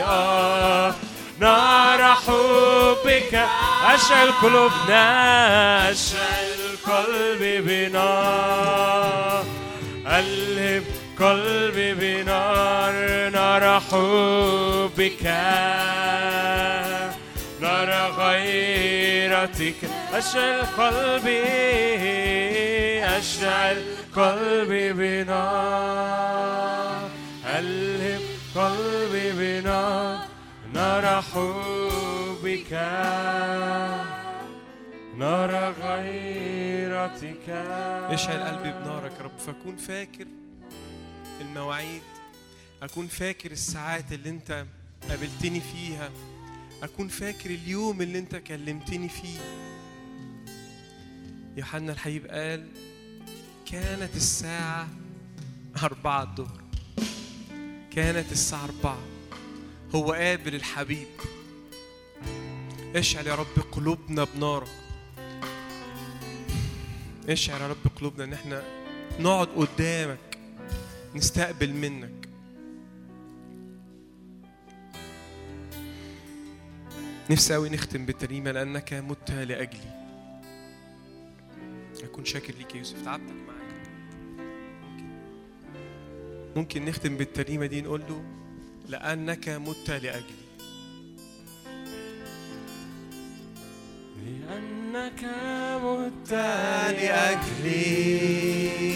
نار حبك، أشعل قلوبنا، أشعل قلبي بنار، قلب قلبي بنار، نار حبك، نار غيرتك، أشعل قلبي بنار، قلب قلبي بنار، نار حبك، نار غيرتك.
اشعل قلبي بنارك يا رب، فأكون فاكر المواعيد، أكون فاكر الساعات اللي أنت قابلتني فيها، أكون فاكر اليوم اللي أنت كلمتني فيه. يوحنا الحبيب قال كانت الساعة 4 الظهر، كانت الساعة 4، هو قابل الحبيب. اشعل يا رب قلوبنا بنارك، اشعل يا رب قلوبنا ان احنا نقعد قدامك نستقبل منك. نفسي قوي نختم بالترنيمة لأنك مت لأجلي. أكون شاكر ليك يا يوسف، تعبتك معاك. ممكن نختم بالترنيمة دي نقول له لأنك مت لأجلي.
لأنك مت
لأجلي،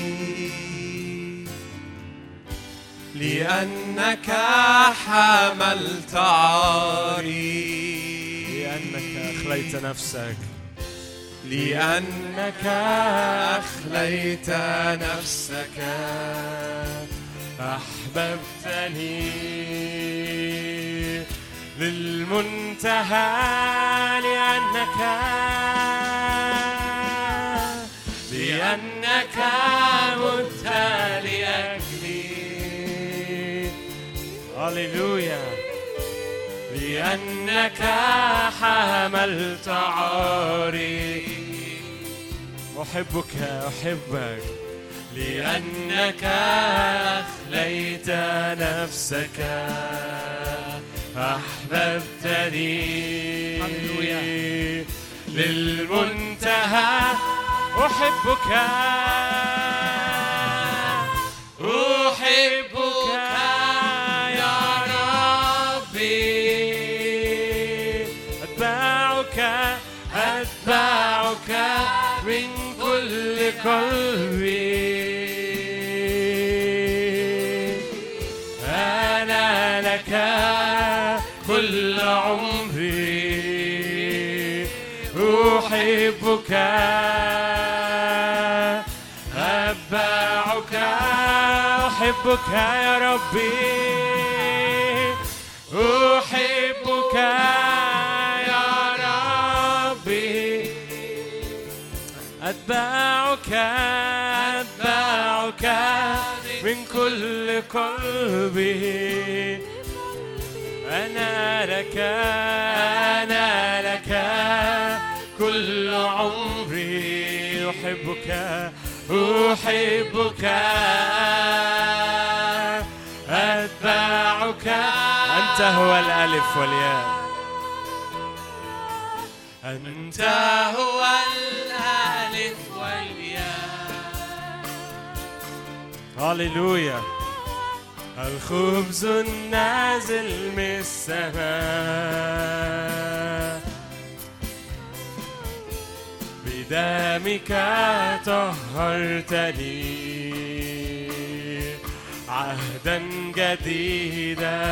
لأنك حملت عاري،
لأنك أخليت نفسك،
لأنك أخليت نفسك،
أحببتني للمنتهى، لأنك مت لأجلي. هللويا. لأنك حملت عاري، أحبك لأنك أخليت نفسك، أحببتني للمنتهى، أحبك يا ربي، أتبعك من كل قلبي، أنا لك كل عمري، أحبك أتبعك أحبك يا ربي أحبك يا ربي أتبعك من كل قلبي أنا لك كل عمري أحبك أتبعك أنت هو الألف والياء أنت هو الألف والياء هاليلويا الخبز النازل من السماء بدمك طهرتني عهدا جديدا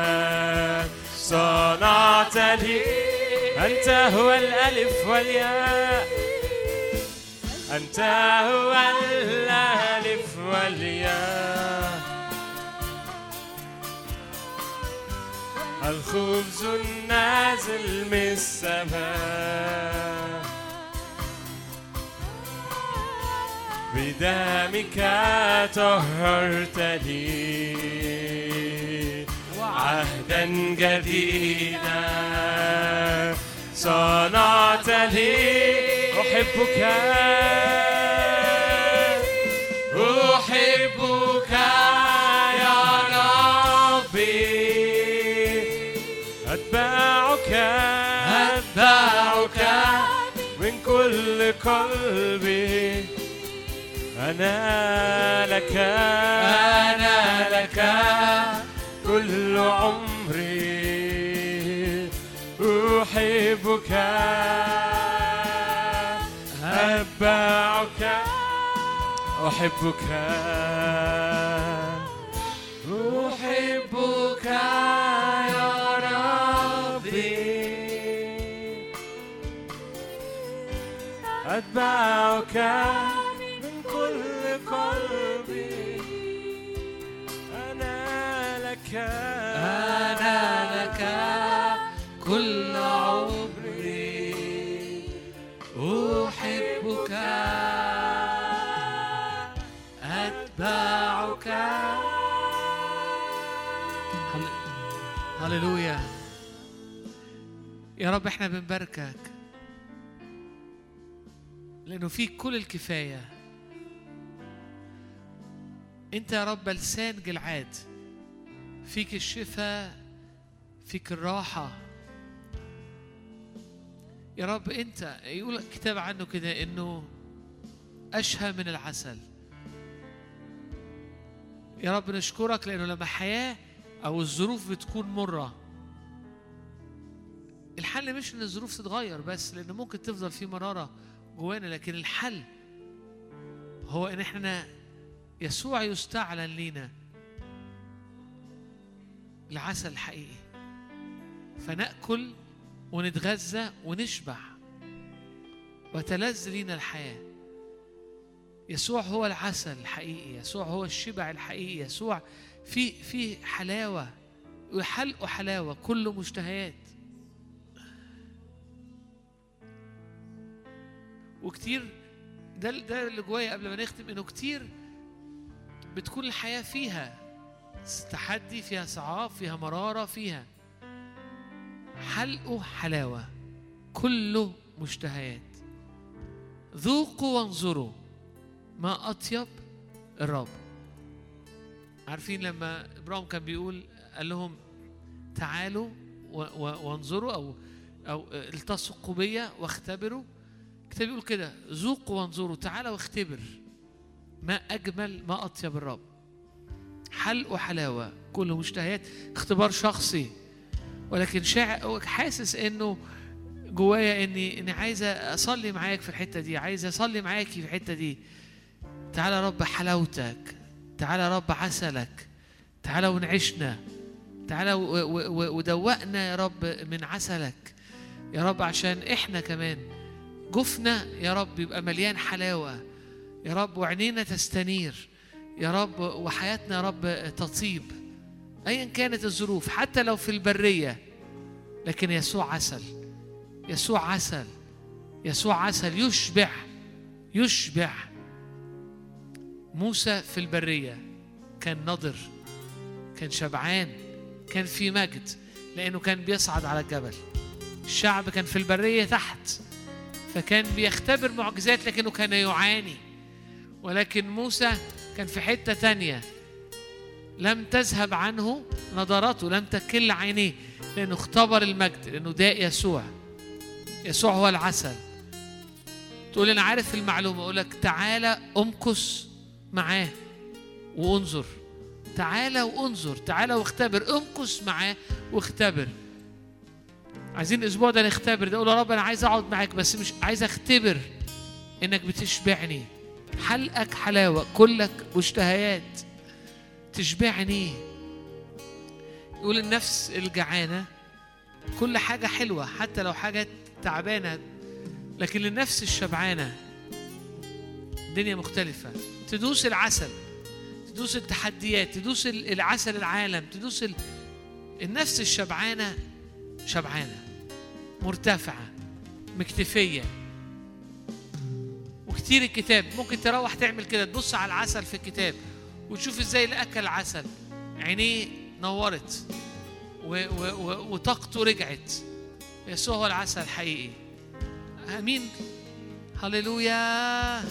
صنعت لي أنت هو الألف والياء أنت هو الألف والياء الخبز النازل من السماء بدمك طهرتني وعهدا جديدا صنعت لي أحبك يا ربي أتبعك من كل قلبي أنا لك كل عمري أحبك أتبعك أحبك يا ربي أتبعك من كل قلبي أنا لك كل عمري أحبك أتبعك.
هللويا يا رب، احنا بنباركك لأنه فيك كل الكفاية. انت يا رب لسان جلعاد، فيك الشفاء، فيك الراحة يا رب. انت يقول الكتاب عنه كده انه اشهى من العسل. يا رب نشكرك لانه لما حياة او الظروف بتكون مرة، الحل مش ان الظروف تتغير بس، لانه ممكن تفضل في مرارة جوانا، لكن الحل هو ان احنا يسوع يستعلن لينا العسل الحقيقي، فنأكل ونتغذى ونشبع وتلذ لينا الحياة. يسوع هو العسل الحقيقي، يسوع هو الشبع الحقيقي، يسوع في حلاوة وحلق حلاوة كله مشتهيات. وكتير ده اللي جوايا قبل ما نختم، انه كتير بتكون الحياة فيها تحدي، فيها صعاب، فيها مرارة، فيها حلق حلاوة كله مشتهيات. ذوقوا وانظروا ما أطيب الرب. عارفين لما إبراهيم كان بيقول، قال لهم تعالوا وانظروا أو التصقوا بيا واختبروا. الكتاب بيقول كده، ذوقوا وانظروا، تعالوا واختبر ما أجمل ما أطيب الرب. حلق وحلاوة كله مشتهيات، اختبار شخصي، ولكن حاسس إنه جوايا إني عايزة أصلي معاك في الحتة دي، عايزة أصلي معاكي في الحتة دي. تعالى يا رب حلاوتك، تعالى يا رب عسلك، تعالى ونعيشنا، تعالى ودوقنا يا رب من عسلك يا رب، عشان إحنا كمان جفنا يا رب يبقى مليان حلاوة يا رب، وعينينا تستنير يا رب، وحياتنا يا رب تطيب أيا كانت الظروف، حتى لو في البرية، لكن يسوع عسل، يسوع عسل، يسوع عسل يشبع، يشبع. موسى في البرية كان نضر، كان شبعان، كان في مجد لأنه كان بيصعد على الجبل. الشعب كان في البرية تحت، فكان بيختبر معجزات لكنه كان يعاني. ولكن موسى كان في حتة تانية، لم تذهب عنه نظراته، لم تكل عينيه، لأنه اختبر المجد، لأنه داء يسوع. يسوع هو العسل. تقول أنا عارف المعلومة، أقول لك تعالى أمكث معاه وانظر، تعالى وانظر، تعالى واختبر، امكث معاه واختبر. عايزين الأسبوع ده نختبر ده. أقول يا رب أنا عايز أقعد معاك، بس مش عايز أختبر إنك بتشبعني. حلقك حلاوة، كلك مشتهيات، تشبعني. يقول النفس الجعانة كل حاجة حلوة حتى لو حاجة تعبانة، لكن للنفس الشبعانة الدنيا مختلفة. تدوس العسل، تدوس التحديات، تدوس العسل العالم، تدوس النفس الشبعانة شبعانة، مرتفعة، مكتفية. وكتير الكتاب ممكن تروح تعمل كده، تبص على العسل في الكتاب وتشوف ازاي اللي أكل عسل عينيه نورت وطاقته رجعت. يسوع هو العسل الحقيقي. امين. هللويا،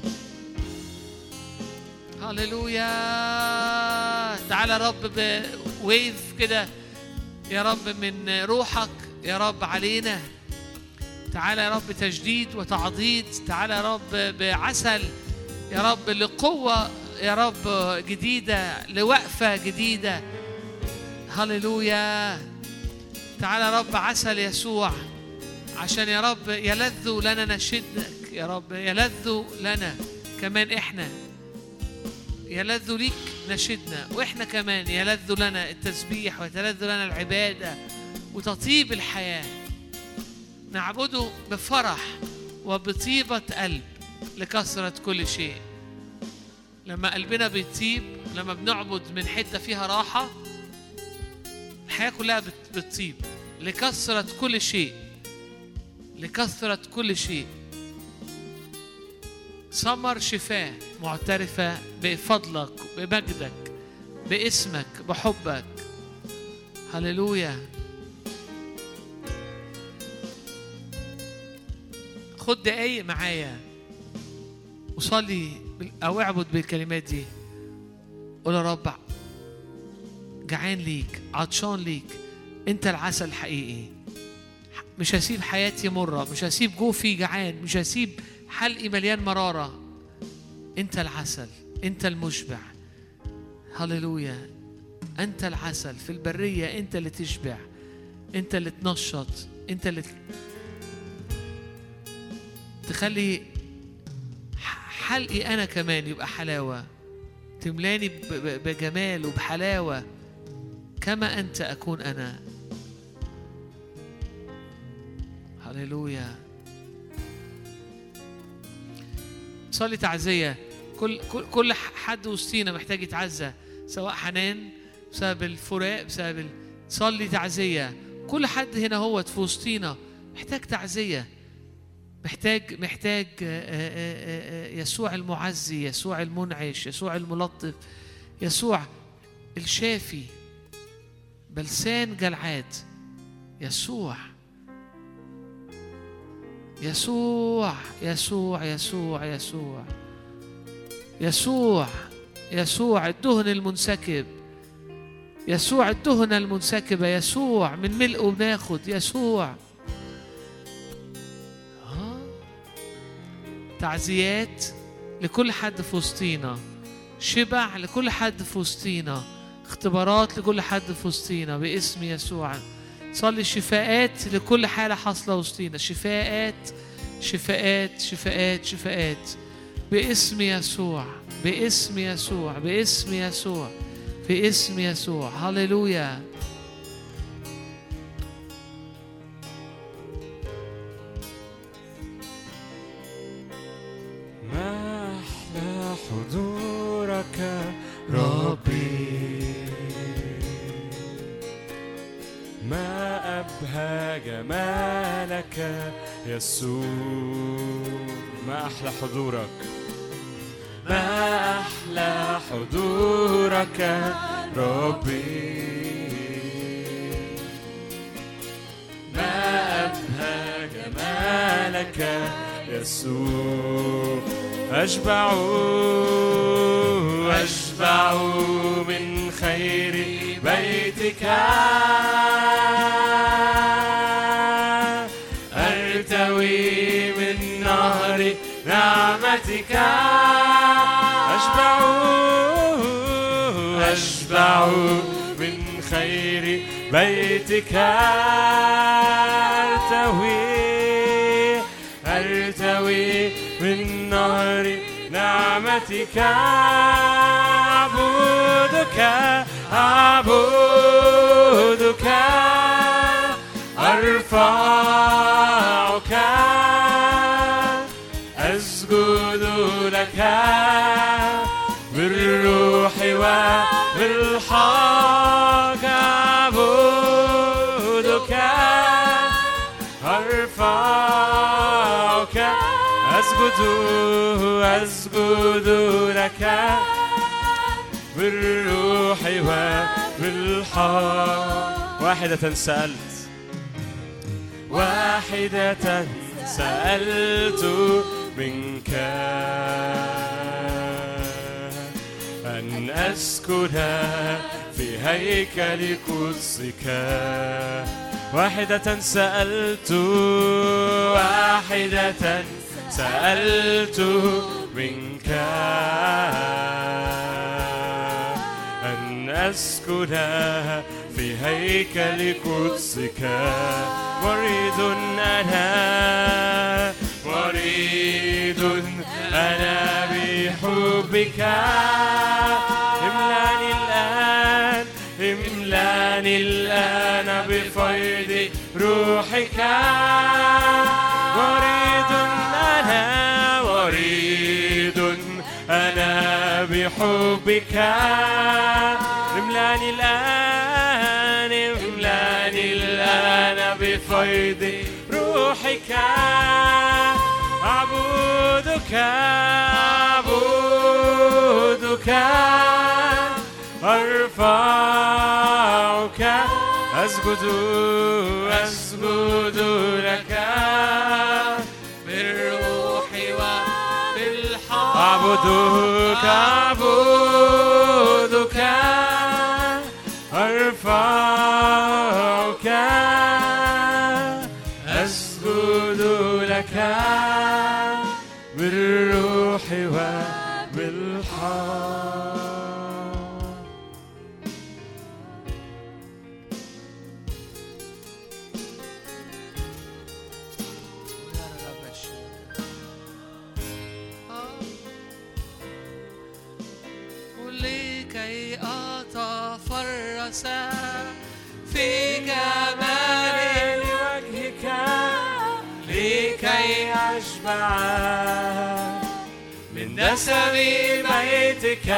هللويا. تعالى يا رب بويف كده يا رب من روحك يا رب علينا. تعالى يا رب تجديد وتعضيد. تعالى يا رب بعسل يا رب، لقوة يا رب جديدة، لوقفة جديدة. هللويا. تعالى يا رب عسل يسوع، عشان يا رب يلذ لنا نشدك يا رب، يلذ لنا كمان، احنا يلذ ليك نشدنا، واحنا كمان يلذ لنا التسبيح ويتلذ لنا العبادة وتطيب الحياة. نعبده بفرح وبطيبة قلب لكثرة كل شيء. لما قلبنا بيطيب، لما بنعبد من حتة فيها راحة، الحياة كلها بتطيب لكثرة كل شيء، لكثرة كل شيء. ثمر شفاء معترفة بفضلك، بمجدك، باسمك، بحبك. هللويا. خد دقايق معايا وصلي أو اعبد بالكلمات دي. قول يا رب جعان ليك، عطشان ليك، انت العسل الحقيقي. مش هسيب حياتي مرة، مش هسيب جوفي جعان، مش هسيب حلقي مليان مرارة. انت العسل، انت المشبع. هللويا. انت العسل في البرية، انت اللي تشبع، انت اللي تنشط، انت اللي تخلي حلقي انا كمان يبقى حلاوة، تملاني بجمال وبحلاوة. كما انت اكون انا. هللويا. صلي تعزية. كل حد وسطينا محتاج يتعزى، سواء حنان بسبب الفراق، بسبب صلي تعزية. كل حد هنا هو في وسطينا محتاج تعزية، محتاج يسوع المعزي، يسوع المنعش، يسوع الملطف، يسوع الشافي، بلسان جلعاد. يسوع يسوع يسوع يسوع يسوع يسوع يسوع الدهن المنسكب، يسوع الدهن المنسكبة، يسوع من ملئه بناخد. يسوع تعزيات لكل حد في وسطينا، شبع لكل حد في وسطينا، اختبارات لكل حد في وسطينا باسم يسوع. صلي شفاءات لكل حالة حاصلة وسطينا، شفاءات شفاءات شفاءات شفاءات باسم يسوع، باسم يسوع، باسم يسوع، باسم يسوع. هللويا.
ما أحلى حضورك حضورك ربي، ما أبهى جمالك يسوع. ما أحلى حضورك، ما أحلى حضورك ربي، ما أبهى جمالك يسوع. أشبع من خير بيتك، أرتوي من نهر نعمتك. أشبع من خير بيتك، أرتوي من نهر نعمتك. أعبدك أرفعك، أسجد لك بالروح وبالحق. أعبدك أرفعك، أسجد لك بالروح وبالحق. واحدة سألت منك أن أسكن في هيكل قدسك. واحدة سألت منك أن أسكن في هيكل قدسك. مريض أنا بحبك، املاني الآن بفيض روحك. مريض أنا بحبك، املاني الآن بفيض روحك. أعبدك أرفعك، أسجد لك بالروح وبالحق. أعبدك أرفعك، أسجد لك بالروح وبالحق.
لكي أتفرس في جمال وجهك، لكي أشبع من دسم بيتك،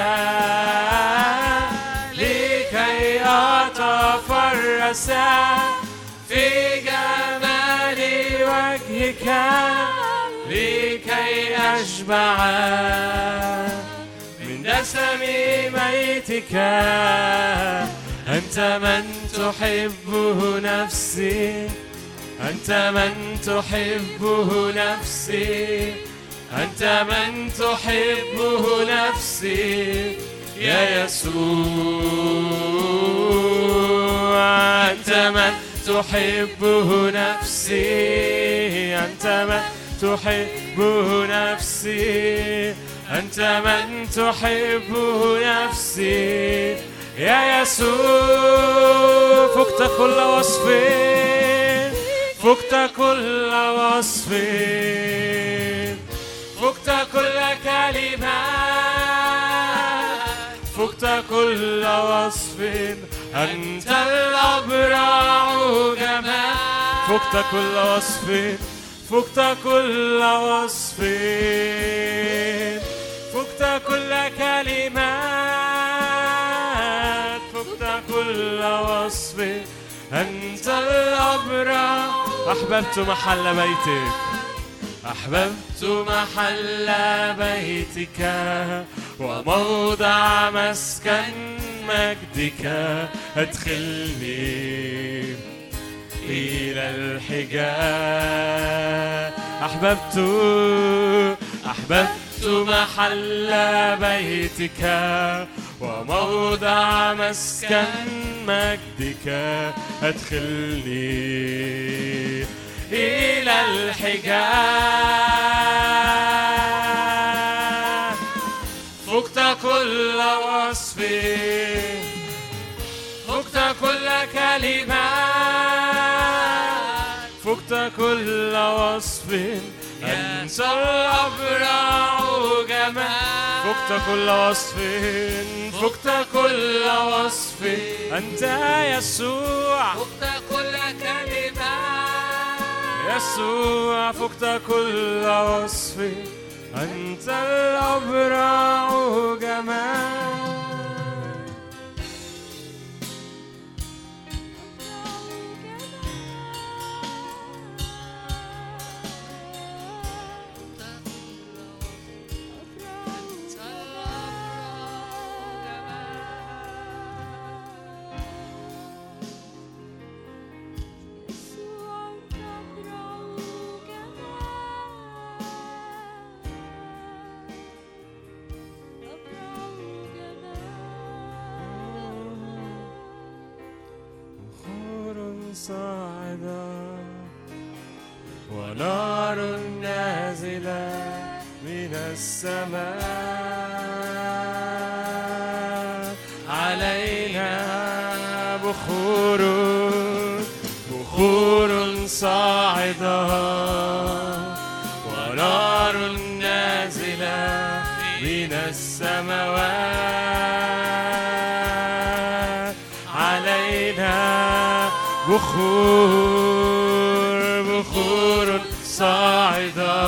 لكي أتفرس في جمال وجهك، لكي أشبع من دسم بيتك. أنت من تحبه نفسي، أنت من تحبه نفسي، أنت من تحبه نفسي يا يسوع. أنت من تحبه نفسي، أنت من تحبه نفسي، أنت من تحبه نفسي يا يسوع. فقت كل وصف، فقت كل وصف، فقت كل كلمة، فقت كل وصف. أنت الأبرع جمال، فقت كل وصف، فقت كل وصف، فقت كل كلمة،
وصف أنت الأبرع. أحببت محل بيتك، أحببت محل بيتك وموضع مسكن مجدك. أدخلني إلى الحجاب. أحببت محل بيتك وموضع مسكن مجدك. أدخلني إلى الحجاب. فقت كل وصف، فقت كل كلمة، فقت كل وصف أنت الأبرع جمال. فقت كل وصف، فقت كل وصف أنت يسوع.
فقت كل كلمة
يسوع، فقت كل وصف أنت الأبرع جمال. صاعدة ونار نازلة من السماء علينا. بخور صاعدة ونار نازلة من السماوات علينا. بخور صاعدة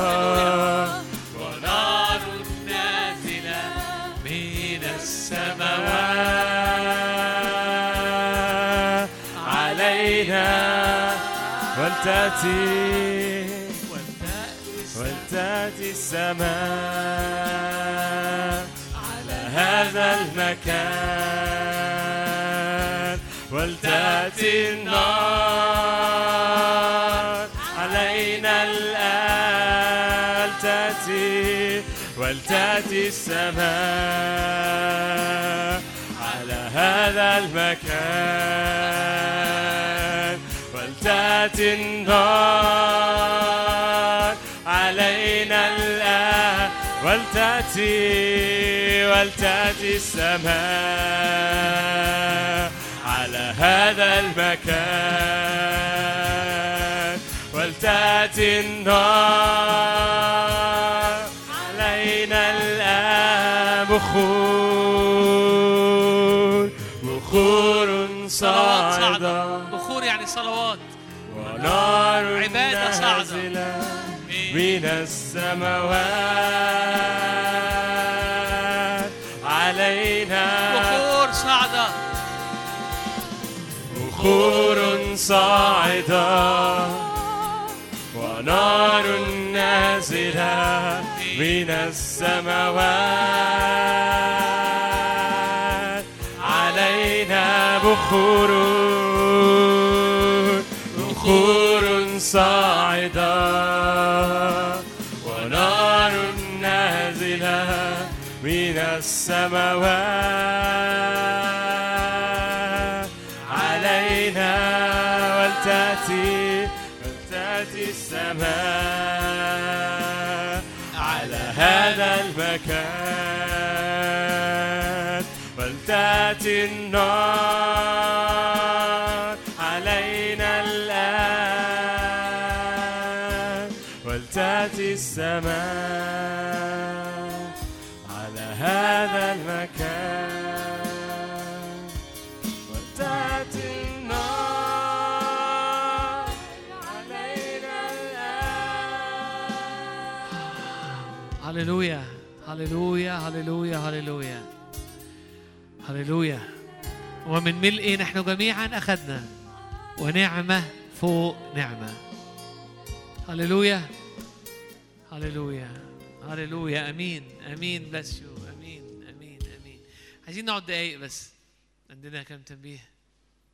ونار نازلة من السماوات علينا. ولتأتي السماء على هذا المكان. ولتأتي النار علينا الآن. ولتأتي السماء على هذا المكان. ولتأتي النار علينا الآن. ولتأتي السماء على هذا المكان. ولتأتي النار علينا الآن. بخور صاعدة.
بخور يعني صلوات
ونار
عبادة صاعدة
من السماوات علينا.
بخور صاعدة،
بخور صاعدة ونار نازلة من السماوات علينا. بخور صاعدة ونار نازلة من السماوات علينا. ولتأتي السماء على هذا المكان. ولتأتي النار علينا الآن. ولتأتي السماء على هذا المكان. ولتأتي النار علينا الآن.
هللويا هللويا هللويا هللويا هللويا. ومن ملئه نحن جميعا أخذنا، ونعمة فوق نعمة. هللويا هللويا هللويا. أمين أمين. bless you. أمين أمين أمين. عايزين نقعد دقايق بس، عندنا كم تنبيه.